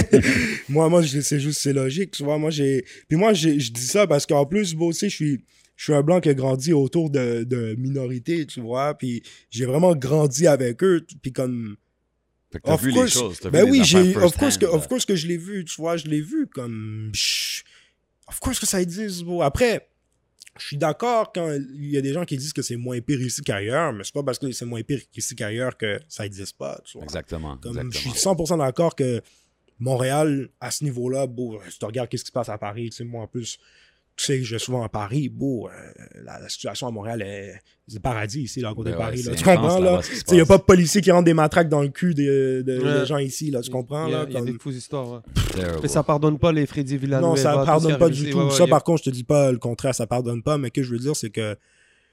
moi, moi, je- c'est juste, c'est logique, tu vois, moi, j'ai, puis moi, j'ai- je dis ça parce qu'en plus, bon, tu sais, je suis, je suis un blanc qui a grandi autour de, de minorités, tu vois, puis j'ai vraiment grandi avec eux, puis comme, Fait que t'as Of vu course. les choses. T'as ben vu oui, les j'ai, affaires of course first que, hand, of là. course que je l'ai vu, tu vois, je l'ai vu comme, psh, of course que ça existe, bon. Après, je suis d'accord quand il y a des gens qui disent que c'est moins pire ici qu'ailleurs, mais c'est pas parce que c'est moins pire ici qu'ailleurs que ça existe pas, tu vois. Exactement. Comme, je suis exactement. cent pour cent d'accord que Montréal, à ce niveau-là, bon, si tu regardes qu'est-ce qui se passe à Paris, tu sais, moi, en plus, tu sais, je vais souvent à Paris, bon, euh, la, la situation à Montréal est, c'est le paradis ici, là, à côté Ben de Paris, ouais, là, c'est tu intense, comprends, là-bas, là? ce qui se Il n'y a passe. pas de policiers qui rentrent des matraques dans le cul des, de, Ouais. des gens ici, là, tu comprends, Il y a, là? il y a comme- des fausses histoires, ouais. Terrible. Mais ça pardonne pas les Freddy Villanueva. Non, ça tout ce qui pardonne pas arrive du ici. tout. Ouais, ouais, ça, il y a- par contre, je te dis pas le contraire, ça pardonne pas, mais ce que je veux dire, c'est que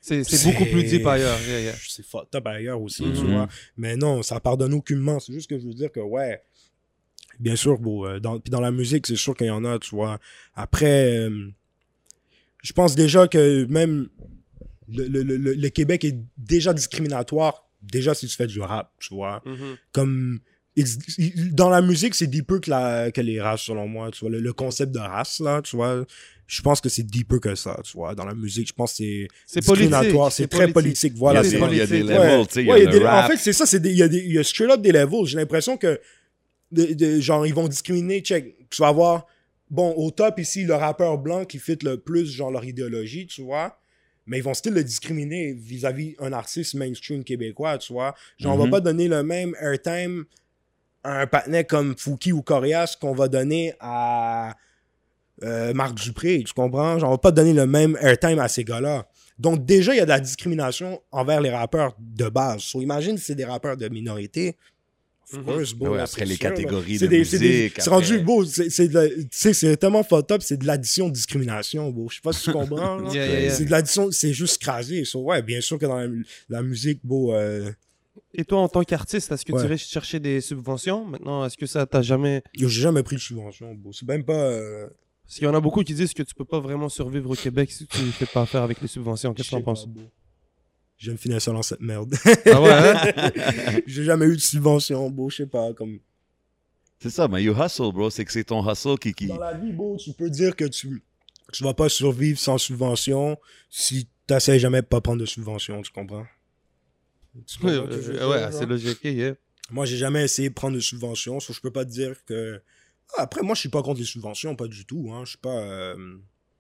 C'est, c'est beaucoup plus deep ailleurs. Yeah, yeah. C'est fucked up ailleurs aussi, Mm-hmm. tu vois. Mais non, ça pardonne aucunement. C'est juste que je veux dire que, ouais, bien sûr, bon, euh, dans, puis dans la musique, c'est sûr qu'il y en a, tu vois. Après, euh, je pense déjà que même le, le, le, le Québec est déjà discriminatoire, déjà si tu fais du rap, tu vois. Mm-hmm. Comme, it's- il- dans la musique, c'est deeper que, la, que les races, selon moi, tu vois. Le, le concept de race, là, tu vois, je pense que c'est deeper que ça, tu vois. Dans la musique, je pense que c'est C'est discriminatoire, politique, c'est c'est très politique. politique, voilà. il y a c'est des, il y a des politique. levels, Ouais. tu sais, il Ouais, y il a y a le des- rap. En fait, c'est ça, c'est des- il y, a des- il y a straight up des levels. J'ai l'impression que, de, de- genre, ils vont discriminer, check, tu vas avoir, bon, au top ici, le rappeur blanc qui fit le plus, genre, leur idéologie, tu vois, mais ils vont still le discriminer vis-à-vis un artiste mainstream québécois, tu vois. Genre, on va Mhm. pas donner le même airtime à un patinet comme Fouki ou Corias qu'on va donner à euh, Marc Dupré, tu comprends? Genre, on va pas donner le même airtime à ces gars-là. Donc, déjà, il y a de la discrimination envers les rappeurs de base. So, imagine si c'est des rappeurs de minorité. Of Mhm. course, bro, Ouais, là, après c'est les sûr, là. catégories C'est de des- c'est des- musique, C'est après- rendu beau. C'est c'est de la- tu sais, c'est tellement fucked up, c'est de l'addition de discrimination, bro. Je sais pas si tu comprends. là. Yeah, yeah, yeah. C'est de l'addition, c'est juste crasé. So, ouais, bien sûr que dans la, la musique, bro, euh, Et toi, en tant qu'artiste, est-ce que Ouais. tu irais chercher des subventions? Maintenant, est-ce que ça t'a jamais... yo, j'ai jamais pris de subvention, bro. C'est même pas. euh, Parce qu'il y en a beaucoup qui disent que tu peux pas vraiment survivre au Québec si tu fais pas affaire avec les subventions. Qu'est-ce que je t'en sais penses? pas, bro. J'aime finir ça dans cette merde. Ah ouais, hein? J'ai jamais eu de subvention, bro. Je sais pas, comme. C'est ça, mais you hustle, bro. C'est que c'est ton hustle qui... qui... Dans la vie, bro, tu peux dire que tu, tu vas pas survivre sans subvention si t'essaies jamais de pas prendre de subvention, tu comprends? Tu Ouais, comprends ce que je veux euh, dire, ouais, genre? c'est logique. Yeah. Moi, j'ai jamais essayé de prendre de subvention, so je peux pas te dire que. Ah, après, moi, je suis pas contre les subventions, pas du tout. Hein. Je suis pas. euh,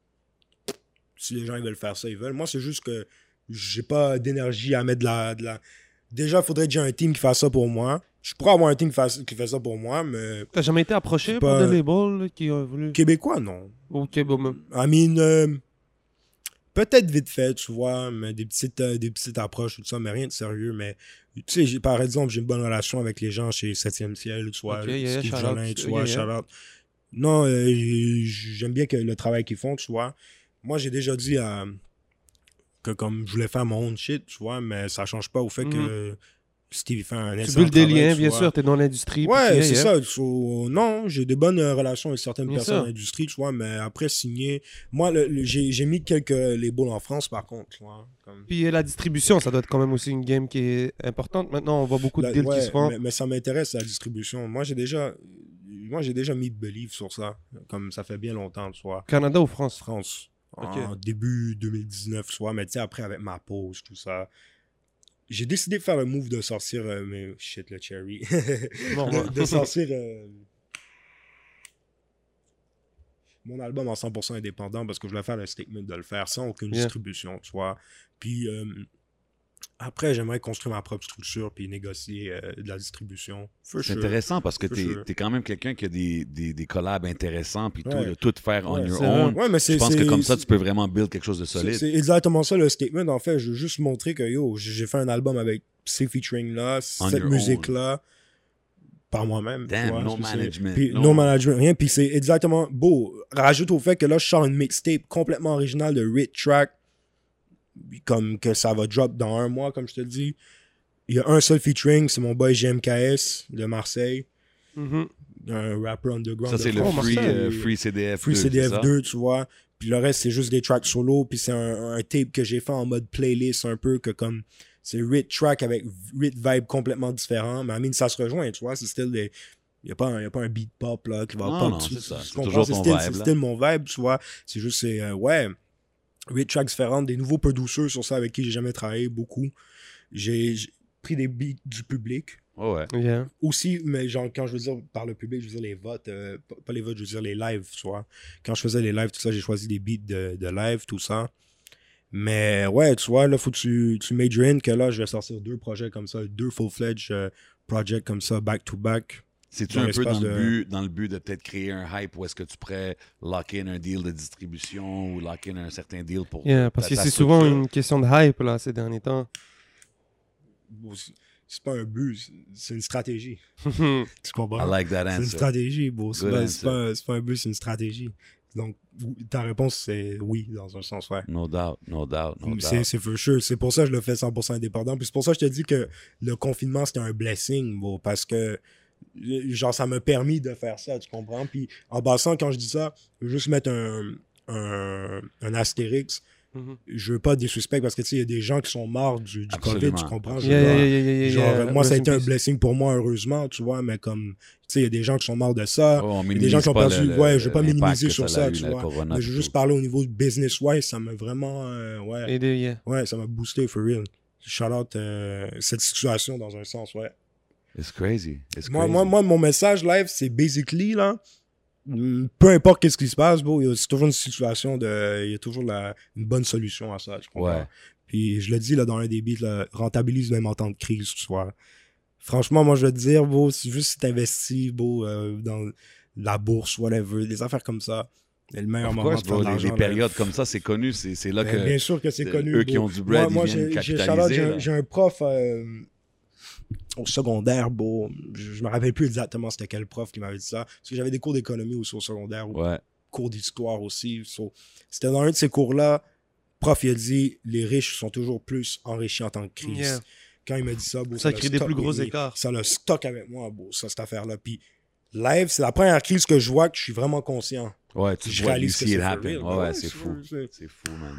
Si les gens ils veulent faire ça, ils veulent. Moi, c'est juste que j'ai pas d'énergie à mettre de la. De la... Déjà, il faudrait que j'ai un team qui fasse ça pour moi. Je pourrais avoir un team qui, fasse... qui fait ça pour moi, mais. T'as jamais été approché C'est par pas- des labels là, qui ont voulu... Québécois, non. Ok, bon, même. I mean, euh, peut-être vite fait, tu vois, mais des petites, euh, des petites approches, tout ça, mais rien de sérieux. Mais, tu sais, j'ai- par exemple, j'ai une bonne relation avec les gens chez septième ciel, tu vois, Ok, yeah, yeah, Steve shout Jolin, out, tu yeah, vois, yeah. shout out. Non, euh, j'aime bien que le travail qu'ils font, tu vois. Moi, j'ai déjà dit à, que comme je voulais faire mon own shit, tu vois, mais ça change pas au fait que Steve il fait un Tu excellent builds des travail, liens, tu bien vois. sûr, t'es dans l'industrie. puis Ouais, yeah, c'est yeah. ça. So, non, j'ai des bonnes euh, relations avec certaines Bien personnes sûr. dans l'industrie, tu vois, mais après signer. Moi, le- le- j'ai j'ai mis quelques labels en France, par contre, tu vois. Comme... Puis euh, la distribution, ça doit être quand même aussi une game qui est importante. Maintenant, on voit beaucoup de La- deals ouais, qui se font. mais, mais ça m'intéresse, la distribution. Moi, j'ai déjà. Moi, j'ai déjà mis Believe sur ça. Comme ça fait bien longtemps, tu vois. Canada ou France? France. Ok. En début deux mille dix-neuf, tu vois. Mais tu sais, après, avec ma pause, tout ça. J'ai décidé de faire le move de sortir. euh, mais shit, le cherry. Bon, de, ouais. de sortir. euh, mon album en cent pour cent indépendant parce que je voulais faire le statement de le faire sans aucune Yeah. distribution, tu vois. Puis euh, après, j'aimerais construire ma propre structure puis négocier euh, de la distribution. For C'est sure. intéressant parce que For t'es sure. es quand même quelqu'un qui a des, des, des collabs intéressants puis tout, Ouais. de tout faire on Ouais, your c'est own. Ouais, mais c'est Je pense que c'est- comme ça, tu peux vraiment build quelque chose de c'est- solide. C'est exactement ça le statement. En fait, je veux juste montrer que yo, j'ai j'ai fait un album avec ces featuring-là, On cette your musique-là, par moi-même. tu Damn, vois, no c'est- c'est- management. Puis, no- no management, rien. Puis c'est exactement beau. Rajoute au fait que là, je sors une mixtape complètement originale de Rit Track, comme que ça va drop dans un mois, comme je te le dis. Il y a un seul featuring, c'est mon boy G M K S de Marseille, Mhm. un rapper underground. Ça, de c'est le France. free, Marseille. euh, free C D F Free deux, C D F c'est ça? deux, tu vois. Puis le reste, c'est juste des tracks solo. Puis c'est un, un tape que j'ai fait en mode playlist un peu, que comme c'est Rit Track avec Rit Vibe complètement différent. Mais I mean, ça se rejoint, tu vois. C'est style des. Il n'y a, pas un- y a pas un beat pop là, qui va Non, pas. non, tu- c'est ça. tu C'est comprends? toujours C'est ton style- vibe, C'est là. style mon vibe, tu vois. C'est juste, c'est. euh, ouais. Rit Tracks différentes, des nouveaux producers sur ça avec qui j'ai jamais travaillé beaucoup. J'ai j'ai pris des beats du public. Oh, ouais. Yeah. Aussi, mais genre, quand je veux dire par le public, je veux dire les votes, euh, pas- pas les votes, je veux dire les lives, tu vois. Quand je faisais les lives, tout ça, j'ai choisi des beats de, de live, tout ça. Mais ouais, tu vois, là, faut que tu, tu major in que là, je vais sortir deux projets comme ça, deux full-fledged euh, projects comme ça, back-to-back. C'est-tu Dans un peu dans l'espace le, de- but, dans le but de peut-être créer un hype où est-ce que tu pourrais lock in un deal de distribution ou lock in un certain deal pour Yeah, parce ta- que ta c'est souvent structure? une question de hype là, ces derniers temps. Bon, c'est- c'est pas un but, c'est- c'est une stratégie. Tu I comprends? like that C'est une answer. stratégie, bro. C'est Good pas, answer. c'est pas, c'est pas un but, c'est une stratégie. Donc, ta réponse, c'est oui, dans un sens, ouais. No doubt, no doubt, no c'est, doubt. C'est for sure. C'est pour ça que je le fais cent pour cent indépendant. Puis c'est pour ça que je te dis que le confinement, c'était un blessing, bro, parce que, genre, ça m'a permis de faire ça, tu comprends? Puis en passant, quand je dis ça, je veux juste mettre un, un, un astérix. Mm-hmm. Je veux pas des suspects parce que tu sais, il y a des gens qui sont morts du, du COVID, tu comprends? Yeah, yeah, yeah, yeah, genre, yeah. moi, ça a été un blessing pour moi, heureusement, tu vois, mais comme, tu sais, il y a des gens qui sont morts de ça. Oh, il y a des gens qui ont perdu. Le, ouais, je veux pas minimiser sur ça, ça, tu vois. Mais je veux juste parler au niveau business-wise, ça m'a vraiment. Euh, ouais. Aidé, yeah. Ouais, ça m'a boosté, for real. Shout out euh, cette situation dans un sens, ouais. It's crazy. It's moi, crazy. Moi, moi, mon message live, c'est basically, là. Peu importe qu'est-ce qui se passe, bro, c'est toujours une situation de. Il y a toujours la, une bonne solution à ça, tu comprends? Ouais. Puis je le dis là, dans un des beats, là, rentabilise même en temps de crise, tu vois. Franchement, moi, je veux te dire, bro, c'est juste si t'investis, bro, euh, dans la bourse, whatever, des affaires comme ça. C'est le meilleur moment de faire de l'argent. Les période comme ça, c'est connu. C'est, c'est là ben, que. Bien sûr que c'est connu. Eux bro. Qui ont du bread, moi, ils viennent moi, j'ai, capitaliser. J'ai, j'ai un prof euh, au secondaire, bro. Je, je me rappelle plus exactement c'était quel prof qui m'avait dit ça. Parce que j'avais des cours d'économie aussi au secondaire. Ouais. Cours d'histoire aussi. So, c'était dans un de ces cours-là. Prof, il a dit les riches sont toujours plus enrichis en temps de crise. Yeah. Quand il m'a dit ça, bro, ça, ça crée des stock, plus gros mais, écarts. Ça le stock avec moi, bro, ça, cette affaire-là. Puis, live, c'est la première crise que je vois que je suis vraiment conscient. Ouais, tu je vois, réalise que c'est happen. Ouais, ouais, c'est fou. C'est... c'est fou, man.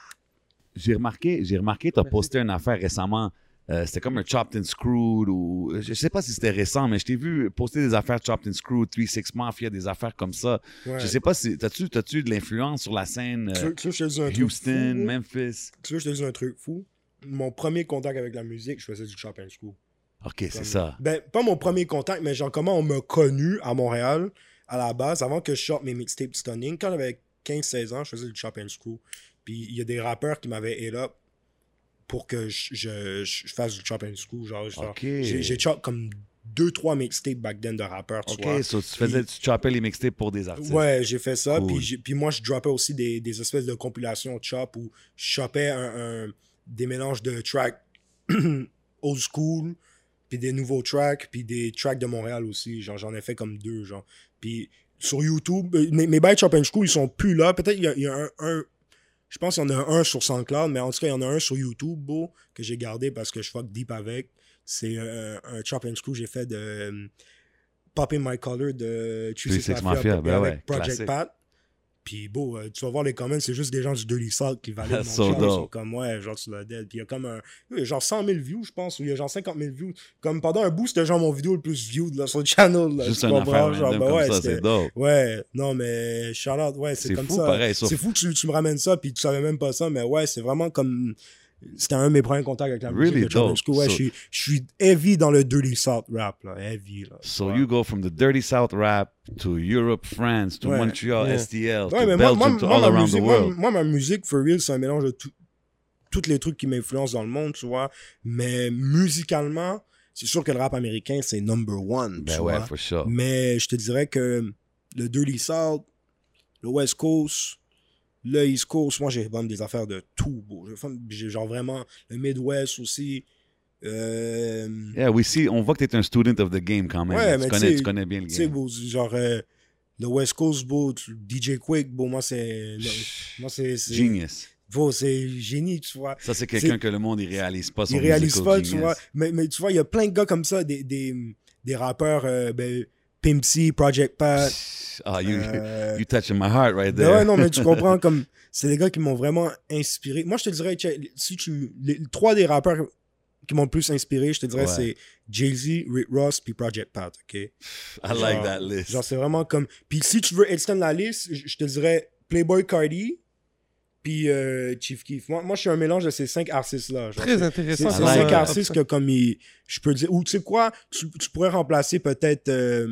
J'ai remarqué, j'ai remarqué, t'as posté une affaire récemment. Euh, c'était comme un Chopped and Screwed ou je sais pas si c'était récent, mais je t'ai vu poster des affaires Chopped and Screwed, three six Mafia, des affaires comme ça. Ouais. Je sais pas si t'as-tu, t'as-tu de l'influence sur la scène euh, tu veux, tu veux Houston, fou, Memphis. Tu veux que je te dise un truc fou? Mon premier contact avec la musique, je faisais du Chop and Screw. Ok, comme, c'est ça. Ben, pas mon premier contact, mais genre comment on m'a connu à Montréal à la base, avant que je sorte mes mixtapes Stunning. Quand j'avais quinze seize ans, je faisais du Chop and Screw. Puis il y a des rappeurs qui m'avaient hit up pour que je, je, je fasse du Chop and Screw. Genre, okay. j'ai, j'ai chop comme deux trois mixtapes back then de rappeurs, tu okay, vois. Ok, so tu faisais, puis, tu choppais les mixtapes pour des artistes. Ouais, j'ai fait ça. Cool. Puis, j'ai, puis moi, je droppais aussi des, des espèces de compilations chop où je chopais un, un, des mélanges de tracks old school, puis des nouveaux tracks, puis des tracks de Montréal aussi. Genre, j'en ai fait comme deux, genre. Puis sur YouTube, mes, mes bails Chop and Screw, ils sont plus là. Peut-être qu'il y a, il y a un, un... Je pense qu'il y en a un sur SoundCloud, mais en tout cas, il y en a un sur YouTube, beau, que j'ai gardé parce que je fuck deep avec. C'est euh, un Chop and Screw que j'ai fait de euh, Popping My Color de three six Mafia, Mafia ben avec ouais, Project classique. Pat. Puis, beau, euh, tu vas voir les comments, c'est juste des gens du Dirty South qui valident mon so chant. Ils sont comme, ouais, genre, tu l'as dead. Puis, il y a comme un. Il y a genre cent mille views, je pense, ou il y a genre cinquante mille views. Comme pendant un bout, c'était genre mon vidéo le plus viewed là, sur le channel. Là, juste un affaire genre, ben, ouais, comme ça, c'est dope. Ouais, non, mais shout out, ouais, c'est, c'est comme fou, ça. Pareil, sauf... C'est fou que tu, tu me ramènes ça, puis tu savais même pas ça, mais ouais, c'est vraiment comme. C'était un de mes premiers contacts avec la really musique. Dope. Ouais, so, je, suis, je suis heavy dans le Dirty South rap, là, heavy. Là. So ouais. You go from the Dirty South rap to Europe, France, to ouais. Montreal, yeah. S T L, ouais, to mais Belgium, moi, moi, to moi, all around musique, the world. Moi, moi, ma musique, for real, c'est un mélange de tout, tous les trucs qui m'influencent dans le monde, tu vois. Mais musicalement, c'est sûr que le rap américain, c'est number one, ben tu ouais, vois. for sure. Mais je te dirais que le Dirty South, le West Coast, le East Coast, moi, j'ai vraiment des affaires de tout, beau. J'ai genre vraiment le Midwest aussi. Euh... Yeah, we see, on voit que t'es un student of the game quand même. Ouais, tu, mais connais, tu connais bien le game. Tu sais, beau, genre, euh, le West Coast, beau, D J Quick, beau, moi, c'est... Moi, c'est, c'est Genius. Beau, c'est génie, tu vois. Ça, c'est quelqu'un c'est... que le monde, il réalise pas son Il réalise pas, genius. Tu vois. Mais, mais tu vois, il y a plein de gars comme ça, des, des, des rappeurs, euh, ben, Pimp C, Project Pat. Ah, you, euh... you touching my heart right there. Ouais, non, mais tu comprends, comme, c'est des gars qui m'ont vraiment inspiré. Moi, je te dirais, si tu, les trois des rappeurs qui m'ont le plus inspiré, je te dirais, ouais. c'est Jay-Z, Rick Ross, puis Project Pat, ok? I genre, like that list. Genre, c'est vraiment comme, puis si tu veux extend la liste, je te dirais Playboi Carti, puis euh, Chief Keef. Moi, moi, je suis un mélange de ces cinq artistes-là. Genre, très c'est, intéressant. C'est, c'est cinq like artistes que, comme, il, je peux dire, ou tu sais quoi, tu, tu pourrais remplacer peut-être... Euh,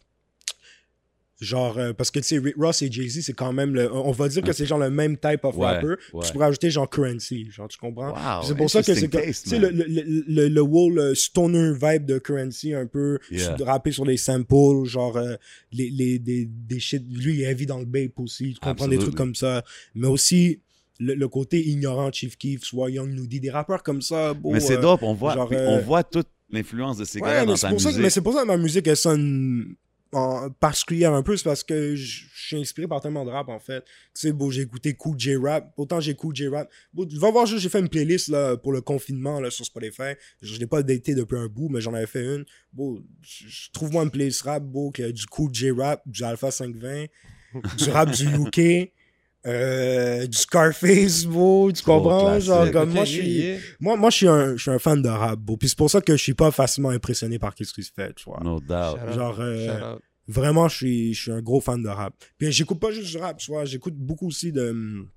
Genre, euh, parce que tu sais, Rick Ross et Jay-Z, c'est quand même le. On va dire que c'est genre le même type of ouais, rapper. Ouais. Tu pourrais ajouter genre Currency, genre, tu comprends? Wow, c'est pour ça que c'est comme. Tu sais, le, le, le, le whole le stoner vibe de Currency, un peu. Yeah. Rapper sur les samples, genre, euh, les, les, des, des shit. Lui, il est heavy dans le bape aussi. Tu comprends Absolutely. Des trucs comme ça. Mais aussi. Le, le côté ignorant, Chief Keef, soit Young Nudy, des rappeurs comme ça. Beau, mais c'est dope, on voit, genre, euh... on voit toute l'influence de ces ouais, gars-là dans ta musique. Ça, mais c'est pour ça que ma musique, elle sonne en particulière un peu, c'est parce que je suis inspiré par tellement de rap, en fait. Tu sais, bon, j'ai écouté Cool J-Rap. Autant j'ai Cool J-Rap. Bon, tu vas voir, juste, j'ai fait une playlist là, pour le confinement là, sur Spotify. Je l'ai pas daté depuis un bout, mais j'en avais fait une. Bon, je trouve-moi une playlist rap, bon, que du Cool J-Rap, du Alpha cinq vingt, du rap du U K. Euh, du Scarface, beau, tu comprends? Genre, comme moi, je suis, moi, moi, je suis un, je suis un fan de rap, beau. Puis c'est pour ça que je suis pas facilement impressionné par ce qui se fait, tu vois. No doubt. Genre, euh, vraiment, je suis, je suis un gros fan de rap. Puis j'écoute pas juste du rap, tu vois. J'écoute beaucoup aussi de,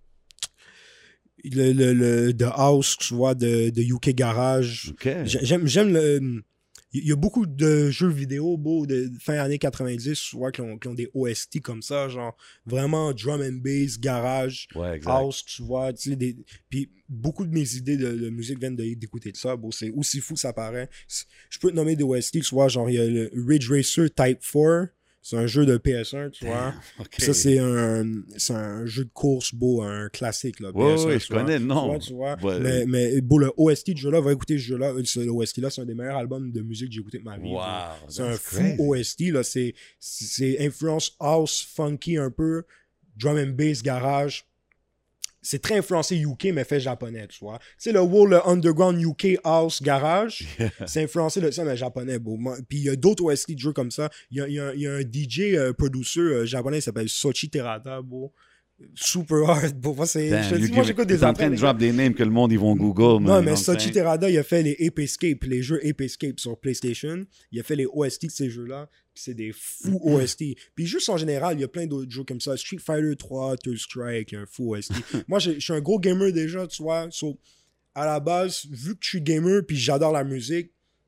le, le, le, de house, tu vois, de, de U K Garage. Okay. J'aime, j'aime le, il y a beaucoup de jeux vidéo, beau, de fin années quatre-vingt-dix, tu vois, qui ont, qui ont des O S T comme ça, genre vraiment drum and bass, garage, ouais, house, tu vois, tu sais, des... puis beaucoup de mes idées de, de musique viennent de, d'écouter de ça, beau, c'est aussi fou que ça paraît. Je peux te nommer des O S T, tu vois, genre il y a le Ridge Racer Type quatre, c'est un jeu de P S un, tu vois. Okay. Ça, c'est un, c'est un jeu de course, beau, un classique, là. Ouais, P S un, ouais, je connais, vois, non. Tu vois, tu Ouais. vois. Mais, mais, beau, le O S T de jeu-là, va écouter ce jeu-là. Ce O S T-là, c'est un des meilleurs albums de musique que j'ai écouté de ma vie. Wow, c'est un fou crazy. O S T, là. C'est, c'est influence house, funky un peu, drum and bass, garage. C'est très influencé U K, mais fait japonais, tu vois. Tu sais, le World Underground U K House Garage, yeah. c'est influencé de ça, mais japonais, beau. Puis il y a d'autres O S T de jeux comme ça. Il y a, y a, y a un D J euh, producer euh, japonais qui s'appelle Sochi Terada, beau. Super hard, beau. Moi, c'est, Damn, je te dis, moi, j'écoute des enfants. T'es en train de drop des names que le monde, ils vont Google. Non, mais Sochi Terada, il a fait les Ape Escape, les jeux Ape Escape sur PlayStation. Il a fait les O S T de ces jeux-là. C'est des fous O S T. Puis juste en général, il y a plein d'autres jeux comme ça. Street Fighter trois, Third Strike, il y a un fou O S T. Moi, je suis un gros gamer déjà, tu vois. So, à la base, vu que je suis gamer puis j'adore la musique,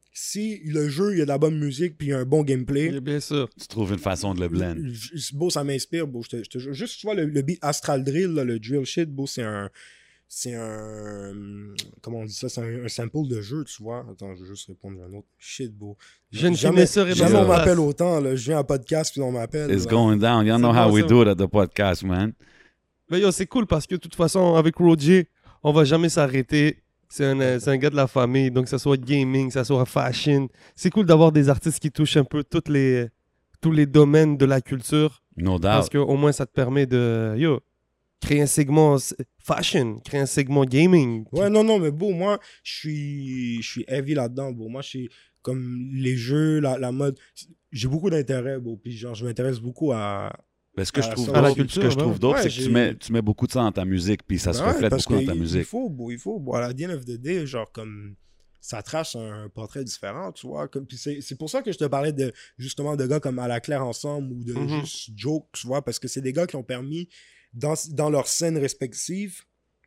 si le jeu, il y a de la bonne musique puis il y a un bon gameplay... Oui, bien sûr. Tu trouves une façon de le blend. Beau, ça m'inspire, beau. Je te, je te, juste, tu vois, le, le beat Astral Drill, là, le drill shit, beau, c'est un... C'est un... Comment on dit ça? C'est un, un sample de jeu, tu vois. Attends, je vais juste répondre à un autre. Shit, beau. Jeune jamais jamais, jamais on m'appelle autant. Là. Je viens à podcast puis on m'appelle. It's là. going down. You know how we do it at the podcast, man. Mais yo, c'est cool parce que de toute façon, avec Roger, on va jamais s'arrêter. C'est un, c'est un gars de la famille. Donc, que ça soit gaming, que ça soit fashion. C'est cool d'avoir des artistes qui touchent un peu toutes les, tous les domaines de la culture. No doubt. Parce qu'au moins, ça te permet de... Yo, créer un segment fashion, créer un segment gaming. Ouais, non, non, mais bon, moi, je suis, je suis heavy là-dedans, bon. Moi, je suis comme les jeux, la, la mode. J'ai beaucoup d'intérêt, bon. Puis, genre, je m'intéresse beaucoup à. Ben, ce que je trouve d'autre, culture, ce que je trouve d'autre, ouais, c'est que tu mets, tu mets beaucoup de ça dans ta musique, puis ça ben se ouais, reflète beaucoup dans ta il, musique. Il faut, bon, il faut. Bon, à la the end of the day, genre, comme. Ça trace un portrait différent, tu vois. Comme, puis c'est, c'est pour ça que je te parlais de, justement, de gars comme À la Claire Ensemble ou de mm-hmm. juste Joke, tu vois, parce que c'est des gars qui ont permis, dans, dans leurs scènes respectives,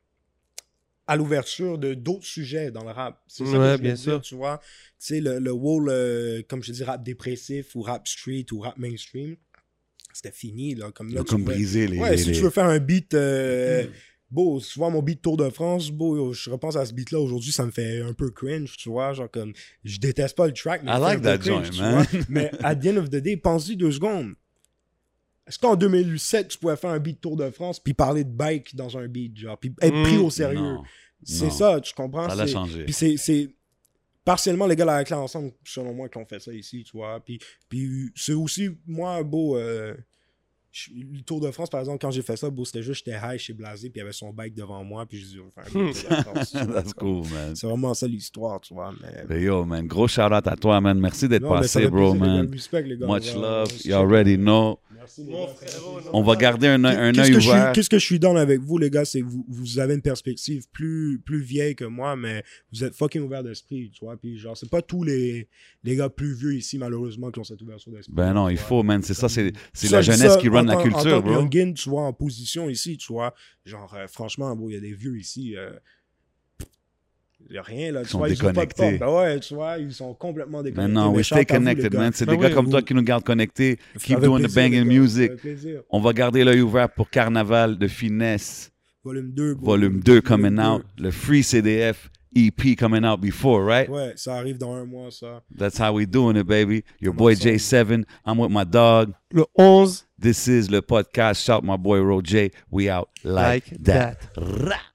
à l'ouverture de d'autres sujets dans le rap. C'est ça ouais, que je bien dire, sûr. tu vois. Tu sais, le, le wall, euh, comme je dis, rap dépressif ou rap street ou rap mainstream, c'était fini, là. Comme, là, comme briser les... Ouais, les, si les... tu veux faire un beat... Euh, mm. Beau, souvent mon beat Tour de France, beau, je repense à ce beat-là aujourd'hui, ça me fait un peu cringe, tu vois, genre comme, je déteste pas le track, mais I like that joint, man. Mais at the end of the day, pense-y deux secondes. Est-ce qu'en deux mille sept, tu pouvais faire un beat Tour de France puis parler de bike dans un beat, genre, puis être mmh, pris au sérieux? Non, c'est non. ça, tu comprends? Ça l'a changé. Puis c'est, c'est partiellement les gars de la Claire Ensemble, selon moi, qui ont fait ça ici, tu vois. Puis, puis c'est aussi, moi, beau... Euh, Je, le Tour de France, par exemple, quand j'ai fait ça, beau, c'était juste, j'étais high chez Blasé, puis il y avait son bike devant moi, puis je dis, enfin, that's cool, man. C'est vraiment ça l'histoire, tu vois. Mais... But yo, man, gros shout-out à toi, man. Merci d'être non, passé, bro, plaisir, man. Les gars, respect, les gars, Much ouais, love. ouais, You already know. Merci, les gars. On va garder un, un qu'est-ce œil que ouvert. Je, qu'est-ce que je suis dans avec vous, les gars, c'est que vous, vous avez une perspective plus, plus vieille que moi, mais vous êtes fucking ouvert d'esprit, tu vois. Puis genre, c'est pas tous les, les gars plus vieux ici, malheureusement, qui ont cette ouverture d'esprit. Ben non, il vois. faut, man. C'est ça, c'est, c'est ça, la jeunesse ça, qui run la en, culture, en tant bro. que youngin, tu vois, en position ici, tu vois. Genre, euh, franchement, il y a des vieux ici. Euh, Il n'y a rien, là. Ils tu sont vois, déconnectés. Ils ben ouais, tu vois, ils sont complètement déconnectés. Ben non, we stay connected, man. C'est des gars comme toi qui nous gardent connectés. Keep doing the banging music. On va garder l'œil ouvert pour Carnaval de Finesse. Volume deux. Volume deux coming out. Le Free C D F E P coming out before, right? Ouais, ça arrive dans un mois, ça. That's how we doing it, baby. Your boy J seven. I'm with my dog. Le onze. This is le podcast. Shout my boy Roger. We out like, like that. that.